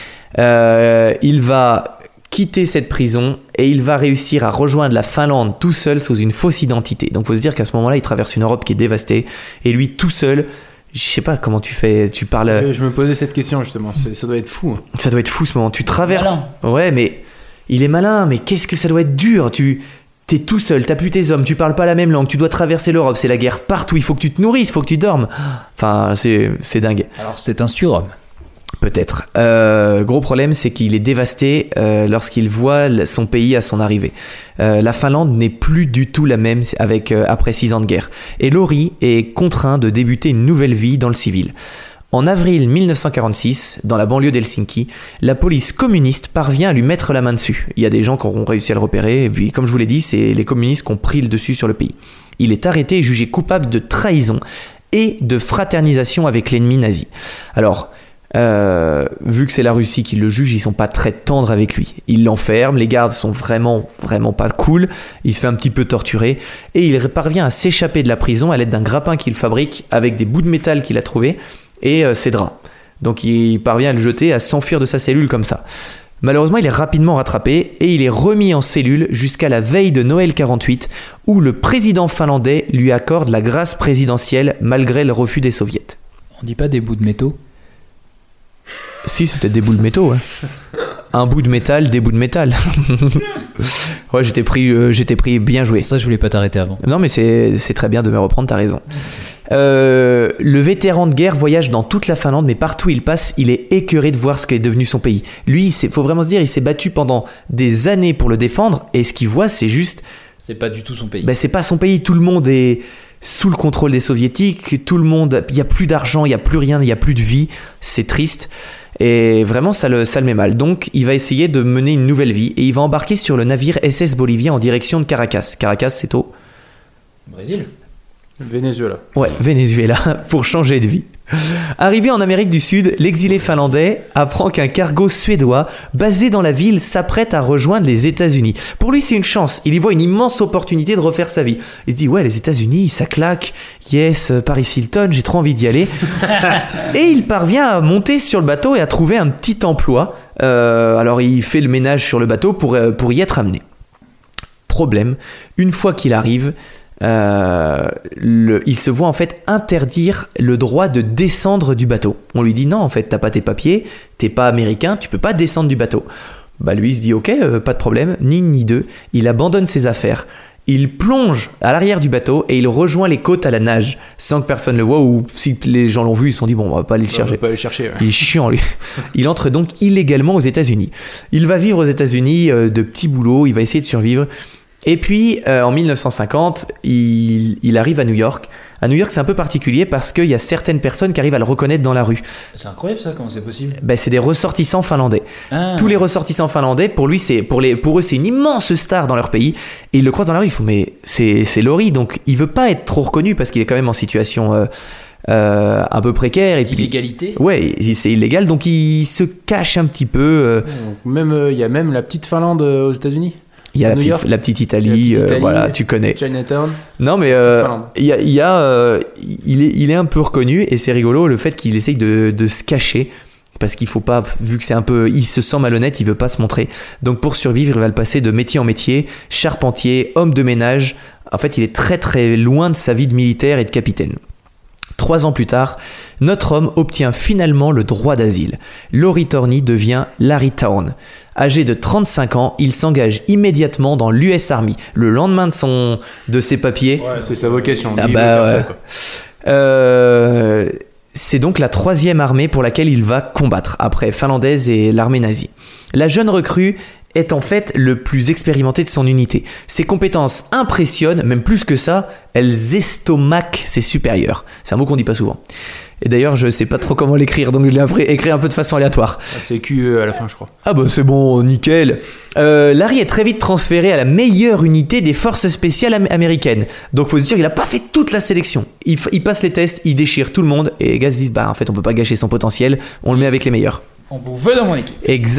Euh, il va quitter cette prison et il va réussir à rejoindre la Finlande tout seul sous une fausse identité. Donc faut se dire qu'à ce moment-là, il traverse une Europe qui est dévastée et lui tout seul, je sais pas comment tu fais, tu parles. Euh, Je me posais cette question justement, c'est, ça doit être fou. Hein. Ça doit être fou ce moment. Tu traverses. Malin. Ouais, mais il est malin. Mais qu'est-ce que ça doit être dur. Tu t'es tout seul, t'as plus tes hommes, tu parles pas la même langue, tu dois traverser l'Europe, c'est la guerre partout. Il faut que tu te nourrisses, il faut que tu dormes. Enfin, c'est c'est dingue. Alors c'est un surhomme. Peut-être. Euh, gros problème, c'est qu'il est dévasté euh, lorsqu'il voit son pays à son arrivée. Euh, la Finlande n'est plus du tout la même avec, euh, après six ans de guerre. Et Lauri est contraint de débuter une nouvelle vie dans le civil. En avril dix-neuf cent quarante-six, dans la banlieue d'Helsinki, la police communiste parvient à lui mettre la main dessus. Il y a des gens qui auront réussi à le repérer, et puis comme je vous l'ai dit, c'est les communistes qui ont pris le dessus sur le pays. Il est arrêté et jugé coupable de trahison et de fraternisation avec l'ennemi nazi. Alors, Euh, vu que c'est la Russie qui le juge, ils sont pas très tendres avec lui. Ils l'enferment, les gardes sont vraiment, vraiment pas cool. Il se fait un petit peu torturer et il parvient à s'échapper de la prison à l'aide d'un grappin qu'il fabrique avec des bouts de métal qu'il a trouvé et euh, ses draps. Donc il parvient à le jeter, à s'enfuir de sa cellule comme ça. Malheureusement, il est rapidement rattrapé et il est remis en cellule jusqu'à la veille de Noël quarante-huit où le président finlandais lui accorde la grâce présidentielle malgré le refus des soviets. On dit pas des bouts de métaux? Si, c'est peut-être des bouts de métaux, ouais. Un bout de métal, des bouts de métal. Ouais, j'étais pris, euh, j'étais pris bien joué. Pour ça, je voulais pas t'arrêter avant. Non, mais c'est, c'est très bien de me reprendre, t'as raison. Euh, le vétéran de guerre voyage dans toute la Finlande, mais partout où il passe, il est écœuré de voir ce qu'est devenu son pays. Lui, il faut vraiment se dire, il s'est battu pendant des années pour le défendre, et ce qu'il voit, c'est juste... C'est pas du tout son pays. Ben, c'est pas son pays, tout le monde est sous le contrôle des soviétiques, tout le monde, il n'y a plus d'argent, il n'y a plus rien, il n'y a plus de vie, c'est triste. Et vraiment, ça le, ça le met mal. Donc, il va essayer de mener une nouvelle vie et il va embarquer sur le navire S S Bolivien en direction de Caracas. Caracas, c'est au... Brésil. Venezuela. Ouais, Venezuela, pour changer de vie. Arrivé en Amérique du Sud, l'exilé finlandais apprend qu'un cargo suédois basé dans la ville s'apprête à rejoindre les États-Unis. Pour lui, c'est une chance. Il y voit une immense opportunité de refaire sa vie. Il se dit, ouais, les États-Unis, ça claque. Yes, Paris Hilton, j'ai trop envie d'y aller. Et il parvient à monter sur le bateau et à trouver un petit emploi. Euh, alors, il fait le ménage sur le bateau pour, euh, pour y être amené. Problème, une fois qu'il arrive... Euh, le, il se voit en fait interdire le droit de descendre du bateau. On lui dit non, en fait t'as pas tes papiers, t'es pas américain, tu peux pas descendre du bateau. Bah lui il se dit ok, euh, pas de problème, ni une ni deux. Il abandonne ses affaires, il plonge à l'arrière du bateau et il rejoint les côtes à la nage sans que personne le voie, ou si les gens l'ont vu ils se sont dit bon on va pas aller le On chercher. va pas aller chercher. Ouais. Il est chiant lui. Il entre donc illégalement aux États-Unis. Il va vivre aux États-Unis euh, de petits boulots, il va essayer de survivre. Et puis, euh, en dix-neuf cent cinquante, il, il arrive à New York. À New York, c'est un peu particulier parce qu'il y a certaines personnes qui arrivent à le reconnaître dans la rue. C'est incroyable ça, comment c'est possible? Ben, c'est des ressortissants finlandais. Ah. Tous les ressortissants finlandais, pour lui, c'est pour les, pour eux, c'est une immense star dans leur pays. Et ils le croisent dans la rue. Ils font, mais c'est, c'est Laurie, donc il veut pas être trop reconnu parce qu'il est quand même en situation euh, euh, un peu précaire. Et puis, Illégalité. ouais, c'est illégal, donc il se cache un petit peu. Euh, Même il euh, y a même la petite Finlande euh, aux États-Unis. Il y a la New petite, York. la petite Italie, La petite Italie, euh, voilà, tu connais. Chinatown. Non, mais euh, Finlande. il y a, il y a, euh, il est, il est un peu reconnu et c'est rigolo le fait qu'il essaye de, de se cacher parce qu'il faut pas, vu que c'est un peu, il se sent malhonnête, il veut pas se montrer. Donc pour survivre, il va le passer de métier en métier, charpentier, homme de ménage. En fait, il est très très loin de sa vie de militaire et de capitaine. Trois ans plus tard, notre homme obtient finalement le droit d'asile. Laurie Torney devient Larry Town. Âgé de trente-cinq ans, il s'engage immédiatement dans l'U S Army. Le lendemain de, son, de ses papiers... Ouais, c'est sa vocation. Ah Il bah veut faire ouais. ça, quoi. Euh, C'est donc la troisième armée pour laquelle il va combattre, après finlandaise et l'armée nazie. La jeune recrue est en fait le plus expérimenté de son unité. Ses compétences impressionnent, même plus que ça, elles estomaquent ses supérieurs. C'est un mot qu'on dit pas souvent. Et d'ailleurs, je sais pas trop comment l'écrire, donc je l'ai appris- écrit un peu de façon aléatoire. Ah, c'est Q E à la fin, je crois. Ah bah c'est bon, nickel. Euh, Larry est très vite transféré à la meilleure unité des forces spéciales am- américaines. Donc faut se dire, il a pas fait toute la sélection. Il, f- il passe les tests, il déchire tout le monde, et les gars se disent, bah en fait on peut pas gâcher son potentiel, on le met avec les meilleurs. On vous veut dans mon équipe. Exa-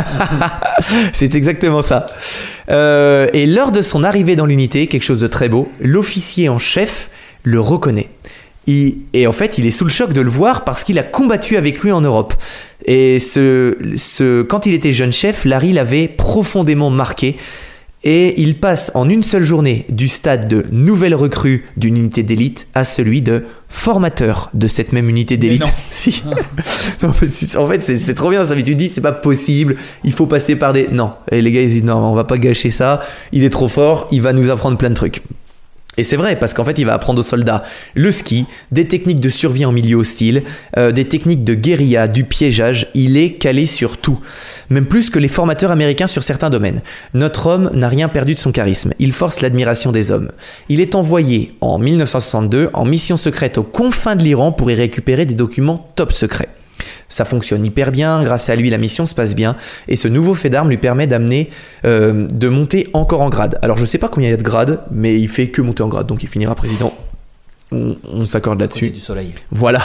C'est exactement ça. Euh, et lors de son arrivée dans l'unité, quelque chose de très beau, l'officier en chef le reconnaît. Il- et en fait, il est sous le choc de le voir parce qu'il a combattu avec lui en Europe. Et ce, ce, quand il était jeune chef, Larry l'avait profondément marqué. Et il passe en une seule journée du stade de nouvelle recrue d'une unité d'élite à celui de formateur de cette même unité d'élite. non. Si. Non, mais c'est- en fait, c'est, c'est trop bien ça. Mais tu te dis, c'est pas possible. Il faut passer par des. Non. Et les gars, ils disent, non, on va pas gâcher ça. Il est trop fort. Il va nous apprendre plein de trucs. Et c'est vrai, parce qu'en fait, il va apprendre aux soldats le ski, des techniques de survie en milieu hostile, euh, des techniques de guérilla, du piégeage. Il est calé sur tout. Même plus que les formateurs américains sur certains domaines. Notre homme n'a rien perdu de son charisme. Il force l'admiration des hommes. Il est envoyé en dix-neuf cent soixante-deux en mission secrète aux confins de l'Iran pour y récupérer des documents top secrets. Ça fonctionne hyper bien, grâce à lui la mission se passe bien, et ce nouveau fait d'armes lui permet d'amener, euh, de monter encore en grade. Alors je sais pas combien il y a de grades, mais il fait que monter en grade, donc il finira président. On, on s'accorde là-dessus. Du soleil. Voilà.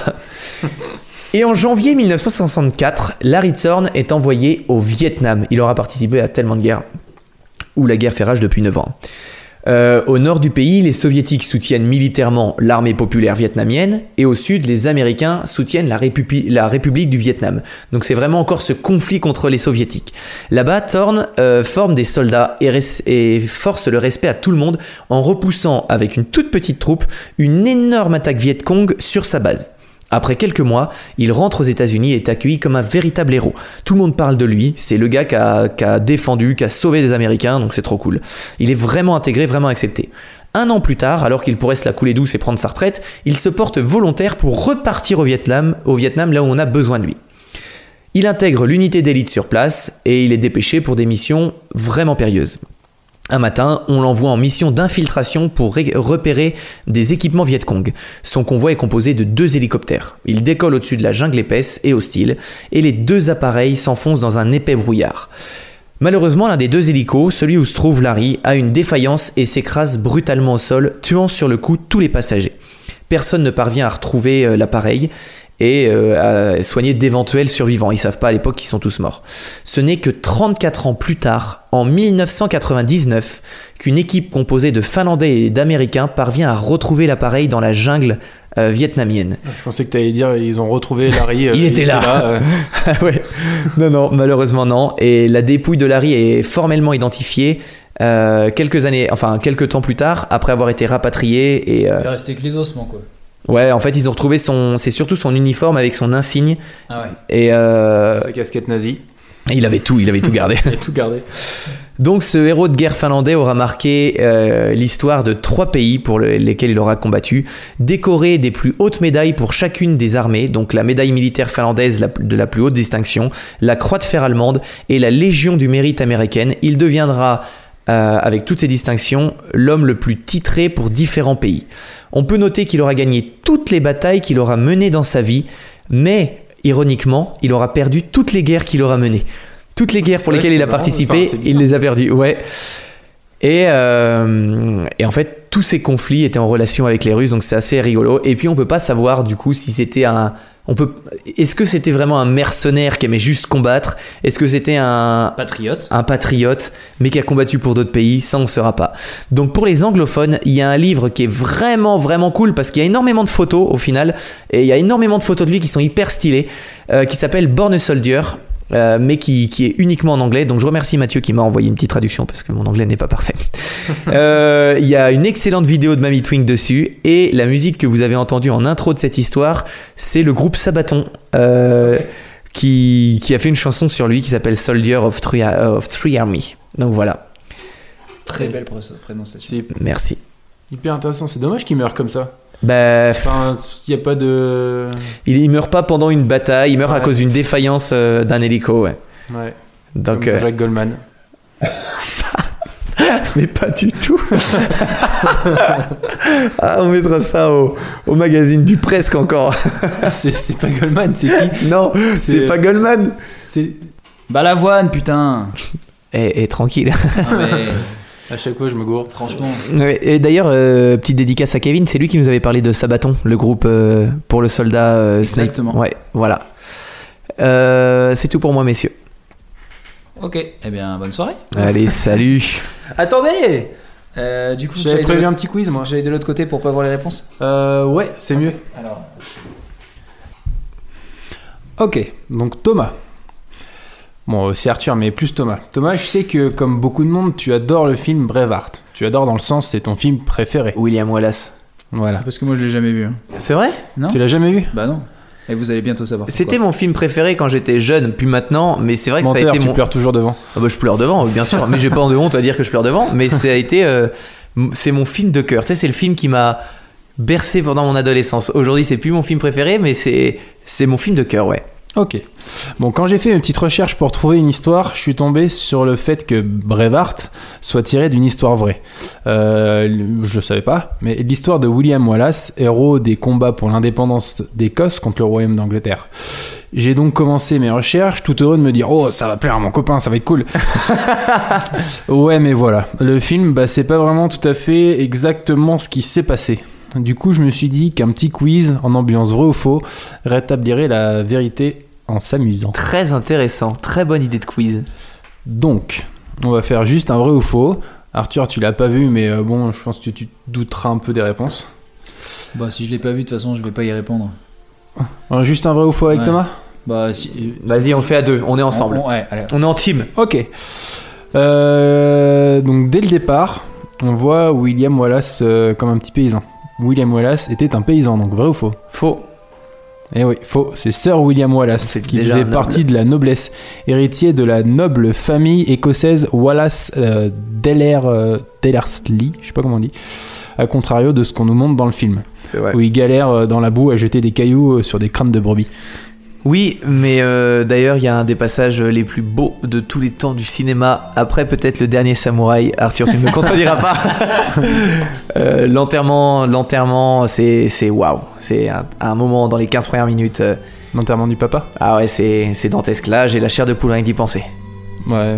Et en janvier dix-neuf cent soixante-quatre, Larry Thorne est envoyé au Vietnam. Il aura participé à tellement de guerres, où la guerre fait rage depuis neuf ans. Euh, au nord du pays, les soviétiques soutiennent militairement l'armée populaire vietnamienne et au sud, les américains soutiennent la, Républi- la République du Vietnam. Donc c'est vraiment encore ce conflit contre les soviétiques. Là-bas, Thorne euh, forme des soldats et, res- et force le respect à tout le monde en repoussant avec une toute petite troupe une énorme attaque Viet Cong sur sa base. Après quelques mois, il rentre aux États-Unis et est accueilli comme un véritable héros. Tout le monde parle de lui, c'est le gars qui a, qui a défendu, qui a sauvé des Américains, donc c'est trop cool. Il est vraiment intégré, vraiment accepté. Un an plus tard, alors qu'il pourrait se la couler douce et prendre sa retraite, il se porte volontaire pour repartir au Vietnam, au Vietnam là où on a besoin de lui. Il intègre l'unité d'élite sur place et il est dépêché pour des missions vraiment périlleuses. Un matin, on l'envoie en mission d'infiltration pour ré- repérer des équipements Viet Cong. Son convoi est composé de deux hélicoptères. Il décolle au-dessus de la jungle épaisse et hostile, et les deux appareils s'enfoncent dans un épais brouillard. Malheureusement, l'un des deux hélicos, celui où se trouve Larry, a une défaillance et s'écrase brutalement au sol, tuant sur le coup tous les passagers. Personne ne parvient à retrouver euh, l'appareil et euh, à soigner d'éventuels survivants. Ils savent pas à l'époque qu'ils sont tous morts. Ce n'est que trente-quatre ans plus tard, en dix-neuf cent quatre-vingt-dix-neuf, qu'une équipe composée de Finlandais et d'Américains parvient à retrouver l'appareil dans la jungle euh, vietnamienne. Je pensais que tu allais dire ils ont retrouvé Larry. euh, Il était là. euh. Ah ouais. Non, non, malheureusement non. Et la dépouille de Larry est formellement identifiée euh, quelques années, enfin quelques temps plus tard, après avoir été rapatrié et... euh, Il est resté que les ossements, quoi. ouais, en fait, ils ont retrouvé son... C'est surtout son uniforme avec son insigne. Ah ouais. Et euh, Sa casquette nazie. il avait tout, il avait tout gardé. Il a tout gardé. Donc ce héros de guerre finlandais aura marqué euh, l'histoire de trois pays pour le- lesquels il aura combattu, décoré des plus hautes médailles pour chacune des armées, donc la médaille militaire finlandaise la- de la plus haute distinction, la croix de fer allemande et la Légion du mérite américaine. Il deviendra, euh, avec toutes ces distinctions, l'homme le plus titré pour différents pays. On peut noter qu'il aura gagné toutes les batailles qu'il aura menées dans sa vie, mais ironiquement, il aura perdu toutes les guerres qu'il aura menées. Toutes les guerres pour vrai lesquelles que il c'est a marrant, participé, enfin, c'est il bizarre. les a perdues. Ouais. Et, euh, et en fait, tous ces conflits étaient en relation avec les Russes, donc c'est assez rigolo. Et puis, on peut pas savoir du coup si c'était un. On peut. Est-ce que c'était vraiment un mercenaire qui aimait juste combattre? Est-ce que c'était un Patriote. un patriote, mais qui a combattu pour d'autres pays? Ça, on ne saura pas. Donc pour les anglophones, il y a un livre qui est vraiment, vraiment cool, parce qu'il y a énormément de photos au final, et il y a énormément de photos de lui qui sont hyper stylées, euh, qui s'appelle Born a Soldier, euh, mais qui, qui est uniquement en anglais. Donc je remercie Mathieu qui m'a envoyé une petite traduction, parce que mon anglais n'est pas parfait. Euh, Il y a une excellente vidéo de Mamie Twink dessus, et la musique que vous avez entendue en intro de cette histoire, c'est le groupe Sabaton. Euh, Qui, qui a fait une chanson sur lui qui s'appelle Soldier of Three, of Three Army. Donc voilà, Très belle pro- prononciation. C'est merci. hyper intéressant. C'est dommage qu'il meure comme ça. Bah, pff, Enfin, il y a pas de. il, il meurt pas pendant une bataille, il meurt à Ouais. cause d'une défaillance euh, d'un hélico, ouais. Ouais. Donc, Comme euh, Jacques Goldman. mais pas du tout. Ah, on mettra ça au, au magazine du Presque encore. c'est, c'est pas Goldman, c'est qui? Non, c'est, C'est- pas Goldman. C'est. Balavoine, putain. Et, et tranquille. Ah, mais À chaque fois, je me gourre. franchement. Ouais, et d'ailleurs, euh, petite dédicace à Kevin, c'est lui qui nous avait parlé de Sabaton, le groupe euh, pour le soldat euh, Snake. Exactement. Ouais, voilà. Euh, c'est tout pour moi, messieurs. Ok, eh bien, bonne soirée. Allez, salut. Attendez euh, Du coup, J'avais j'allais de prévu l'autre- un petit quiz, moi. J'allais de l'autre côté pour pas voir les réponses. Euh, ouais, c'est mieux. Alors, Ok, donc Thomas. Bon, aussi Arthur, mais plus Thomas. Thomas, je sais que comme beaucoup de monde, tu adores le film Braveheart. Tu adores dans le sens, c'est ton film préféré. William Wallace. Voilà. parce que moi, je l'ai jamais vu. hein. C'est vrai? Non Tu l'as jamais vu? Bah non. Et vous allez bientôt savoir. C'était pourquoi. mon film préféré quand j'étais jeune, puis maintenant, mais c'est vrai que Menteur, ça a été tu mon. pleures toujours devant. Ah bah, je pleure devant, bien sûr, mais j'ai pas de honte à dire que je pleure devant, mais ça a été. euh, m- c'est mon film de cœur. Tu sais, c'est le film qui m'a bercé pendant mon adolescence. Aujourd'hui, c'est plus mon film préféré, mais c'est, c'est mon film de cœur, ouais. Ok. Bon, quand j'ai fait une petite recherche pour trouver une histoire, je suis tombé sur le fait que Braveheart soit tiré d'une histoire vraie. Euh, je le savais pas, mais l'histoire de William Wallace, héros des combats pour l'indépendance d'Écosse contre le royaume d'Angleterre. J'ai donc commencé mes recherches, tout heureux de me dire « Oh, ça va plaire à mon copain, ça va être cool !» Ouais, mais voilà. Le film, bah, c'est pas vraiment tout à fait exactement ce qui s'est passé. Du coup, je me suis dit qu'un petit quiz en ambiance vrai ou faux rétablirait la vérité en s'amusant. Très intéressant, très bonne idée de quiz. Donc, on va faire juste un vrai ou faux. Arthur, tu l'as pas vu, mais euh, bon, je pense que tu te douteras un peu des réponses. Bah, si je l'ai pas vu, de toute façon, je vais pas y répondre. Euh, juste un vrai ou faux avec Ouais. Thomas? Bah, si. Vas-y, on le fait à deux, on est ensemble. On- on- ouais, allez. On est en team. Ok. Euh, donc, dès le départ, on voit William Wallace euh, comme un petit paysan. William Wallace était un paysan, donc vrai ou faux? Faux. Eh oui, faux. C'est Sir William Wallace C'est qui déjà faisait un noble. partie de la noblesse, héritier de la noble famille écossaise Wallace euh, Deller, euh, Dellersley, je sais pas comment on dit, à contrario de ce qu'on nous montre dans le film, C'est vrai. où il galère euh, dans la boue à jeter des cailloux euh, sur des crânes de brebis. Oui, mais euh, d'ailleurs, il y a un des passages les plus beaux de tous les temps du cinéma. Après, peut-être le dernier samouraï. Arthur, tu ne me contrediras pas. Euh, l'enterrement, l'enterrement, c'est, c'est waouh. C'est un, un moment dans les quinze premières minutes. euh, L'enterrement du papa? ah ouais, c'est, c'est dantesque. Là, j'ai la chair de poule rien que d'y penser. Ouais.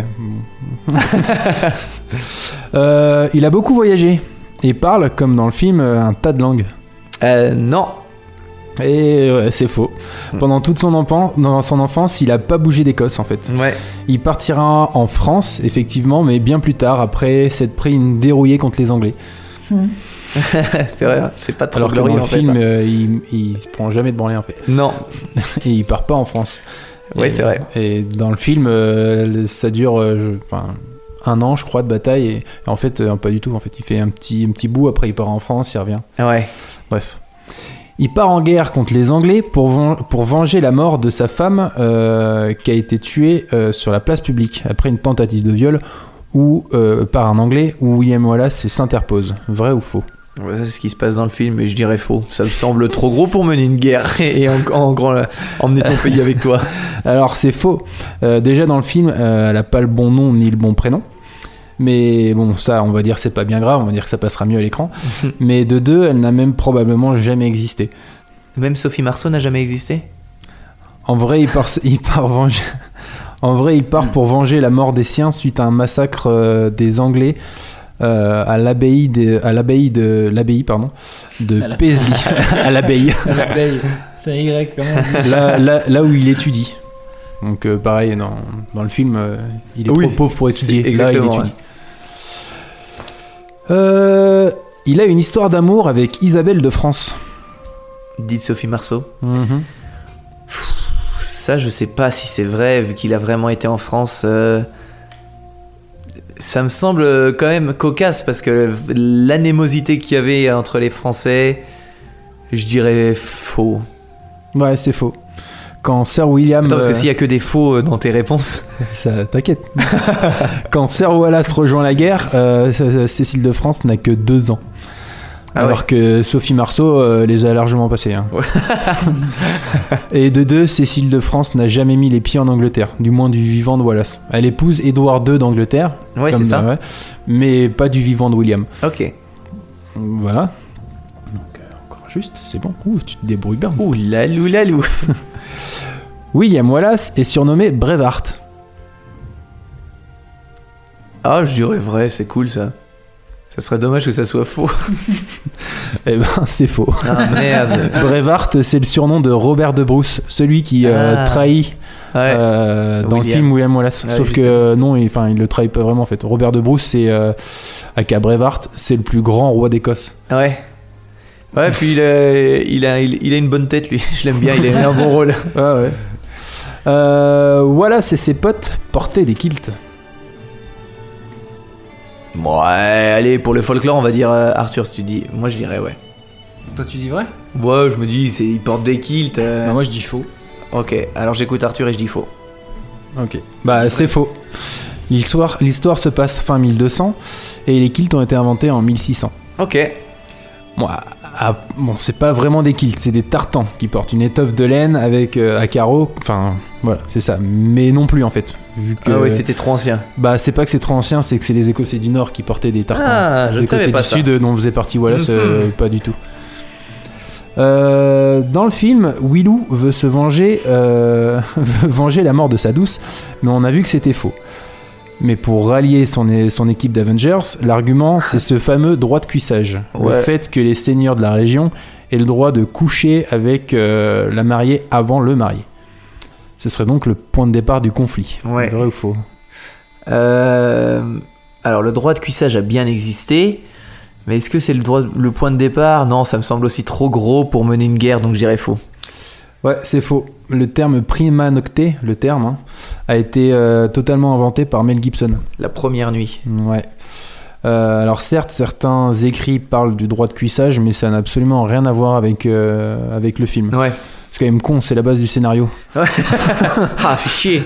Euh, il a beaucoup voyagé et parle, comme dans le film, euh, un tas de langues. Euh, non. Et ouais, c'est faux. Hmm. Pendant toute son, enfant, dans son enfance, il a pas bougé d'Écosse en fait. Ouais. Il partira en France, effectivement, mais bien plus tard, après s'être pris une dérouillée contre les Anglais. C'est vrai, hein, c'est pas trop Alors que dans glorieux le en fait. film, hein. euh, il, il se prend jamais de branlée en fait. Non. Et il part pas en France. Ouais, Et- c'est vrai. Et dans le film, euh, ça dure euh, je- enfin, un an, je crois, de bataille. Et, et en fait, euh, pas du tout. En fait, il fait un petit, un petit bout, après il part en France, il revient. Ouais. Bref. Il part en guerre contre les Anglais pour, ven- pour venger la mort de sa femme euh, qui a été tuée euh, sur la place publique après une tentative de viol ou euh, par un Anglais où William Wallace s'interpose. Vrai ou faux? Ouais, ça, c'est ce qui se passe dans le film, mais je dirais faux. Ça me semble trop gros pour mener une guerre et en, en, grand, emmener ton pays avec toi. Alors c'est faux. Euh, déjà dans le film, euh, elle a pas le bon nom ni le bon prénom. Mais bon, ça, on va dire c'est pas bien grave, on va dire que ça passera mieux à l'écran. Mais de deux, elle n'a même probablement jamais existé. Même Sophie Marceau n'a jamais existé. En vrai, il part, il part venger. En vrai, il part pour venger la mort des siens suite à un massacre euh, des Anglais euh, à l'abbaye de, à l'abbaye de, l'abbaye pardon, de À la- Paisley, à l'abbaye, C'est un Y, comment on dit? là, là, là où il étudie. Donc euh, pareil, dans, dans le film, euh, il est Oui, trop pauvre pour étudier. c'est Là, il exactement, étudie. Euh, il a une histoire d'amour avec Isabelle de France. Dit Sophie Marceau. Mhm. Ça, je sais pas si c'est vrai, vu qu'il a vraiment été en France. euh, Ça me semble euh, quand même cocasse, parce que l'anémosité qu'il y avait entre les Français, je dirais faux. Ouais, c'est faux. Quand Sir William... Attends, parce que euh, s'il y a que des faux euh, dans tes réponses. Ça, t'inquiète. Quand Sir Wallace rejoint la guerre, euh, Cécile de France n'a que deux ans. Ah alors ouais. que Sophie Marceau euh, les a largement passés. Hein. Ouais. Et de deux, Cécile de France n'a jamais mis les pieds en Angleterre, du moins du vivant de Wallace. Elle épouse Édouard deux d'Angleterre, Ouais, comme c'est ça. dans- ouais, mais pas du vivant de William. Ok. Voilà. Donc, euh, encore juste, c'est bon. Ouh, tu te débrouilles bien. Ouh la lou la lou. William Wallace est surnommé Braveheart. Ah, je dirais vrai, c'est cool ça. Ça serait dommage que ça soit faux. Eh ben, c'est faux. Ah merde. Braveheart, c'est le surnom de Robert de Bruce, celui qui euh, Ah. trahit Ouais. euh, dans le William. film William Wallace. Ouais, Sauf justement. que euh, non, il, enfin, il le trahit pas vraiment en fait. Robert de Bruce, c'est euh, aka Braveheart, c'est le plus grand roi d'Écosse. Ouais. Ouais, puis il a, il, a, il, il a une bonne tête lui. Je l'aime bien, il a un bon rôle. Ah ouais. Euh, Wallace et ses potes portaient des kilts. Bon, ouais, allez, pour le folklore, on va dire euh, Arthur, si tu dis. Moi, je dirais ouais. Toi, tu dis vrai? Ouais, je me dis, c'est, il porte des kilts. euh. Bah, moi, je dis faux. Ok, alors j'écoute Arthur et je dis faux. Ok. Bah c'est faux. L'histoire, l'histoire se passe fin mille deux cents et les kilts ont été inventés en mille six cents. Ok. Bon, ah, ah, bon, c'est pas vraiment des kilts, c'est des tartans qui portent une étoffe de laine avec euh, à carreaux. Enfin, voilà, c'est ça. Mais non plus en fait, vu que Ah ouais, c'était trop ancien. bah c'est pas que c'est trop ancien, c'est que c'est les Écossais du Nord qui portaient des tartans. Ah, je les ne savais Écossais pas du ça. Sud euh, dont faisait partie Wallace, euh, Mhm. pas du tout. Euh, dans le film, Willou veut se venger, euh, veut venger la mort de sa douce, mais on a vu que c'était faux. Mais pour rallier son, é- son équipe d'Avengers, l'argument c'est ce fameux droit de cuissage. Le Ouais. fait que les seigneurs de la région aient le droit de coucher avec euh, la mariée avant le marié. Ce serait donc le point de départ du conflit. Ouais. Vrai ou faux? Euh, alors, le droit de cuissage a bien existé, mais est-ce que c'est le, droit, le point de départ? Non, ça me semble aussi trop gros pour mener une guerre, donc je dirais faux. Ouais, c'est faux. Le terme prima nocte, le terme, hein, a été euh, totalement inventé par Mel Gibson. La première nuit. Ouais. Euh, alors certes, certains écrits parlent du droit de cuissage, mais ça n'a absolument rien à voir avec, euh, avec le film. Ouais. C'est quand même con, c'est la base du scénario. Ah, fait chier.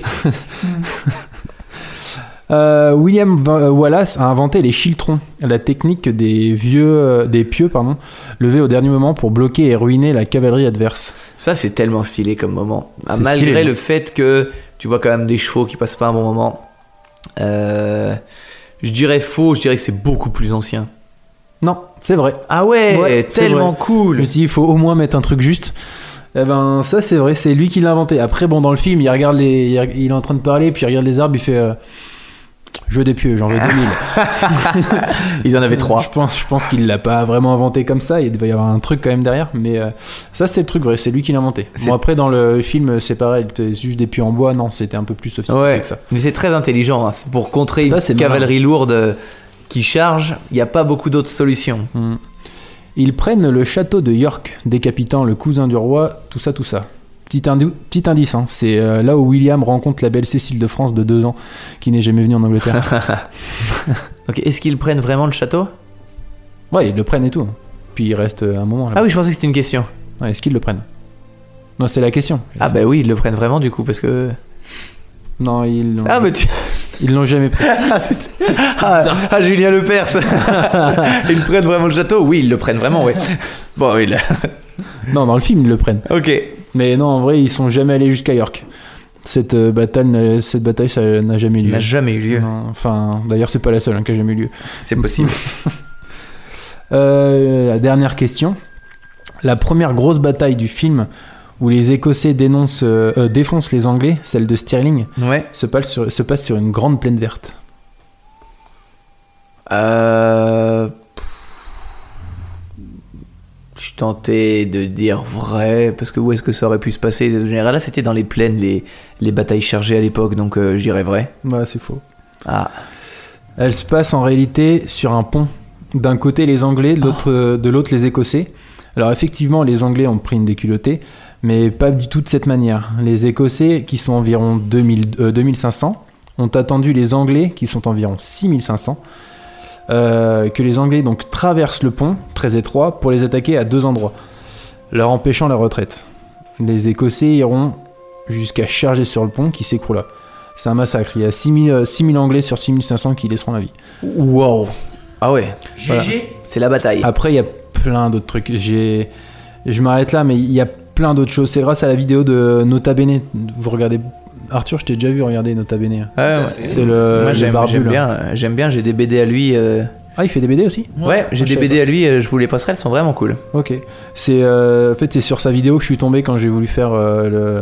Euh, William Va- Wallace a inventé les schiltrons, la technique des vieux, euh, des pieux, pardon, levés au dernier moment pour bloquer et ruiner la cavalerie adverse. Ça, c'est tellement stylé comme moment. Ah, C'est malgré stylé, le hein. fait que tu vois quand même des chevaux qui passent pas un bon moment. Euh, je dirais faux, je dirais que c'est beaucoup plus ancien. Non, c'est vrai. Ah ouais, Ouais, c'est tellement vrai. Je cool. me suis dit, il faut au moins mettre un truc juste. Eh ben, ça c'est vrai, c'est lui qui l'a inventé. Après, bon, dans le film, il regarde les, il il est en train de parler, puis il regarde les arbres, il fait, euh, je veux des pieux, j'en veux deux mille. Ils en avaient trois. Je pense, je pense qu'il l'a pas vraiment inventé comme ça. Il doit y avoir un truc quand même derrière, mais euh, ça c'est le truc vrai, c'est lui qui l'a inventé. C'est- Bon après dans le film c'est pareil, c'est juste des pieux en bois, non, c'était un peu plus sophistiqué Ouais, que ça. mais c'est très intelligent. hein. C'est pour contrer Ça, une c'est cavalerie lourde euh, qui charge, il n'y a pas beaucoup d'autres solutions. Hmm. Ils prennent le château de York, décapitant le cousin du roi, tout ça, tout ça. Petit, indi- petit indice, hein, c'est euh, là où William rencontre la belle Cécile de France de deux ans, qui n'est jamais venue en Angleterre. Donc, est-ce qu'ils prennent vraiment le château? Ouais, ils le prennent et tout. Puis il reste euh, un moment là. Ah oui, je pensais que c'était une question. Ouais, est-ce qu'ils le prennent? Non, c'est la question. Ah bah oui, ils le prennent vraiment du coup, parce que... Non, ils l'ont, Ah mais tu... ils l'ont jamais pris. Ah, c'était- ah, ah, Julien Lepers. Ils prennent vraiment le château? Oui, ils le prennent vraiment, ouais. Bon, oui, là. Non, dans le film, ils le prennent. Ok. Mais non, en vrai, ils sont jamais allés jusqu'à York. Cette, euh, bataille, n'a- cette bataille, ça n'a jamais eu lieu. N'a jamais eu lieu. Non, enfin, d'ailleurs, c'est pas la seule hein, qui a jamais eu lieu. C'est possible. Euh, la dernière question. La première grosse bataille du film où les Écossais dénoncent, euh, euh, défoncent les Anglais, celle de Stirling, Ouais. se passe sur, se passe sur une grande plaine verte. Euh... Je suis tenté de dire vrai, parce que où est-ce que ça aurait pu se passer? En général, là, c'était dans les plaines, les, les batailles chargées à l'époque, donc euh, je dirais vrai. Ouais, c'est faux. Ah. Elle se passe en réalité sur un pont. D'un côté les Anglais, de l'autre, euh, de l'autre les Écossais. Alors effectivement, les Anglais ont pris une déculottée, mais pas du tout de cette manière. Les Écossais, qui sont environ deux mille, euh, deux mille cinq cents, ont attendu les Anglais, qui sont environ six mille cinq cents, euh, que les Anglais donc traversent le pont, très étroit, pour les attaquer à deux endroits, leur empêchant la retraite. Les Écossais iront jusqu'à charger sur le pont qui s'écroula. C'est un massacre. Il y a six mille, euh, six mille Anglais sur six mille cinq cents qui laisseront la vie. Wow. Ah ouais. Voilà. C'est la bataille. Après, il y a plein d'autres trucs. J'ai, je m'arrête là, mais il y a plein d'autres choses. C'est grâce à la vidéo de Nota Bene. Vous regardez Arthur, je t'ai déjà vu regarder Nota Bene. Ouais, ouais. C'est le. Moi le j'aime, barbu, j'aime là. bien, j'aime bien. J'ai des B D à lui. euh, Ah, il fait des B D aussi. Ouais, j'ai Ah, des je B D savais à lui. euh, Je vous les passerai. Elles sont vraiment cool. Ok. C'est euh, en fait c'est sur sa vidéo que je suis tombé quand j'ai voulu faire euh, le,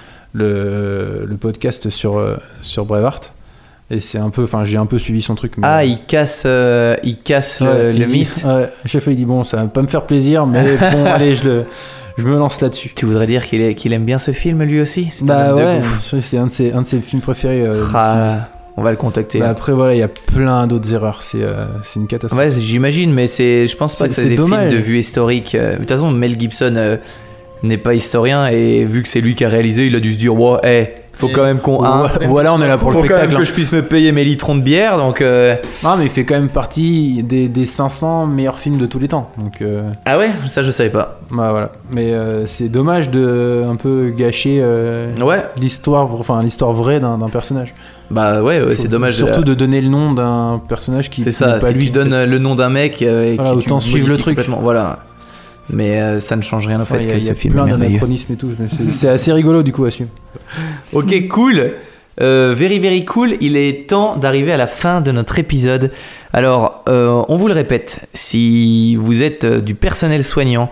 le le podcast sur euh, sur Braveheart. Et c'est un peu, enfin j'ai un peu suivi son truc. Mais... Ah, il casse, euh, il casse le, Ouais, le il dit- mythe. Ouais, à chaque fois il dit bon, ça va pas me faire plaisir, mais bon allez, je le, je me lance là-dessus. Tu voudrais dire qu'il, est, qu'il aime bien ce film lui aussi? C'est un Bah homme de ouais, goût. c'est un de ses, un de ses films préférés. euh, Ah, on va le contacter. bah, après voilà, il y a plein d'autres erreurs. C'est, euh, c'est une catastrophe. Ouais, c'est- j'imagine, mais c'est, je pense pas C'est- que c'est, c'est des dommage. films de vue historique. Euh, De toute façon, Mel Gibson euh, n'est pas historien et vu que c'est lui qui a réalisé, il a dû se dire ouais, hey, faut Et- quand même qu'on. hein, Voilà, voilà, on est là pour le faut quand même spectacle. que hein. je puisse me payer mes litrons de bière, donc. euh, Non, mais il fait quand même partie des, des cinq cents meilleurs films de tous les temps. Donc euh, Ah ouais, ça je savais pas. bah voilà. Mais euh, c'est dommage de un peu gâcher euh, Ouais, l'histoire, enfin l'histoire vraie d'un, d'un personnage. bah ouais, ouais, c'est Surtout- dommage. Surtout de... de donner le nom d'un personnage qui C'est n'est ça, pas si lui. tu donnes en fait. euh, le nom d'un mec euh, et Voilà, que autant tu suivre le modifies truc. complètement, voilà. Mais euh, ça ne change rien au Enfin, fait il y a, que il y ce a film plein est merveilleux. d'anachronismes et tout. Mais c'est, c'est assez rigolo du coup à suivre. Ok, cool. Euh, very very cool. Il est temps d'arriver à la fin de notre épisode. Alors, euh, on vous le répète, si vous êtes euh, du personnel soignant,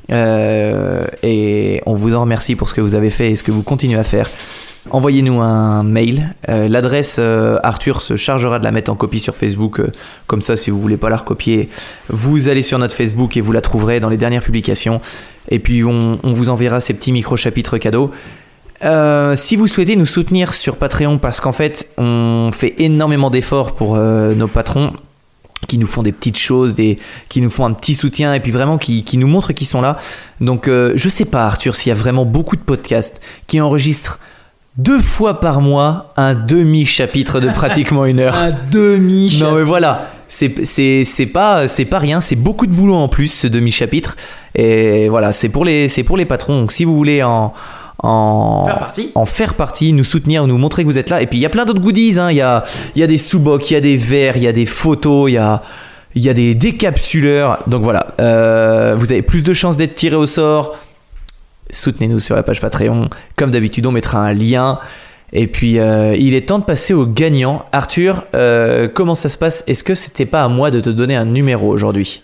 euh, et on vous en remercie pour ce que vous avez fait et ce que vous continuez à faire, envoyez-nous un mail. Euh, l'adresse, euh, Arthur se chargera de la mettre en copie sur Facebook. Euh, comme ça, si vous voulez pas la recopier, vous allez sur notre Facebook et vous la trouverez dans les dernières publications. Et puis, on, on vous enverra ces petits micro-chapitres cadeaux. Euh, si vous souhaitez nous soutenir sur Patreon, parce qu'en fait on fait énormément d'efforts pour euh, nos patrons qui nous font des petites choses, des, qui nous font un petit soutien et puis vraiment qui, qui nous montrent qu'ils sont là. Donc euh, je sais pas Arthur s'il y a vraiment beaucoup de podcasts qui enregistrent deux fois par mois un demi-chapitre de pratiquement une heure. Un demi. Non mais voilà, c'est, c'est, c'est, pas, c'est pas rien, c'est beaucoup de boulot en plus ce demi-chapitre. Et voilà, c'est pour les, c'est pour les patrons. Donc si vous voulez en... En... Faire partie. en faire partie, nous soutenir, nous montrer que vous êtes là. Et puis il y a plein d'autres goodies, hein. il, y a, il y a des sous-bocs, il y a des verres, il y a des photos, il y a, il y a des décapsuleurs. Donc voilà, euh, vous avez plus de chances d'être tiré au sort. Soutenez-nous sur la page Patreon. Comme d'habitude, on mettra un lien. Et puis euh, il est temps de passer au gagnant. Arthur, euh, comment ça se passe? Est-ce que c'était pas à moi de te donner un numéro aujourd'hui?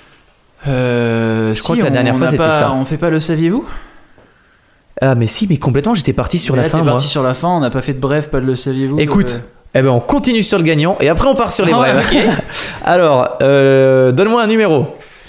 Euh, Je crois que la dernière fois, c'était ça. On fait pas le saviez-vous? Ah mais si, mais complètement, j'étais parti sur Mais la là, fin t'es moi. parti sur la fin, on n'a pas fait de bref, pas de le saviez-vous. Écoute, euh, eh ben on continue sur le gagnant et après on part sur les Ah, brèves. ok. Alors, euh, donne-moi un numéro.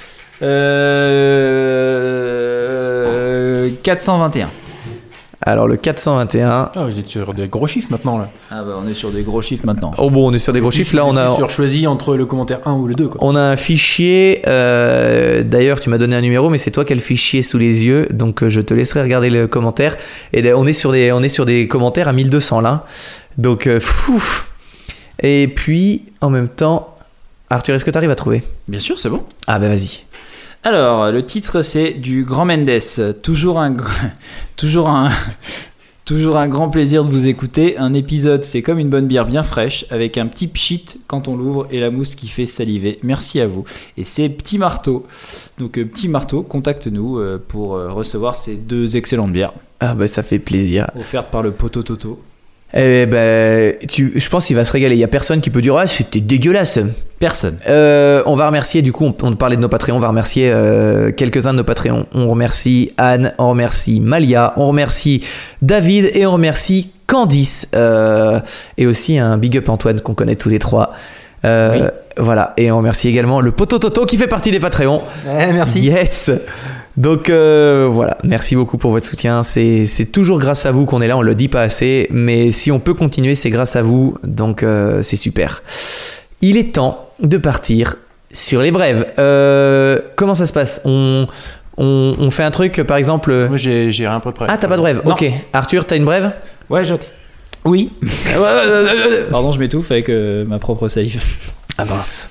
Euh... quatre cent vingt et un. Alors le quatre cent vingt et un. Ah, vous êtes sur des gros chiffres maintenant là. Ah bah on est sur des gros chiffres maintenant. Oh bon, on est sur des gros chiffres. Là, on a, sur choisi entre le commentaire un ou le deux quoi. on a un fichier. euh, D'ailleurs, tu m'as donné un numéro, mais c'est toi qui as le fichier sous les yeux, donc euh, je te laisserai regarder le commentaire. Et là, on est sur des, on est sur des commentaires à mille deux cents là. Donc, euh, fou. Et puis, en même temps, Arthur, est-ce que tu arrives à trouver? Bien sûr, c'est bon. Ah bah vas-y. Alors, le titre c'est du Grand Mendes. Toujours un, gr- toujours un, toujours un grand plaisir de vous écouter. Un épisode, c'est comme une bonne bière bien fraîche, avec un petit pchit quand on l'ouvre et la mousse qui fait saliver. Merci à vous. Et c'est Petit Marteau. Donc, euh, Petit Marteau, contacte-nous euh, pour euh, recevoir ces deux excellentes bières Ah bah ça fait plaisir. offertes par le Poto Toto. Eh ben, tu, je pense qu'il va se régaler. Il y a personne qui peut dire ah c'était dégueulasse. Personne. Euh, on va remercier, du coup, on, on parlait de nos Patreons, on va remercier euh, quelques-uns de nos Patreons. On remercie Anne, on remercie Malia, on remercie David et on remercie Candice. Euh, et aussi un big up Antoine qu'on connaît tous les trois. Euh, Oui. Voilà, et on remercie également le Poto Toto qui fait partie des Patreons. Eh, merci. Yes. Donc euh, voilà, merci beaucoup pour votre soutien. C'est, c'est toujours grâce à vous qu'on est là, on le dit pas assez, mais si on peut continuer, c'est grâce à vous, donc euh, c'est super. Il est temps de partir sur les brèves. Euh, comment ça se passe? on, on, on fait un truc, par exemple... Moi j'ai, j'ai rien préparé. Ah, t'as pas de brève? Non. Ok. Arthur, t'as une brève? Ouais, je... Oui. Pardon, je m'étouffe avec euh, ma propre salive. Ah mince.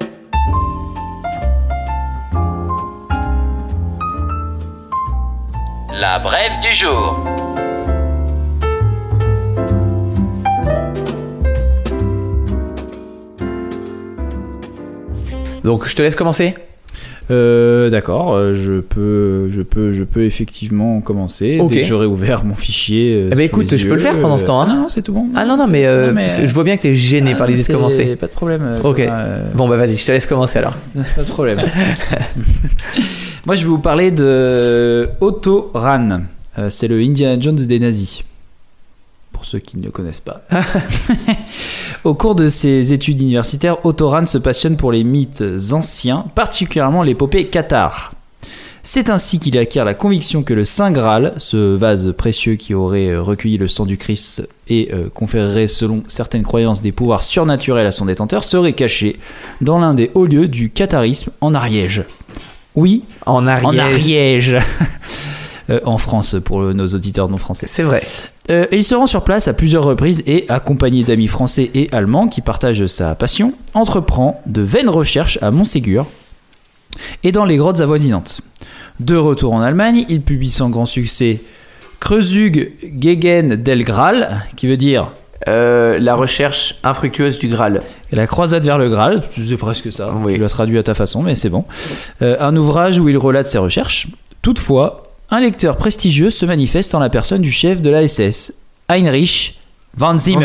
La brève du jour. Donc je te laisse commencer. Euh, d'accord, euh, je peux, je peux, je peux effectivement commencer. Ok. Dès que j'aurai ouvert mon fichier. Euh, Eh ben sous écoute, les je yeux, peux le faire pendant ce temps, hein. Ah non, c'est tout bon. Ah non, non, mais, euh, je vois bien que t'es gêné Ah, par l'idée de c'est- commencer. Pas de problème. euh, Ok. euh, Bon, bah vas-y, je te laisse commencer alors. Pas de problème. Moi, je vais vous parler de Otto Rahn. Euh, c'est le Indiana Jones des nazis. Pour ceux qui ne le connaissent pas. Au cours de ses études universitaires, Otto Rahn se passionne pour les mythes anciens, particulièrement l'épopée cathare. C'est ainsi qu'il acquiert la conviction que le Saint Graal, ce vase précieux qui aurait recueilli le sang du Christ et euh, conférerait selon certaines croyances des pouvoirs surnaturels à son détenteur, serait caché dans l'un des hauts lieux du catharisme en Ariège. Oui, En Ariège. en Ariège. Euh, en France, pour nos auditeurs non français. C'est vrai. Euh, et il se rend sur place à plusieurs reprises et, accompagné d'amis français et allemands qui partagent sa passion, entreprend de vaines recherches à Montségur et dans les grottes avoisinantes. De retour en Allemagne, il publie sans grand succès Kreuzzug gegen del Graal, qui veut dire Euh, la recherche infructueuse du Graal. La croisade vers le Graal, c'est presque ça, Oui. tu l'as traduit à ta façon, mais c'est bon. Euh, un ouvrage où il relate ses recherches. Toutefois, un lecteur prestigieux se manifeste en la personne du chef de l'A S S, Heinrich von Zimmer.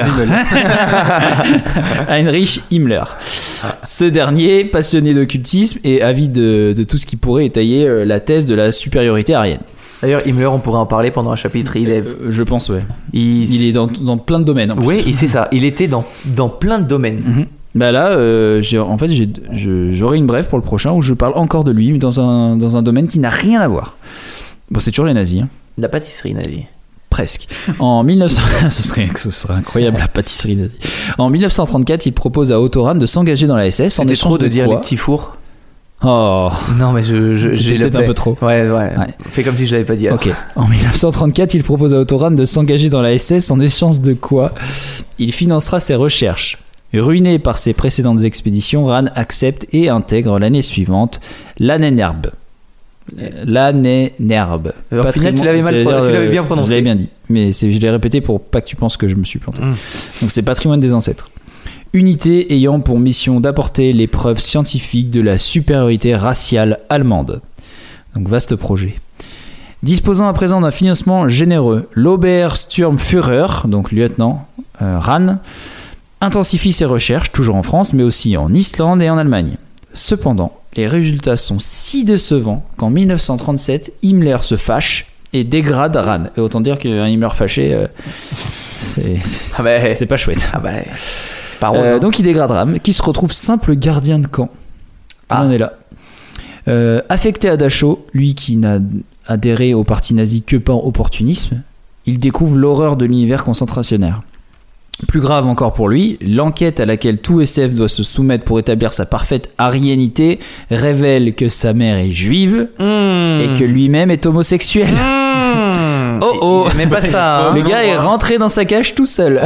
Heinrich Himmler. Ce dernier, passionné d'occultisme et avide de, de tout ce qui pourrait étayer euh, la thèse de la supériorité aryenne. D'ailleurs, Himmler, on pourrait en parler pendant un chapitre. Il est, Euh, je pense, ouais. il, Il est dans, dans plein de domaines. en plus. Oui, et c'est ça. Il était dans, dans plein de domaines. Mhm. Bah là, euh, j'ai, en fait, j'ai, je- j'aurai une brève pour le prochain où je parle encore de lui, mais dans un, dans un domaine qui n'a rien à voir. Bon, c'est toujours les nazis, hein. La pâtisserie nazie. Presque. En mille neuf cents, ce serait, ce serait incroyable la pâtisserie nazie. En mille neuf cent trente-quatre, il propose à Otto Rahn de s'engager dans la S S en C'était échange trop de dire quoi les petits fours. Oh, Non, mais je, je, C'était j'ai peut-être le- un peu trop. Ouais, ouais, Ouais. Fais comme si je l'avais pas dit. alors. ok. En mille neuf cent trente-quatre, il propose à Otto Rahn de s'engager dans la S S en échange de quoi il financera ses recherches. Ruiné par ses précédentes expéditions, Rahn accepte et intègre l'année suivante l'Annenerbe. L'Annenerbe. Euh, au final, tu l'avais mal c'est-à-dire, pro- tu l'avais bien euh, prononcé. Je l'avais bien dit, mais c'est, je l'ai répété pour pas que tu penses que je me suis planté. Mm. Donc c'est patrimoine des ancêtres. Unité ayant pour mission d'apporter les preuves scientifiques de la supériorité raciale allemande. Donc vaste projet. Disposant à présent d'un financement généreux, l'Obersturmführer, donc lieutenant euh, Rahn, intensifie ses recherches, toujours en France, mais aussi en Islande et en Allemagne. Cependant, les résultats sont si décevants qu'en mille neuf cent trente-sept, Himmler se fâche et dégrade Rahn. Et autant dire qu'un Himmler fâché, euh, c'est, c'est, Ah bah, c'est pas chouette. ah bah, c'est pas rose. Euh, hein. donc il dégrade Rahn, qui se retrouve simple gardien de camp. Ah. On en est là. Euh, affecté à Dachau, lui qui n'a adhéré au parti nazi que par opportunisme, il découvre l'horreur de l'univers concentrationnaire. Plus grave encore pour lui, l'enquête à laquelle tout S F doit se soumettre pour établir sa parfaite ariénité révèle que sa mère est juive Mmh. et que lui-même est homosexuel. Mmh. Oh oh. Il aimait pas ça. hein. Le gars est rentré dans sa cage tout seul.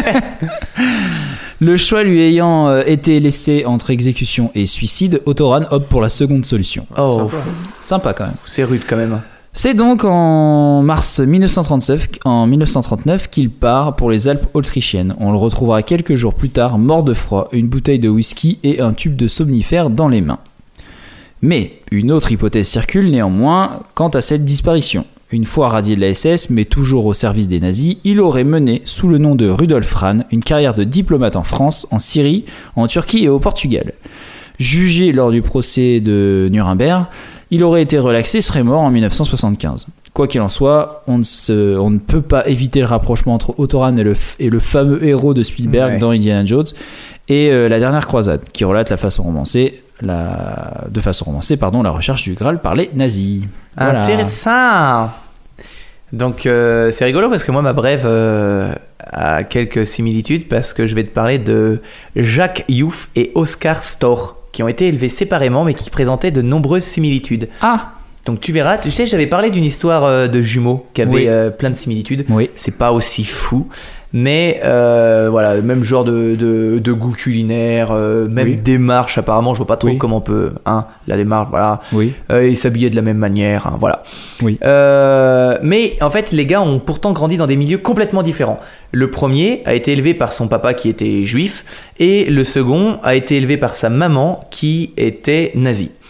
Le choix lui ayant euh, été laissé entre exécution et suicide, Otto Rahn opte pour la seconde solution. Oh, Sympa quand même. c'est rude quand même. C'est donc en mars mille neuf cent trente-neuf, en mille neuf cent trente-neuf qu'il part pour les Alpes autrichiennes. On le retrouvera quelques jours plus tard, mort de froid, une bouteille de whisky et un tube de somnifère dans les mains. Mais une autre hypothèse circule néanmoins quant à cette disparition. Une fois radié de la S S, mais toujours au service des nazis, il aurait mené, sous le nom de Rudolf Rahn, une carrière de diplomate en France, en Syrie, en Turquie et au Portugal. Jugé lors du procès de Nuremberg, il aurait été relaxé et serait mort en mille neuf cent soixante-quinze. Quoi qu'il en soit, on ne, se, on ne peut pas éviter le rapprochement entre Otto Rahn et le, f- et le fameux héros de Spielberg Ouais. dans Indiana Jones et euh, La Dernière Croisade, qui relate la façon romancée, la, de façon romancée pardon, la recherche du Graal par les nazis. Voilà. Intéressant. Donc euh, c'est rigolo parce que moi ma brève euh, a quelques similitudes parce que je vais te parler de Jacques Youf et Oscar Storr qui ont été élevés séparément mais qui présentaient de nombreuses similitudes. Ah Donc tu verras, tu sais j'avais parlé d'une histoire euh, de jumeaux qui avait Oui. euh, plein de similitudes. Oui. C'est pas aussi fou, mais euh, voilà, même genre de, de, de goût culinaire, euh, même Oui. démarche apparemment, je vois pas trop Oui. comment on peut, hein, la démarche, voilà. Oui. Euh, ils s'habillaient de la même manière, hein, voilà. Oui. Euh, mais en fait, les gars ont pourtant grandi dans des milieux complètement différents. Le premier a été élevé par son papa qui était juif, et le second a été élevé par sa maman qui était nazie.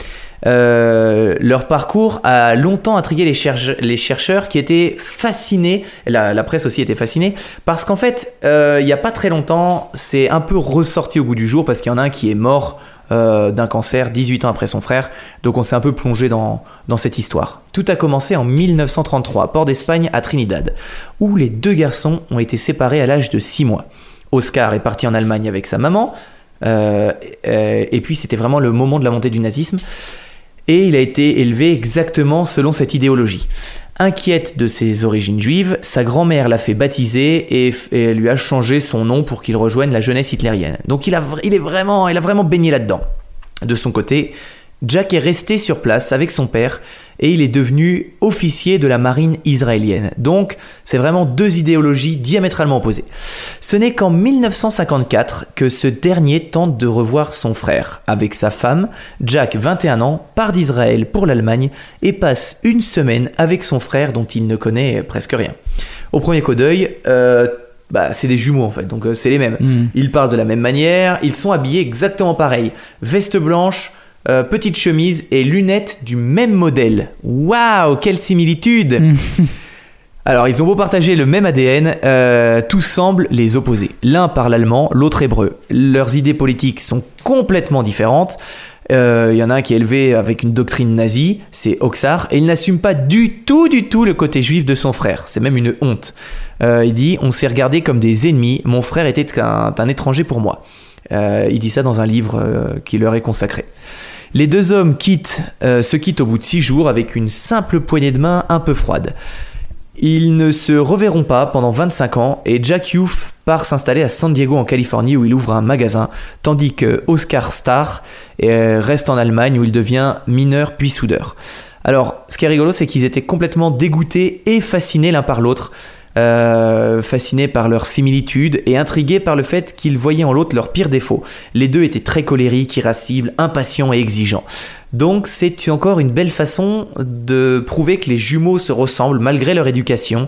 Euh, leur parcours a longtemps intrigué les, cherche- les chercheurs qui étaient fascinés, la, la presse aussi était fascinée, parce qu'en fait, euh, il n'y a pas très longtemps, c'est un peu ressorti au goût du jour, parce qu'il y en a un qui est mort euh, d'un cancer dix-huit ans après son frère, donc on s'est un peu plongé dans, dans cette histoire. Tout a commencé en dix-neuf cent trente-trois, port d'Espagne à Trinidad, où les deux garçons ont été séparés à l'âge de six mois. Oscar est parti en Allemagne avec sa maman, euh, euh, et puis c'était vraiment le moment de la montée du nazisme, et il a été élevé exactement selon cette idéologie. Inquiète de ses origines juives, sa grand-mère l'a fait baptiser et, et elle lui a changé son nom pour qu'il rejoigne la jeunesse hitlérienne. Donc il a, il est vraiment, il a vraiment baigné là-dedans. De son côté, Jack est resté sur place avec son père et il est devenu officier de la marine israélienne. Donc, c'est vraiment deux idéologies diamétralement opposées. Ce n'est qu'en dix-neuf cent cinquante-quatre que ce dernier tente de revoir son frère. Avec sa femme, Jack, vingt et un ans, part d'Israël pour l'Allemagne et passe une semaine avec son frère dont il ne connaît presque rien. Au premier coup d'œil, euh, bah, c'est des jumeaux en fait, donc euh, c'est les mêmes. Mmh. Ils parlent de la même manière, ils sont habillés exactement pareil. Veste blanche, Euh, petite chemise et lunettes du même modèle. Waouh, quelle similitude. Alors, ils ont beau partager le même A D N, euh, tout semble les opposer. L'un parle allemand, l'autre hébreu. Leurs idées politiques sont complètement différentes. Il euh, y en a un qui est élevé avec une doctrine nazie, c'est Oxar, et il n'assume pas du tout, du tout le côté juif de son frère. C'est même une honte. Euh, il dit « On s'est regardés comme des ennemis, mon frère était un, un étranger pour moi ». Euh, il dit ça dans un livre euh, qui leur est consacré. Les deux hommes quittent, euh, se quittent au bout de six jours avec une simple poignée de main un peu froide. Ils ne se reverront pas pendant vingt-cinq ans et Jack Youth part s'installer à San Diego en Californie où il ouvre un magasin, tandis que Oscar Starr euh, reste en Allemagne où il devient mineur puis soudeur. Alors, ce qui est rigolo, c'est qu'ils étaient complètement dégoûtés et fascinés l'un par l'autre. Euh, fascinés par leur similitude et intrigués par le fait qu'ils voyaient en l'autre leur pire défaut. Les deux étaient très colériques, irascibles, impatients et exigeants. Donc c'est encore une belle façon de prouver que les jumeaux se ressemblent malgré leur éducation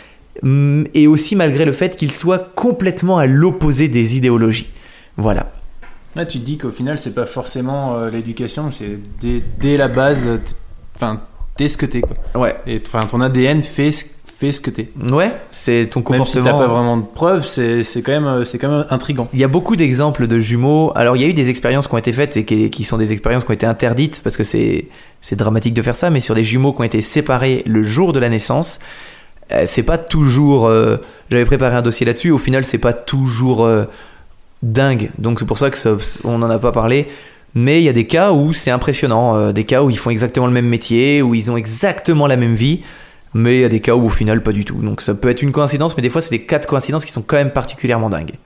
et aussi malgré le fait qu'ils soient complètement à l'opposé des idéologies. Voilà. Là, tu te dis qu'au final, c'est pas forcément euh, l'éducation, c'est dès, dès la base, enfin, t'es ce que t'es, quoi. Ouais. Et ton A D N fait ce fais ce que t'es. Ouais, c'est ton comportement. Même si t'as pas vraiment de preuves, c'est, c'est, quand même, c'est quand même intriguant. Il y a beaucoup d'exemples de jumeaux. Alors, il y a eu des expériences qui ont été faites et qui, qui sont des expériences qui ont été interdites parce que c'est, c'est dramatique de faire ça, mais sur des jumeaux qui ont été séparés le jour de la naissance, euh, c'est pas toujours. Euh, j'avais préparé un dossier là-dessus, au final, c'est pas toujours euh, dingue. Donc, c'est pour ça que ça, on n'en a pas parlé. Mais il y a des cas où c'est impressionnant, euh, des cas où ils font exactement le même métier, où ils ont exactement la même vie. Mais il y a des cas où au final pas du tout. Donc ça peut être une coïncidence, mais des fois c'est des cas de coïncidence qui sont quand même particulièrement dingues.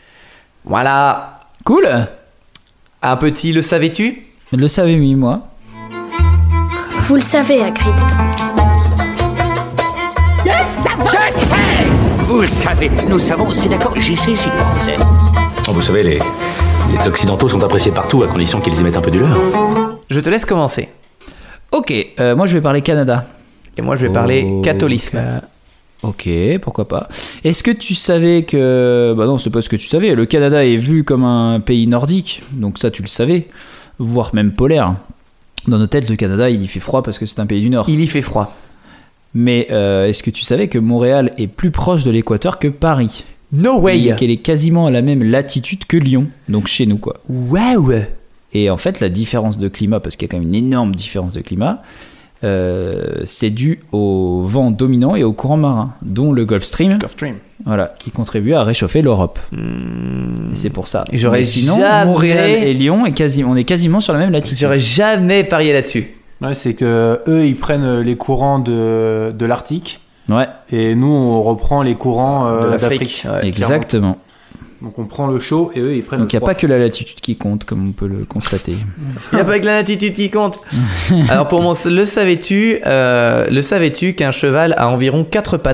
Voilà. Cool. Un petit le savais-tu ? Le savais-tu, moi. Vous le savez, Hagrid. Le savez Vous le savez, nous savons, c'est d'accord, j'y sais, j'y pensais. Vous savez, les, les Occidentaux sont appréciés partout à condition qu'ils y mettent un peu du leur. Je te laisse commencer. Ok, euh, moi je vais parler Canada. Et moi, je vais parler oh, catholisme. Ok, pourquoi pas. Est-ce que tu savais que... Bah non, c'est pas ce que tu savais. Le Canada est vu comme un pays nordique. Donc ça, tu le savais. Voire même polaire. Dans nos têtes, le Canada, il y fait froid parce que c'est un pays du Nord. Il y fait froid. Mais euh, est-ce que tu savais que Montréal est plus proche de l'équateur que Paris ? No way. Et qu'elle est quasiment à la même latitude que Lyon. Donc chez nous, quoi. Wow. Et en fait, la différence de climat, parce qu'il y a quand même une énorme différence de climat... Euh, c'est dû au vent dominant et au courant marin, dont le Gulf Stream, Gulf Stream. Voilà, qui contribue à réchauffer l'Europe. Mmh. Et c'est pour ça. Et j'aurais Mais sinon, jamais... Montréal et Lyon, est quasi... on est quasiment sur la même latitude. J'aurais jamais parié là-dessus. Ouais, c'est que eux, ils prennent les courants de, de l'Arctique. Ouais. Et nous, on reprend les courants euh, de l'Afrique. d'Afrique. Ouais, exactement. Donc on prend le chaud et eux ils prennent Donc le il n'y a pas que la latitude qui compte, comme on peut le constater. Il n'y a pas que la latitude qui compte. Alors pour mon le savais-tu, euh, le savais-tu qu'un cheval a environ quatre pattes ?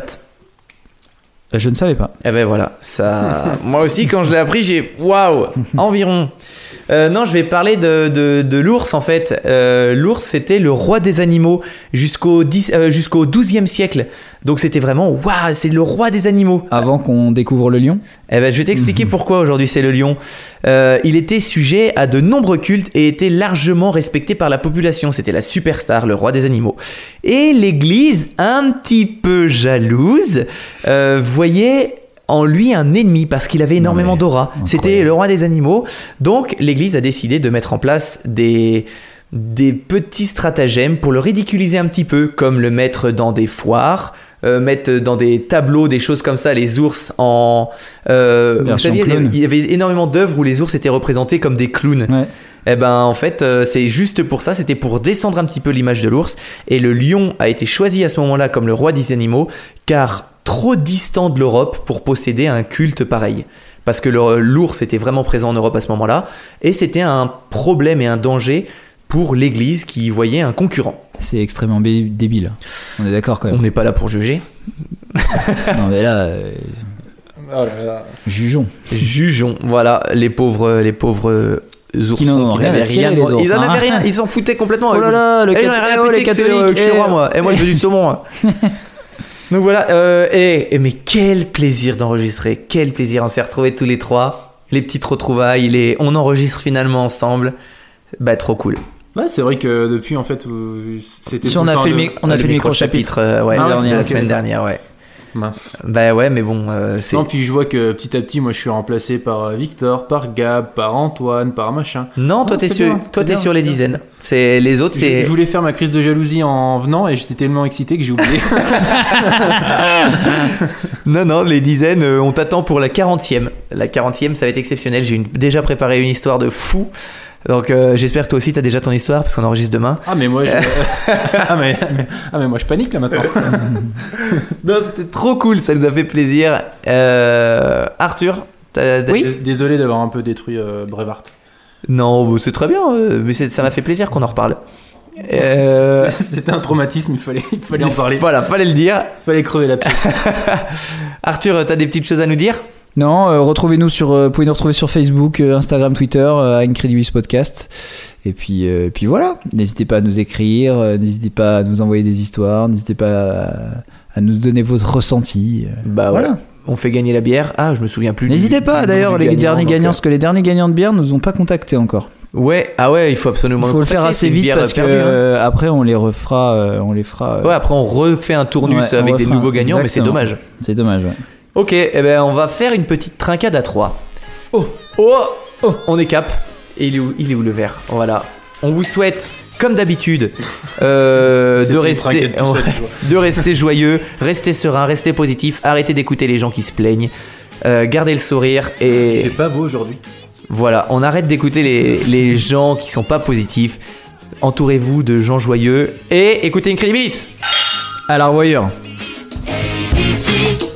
Je ne savais pas. Eh ben voilà, ça. Moi aussi quand je l'ai appris, j'ai waouh, environ. Euh, non, je vais parler de, de, de l'ours en fait. Euh, l'ours, c'était le roi des animaux jusqu'au, dix, euh, jusqu'au douzième siècle. Donc c'était vraiment, waouh, c'est le roi des animaux. Avant qu'on découvre le lion. Eh ben, je vais t'expliquer pourquoi aujourd'hui c'est le lion. Euh, il était sujet à de nombreux cultes et était largement respecté par la population. C'était la superstar, le roi des animaux. Et l'Église, un petit peu jalouse, euh, voyait en lui un ennemi parce qu'il avait énormément d'aura. C'était le roi des animaux. Donc l'Église a décidé de mettre en place des... des petits stratagèmes pour le ridiculiser un petit peu, comme le mettre dans des foires, euh, mettre dans des tableaux, des choses comme ça, les ours en... Euh, vous saviez, il y avait énormément d'œuvres où les ours étaient représentés comme des clowns. Ouais. Eh ben en fait euh, c'est juste pour ça, c'était pour descendre un petit peu l'image de l'ours, et le lion a été choisi à ce moment-là comme le roi des animaux, car trop distant de l'Europe pour posséder un culte pareil. Parce que le, l'ours était vraiment présent en Europe à ce moment-là, et c'était un problème et un danger pour l'Église qui voyait un concurrent. C'est extrêmement bé- débile. On est d'accord quand même. On n'est pas là pour juger. Non mais là, euh... oh là là. jugeons. Jugeons, voilà, les pauvres, les pauvres oursons qui n'en ont rien à cirer, les ours, ils en hein. avaient rien, ils s'en foutaient complètement. Oh là là, le eh, cat- j'en ai rien à oh, péter les que c'est, catholiques, euh, que je suis eh. roi moi. Et moi je veux du saumon. Hein. Donc voilà, euh, et, et mais quel plaisir d'enregistrer, quel plaisir, on s'est retrouvés tous les trois, les petites retrouvailles, les... on enregistre finalement ensemble, bah trop cool. Ouais, c'est vrai que depuis en fait, euh, c'était. Si tout on le a temps fait le de- mi- on a fait le micro-chapitre euh, ouais, Ah, de, ouais, de la ok, semaine d'accord. dernière, ouais. Mince. Bah ouais, mais bon, euh, c'est... Non, puis je vois que petit à petit, moi, je suis remplacé par euh, Victor, par Gab, par Antoine, par machin. Non, toi Non, t'es c'est sur, bien, toi c'est t'es bien, sur les c'est bien. dizaines. C'est les autres, Je, c'est. je voulais faire ma crise de jalousie en venant et j'étais tellement excité que j'ai oublié. Non, non, les dizaines, euh, on t'attend pour la quarantième. La quarantième, ça va être exceptionnel. J'ai une- déjà préparé une histoire de fou. Donc euh, j'espère que toi aussi t'as déjà ton histoire parce qu'on enregistre demain. Ah, mais moi, je... ah, mais, mais- ah, mais moi, je panique là maintenant. Non, c'était trop cool, ça nous a fait plaisir. Euh, Arthur, t'as, t'as- Dés- Désolé d'avoir un peu détruit euh, Brevard. Non, bah, c'est très bien, euh, mais c'est- ça m'a fait plaisir qu'on en reparle. Euh, C'est- C'était un traumatisme, il fallait, il fallait en parler. Voilà, fallait le dire. Il fallait crever la psy. Arthur, t'as des petites choses à nous dire? Non, euh, retrouvez-nous sur, euh, vous pouvez nous retrouver sur Facebook, euh, Instagram, Twitter, euh, à Incredibilis Podcast. Et puis, euh, puis voilà, n'hésitez pas à nous écrire, euh, n'hésitez pas à nous envoyer des histoires, n'hésitez pas à, à nous donner votre ressenti. euh, Bah voilà. voilà. On fait gagner la bière. Ah, je me souviens plus. du- N'hésitez pas du nom d'ailleurs, du les gagnant, derniers donc, gagnants, euh, parce que les derniers gagnants de bière nous ont pas contactés encore. Ouais, ah ouais, il faut absolument. Il faut le faire contacter, c'est assez une vite bière parce que perdue, hein. euh, après on les refera, euh, on les fera. euh, Ouais, après on refait un tournus Ouais, on avec des refera nouveaux un- gagnants, mais c'est exactement. dommage. C'est dommage, ouais. Ok, eh ben on va faire une petite trincade à trois. Oh, oh, oh, on est cap. Et il est où, il est où le verre? Voilà. On vous souhaite, comme d'habitude, euh, C'était de une rester, trincade tout seul, tu vois. de rester joyeux, rester serein, rester positif, arrêtez d'écouter les gens qui se plaignent, euh, gardez le sourire Il fait et pas beau aujourd'hui. voilà, on arrête d'écouter les, les gens qui sont pas positifs. Entourez-vous de gens joyeux et écoutez Incredibilis. À la revoyure. Ici,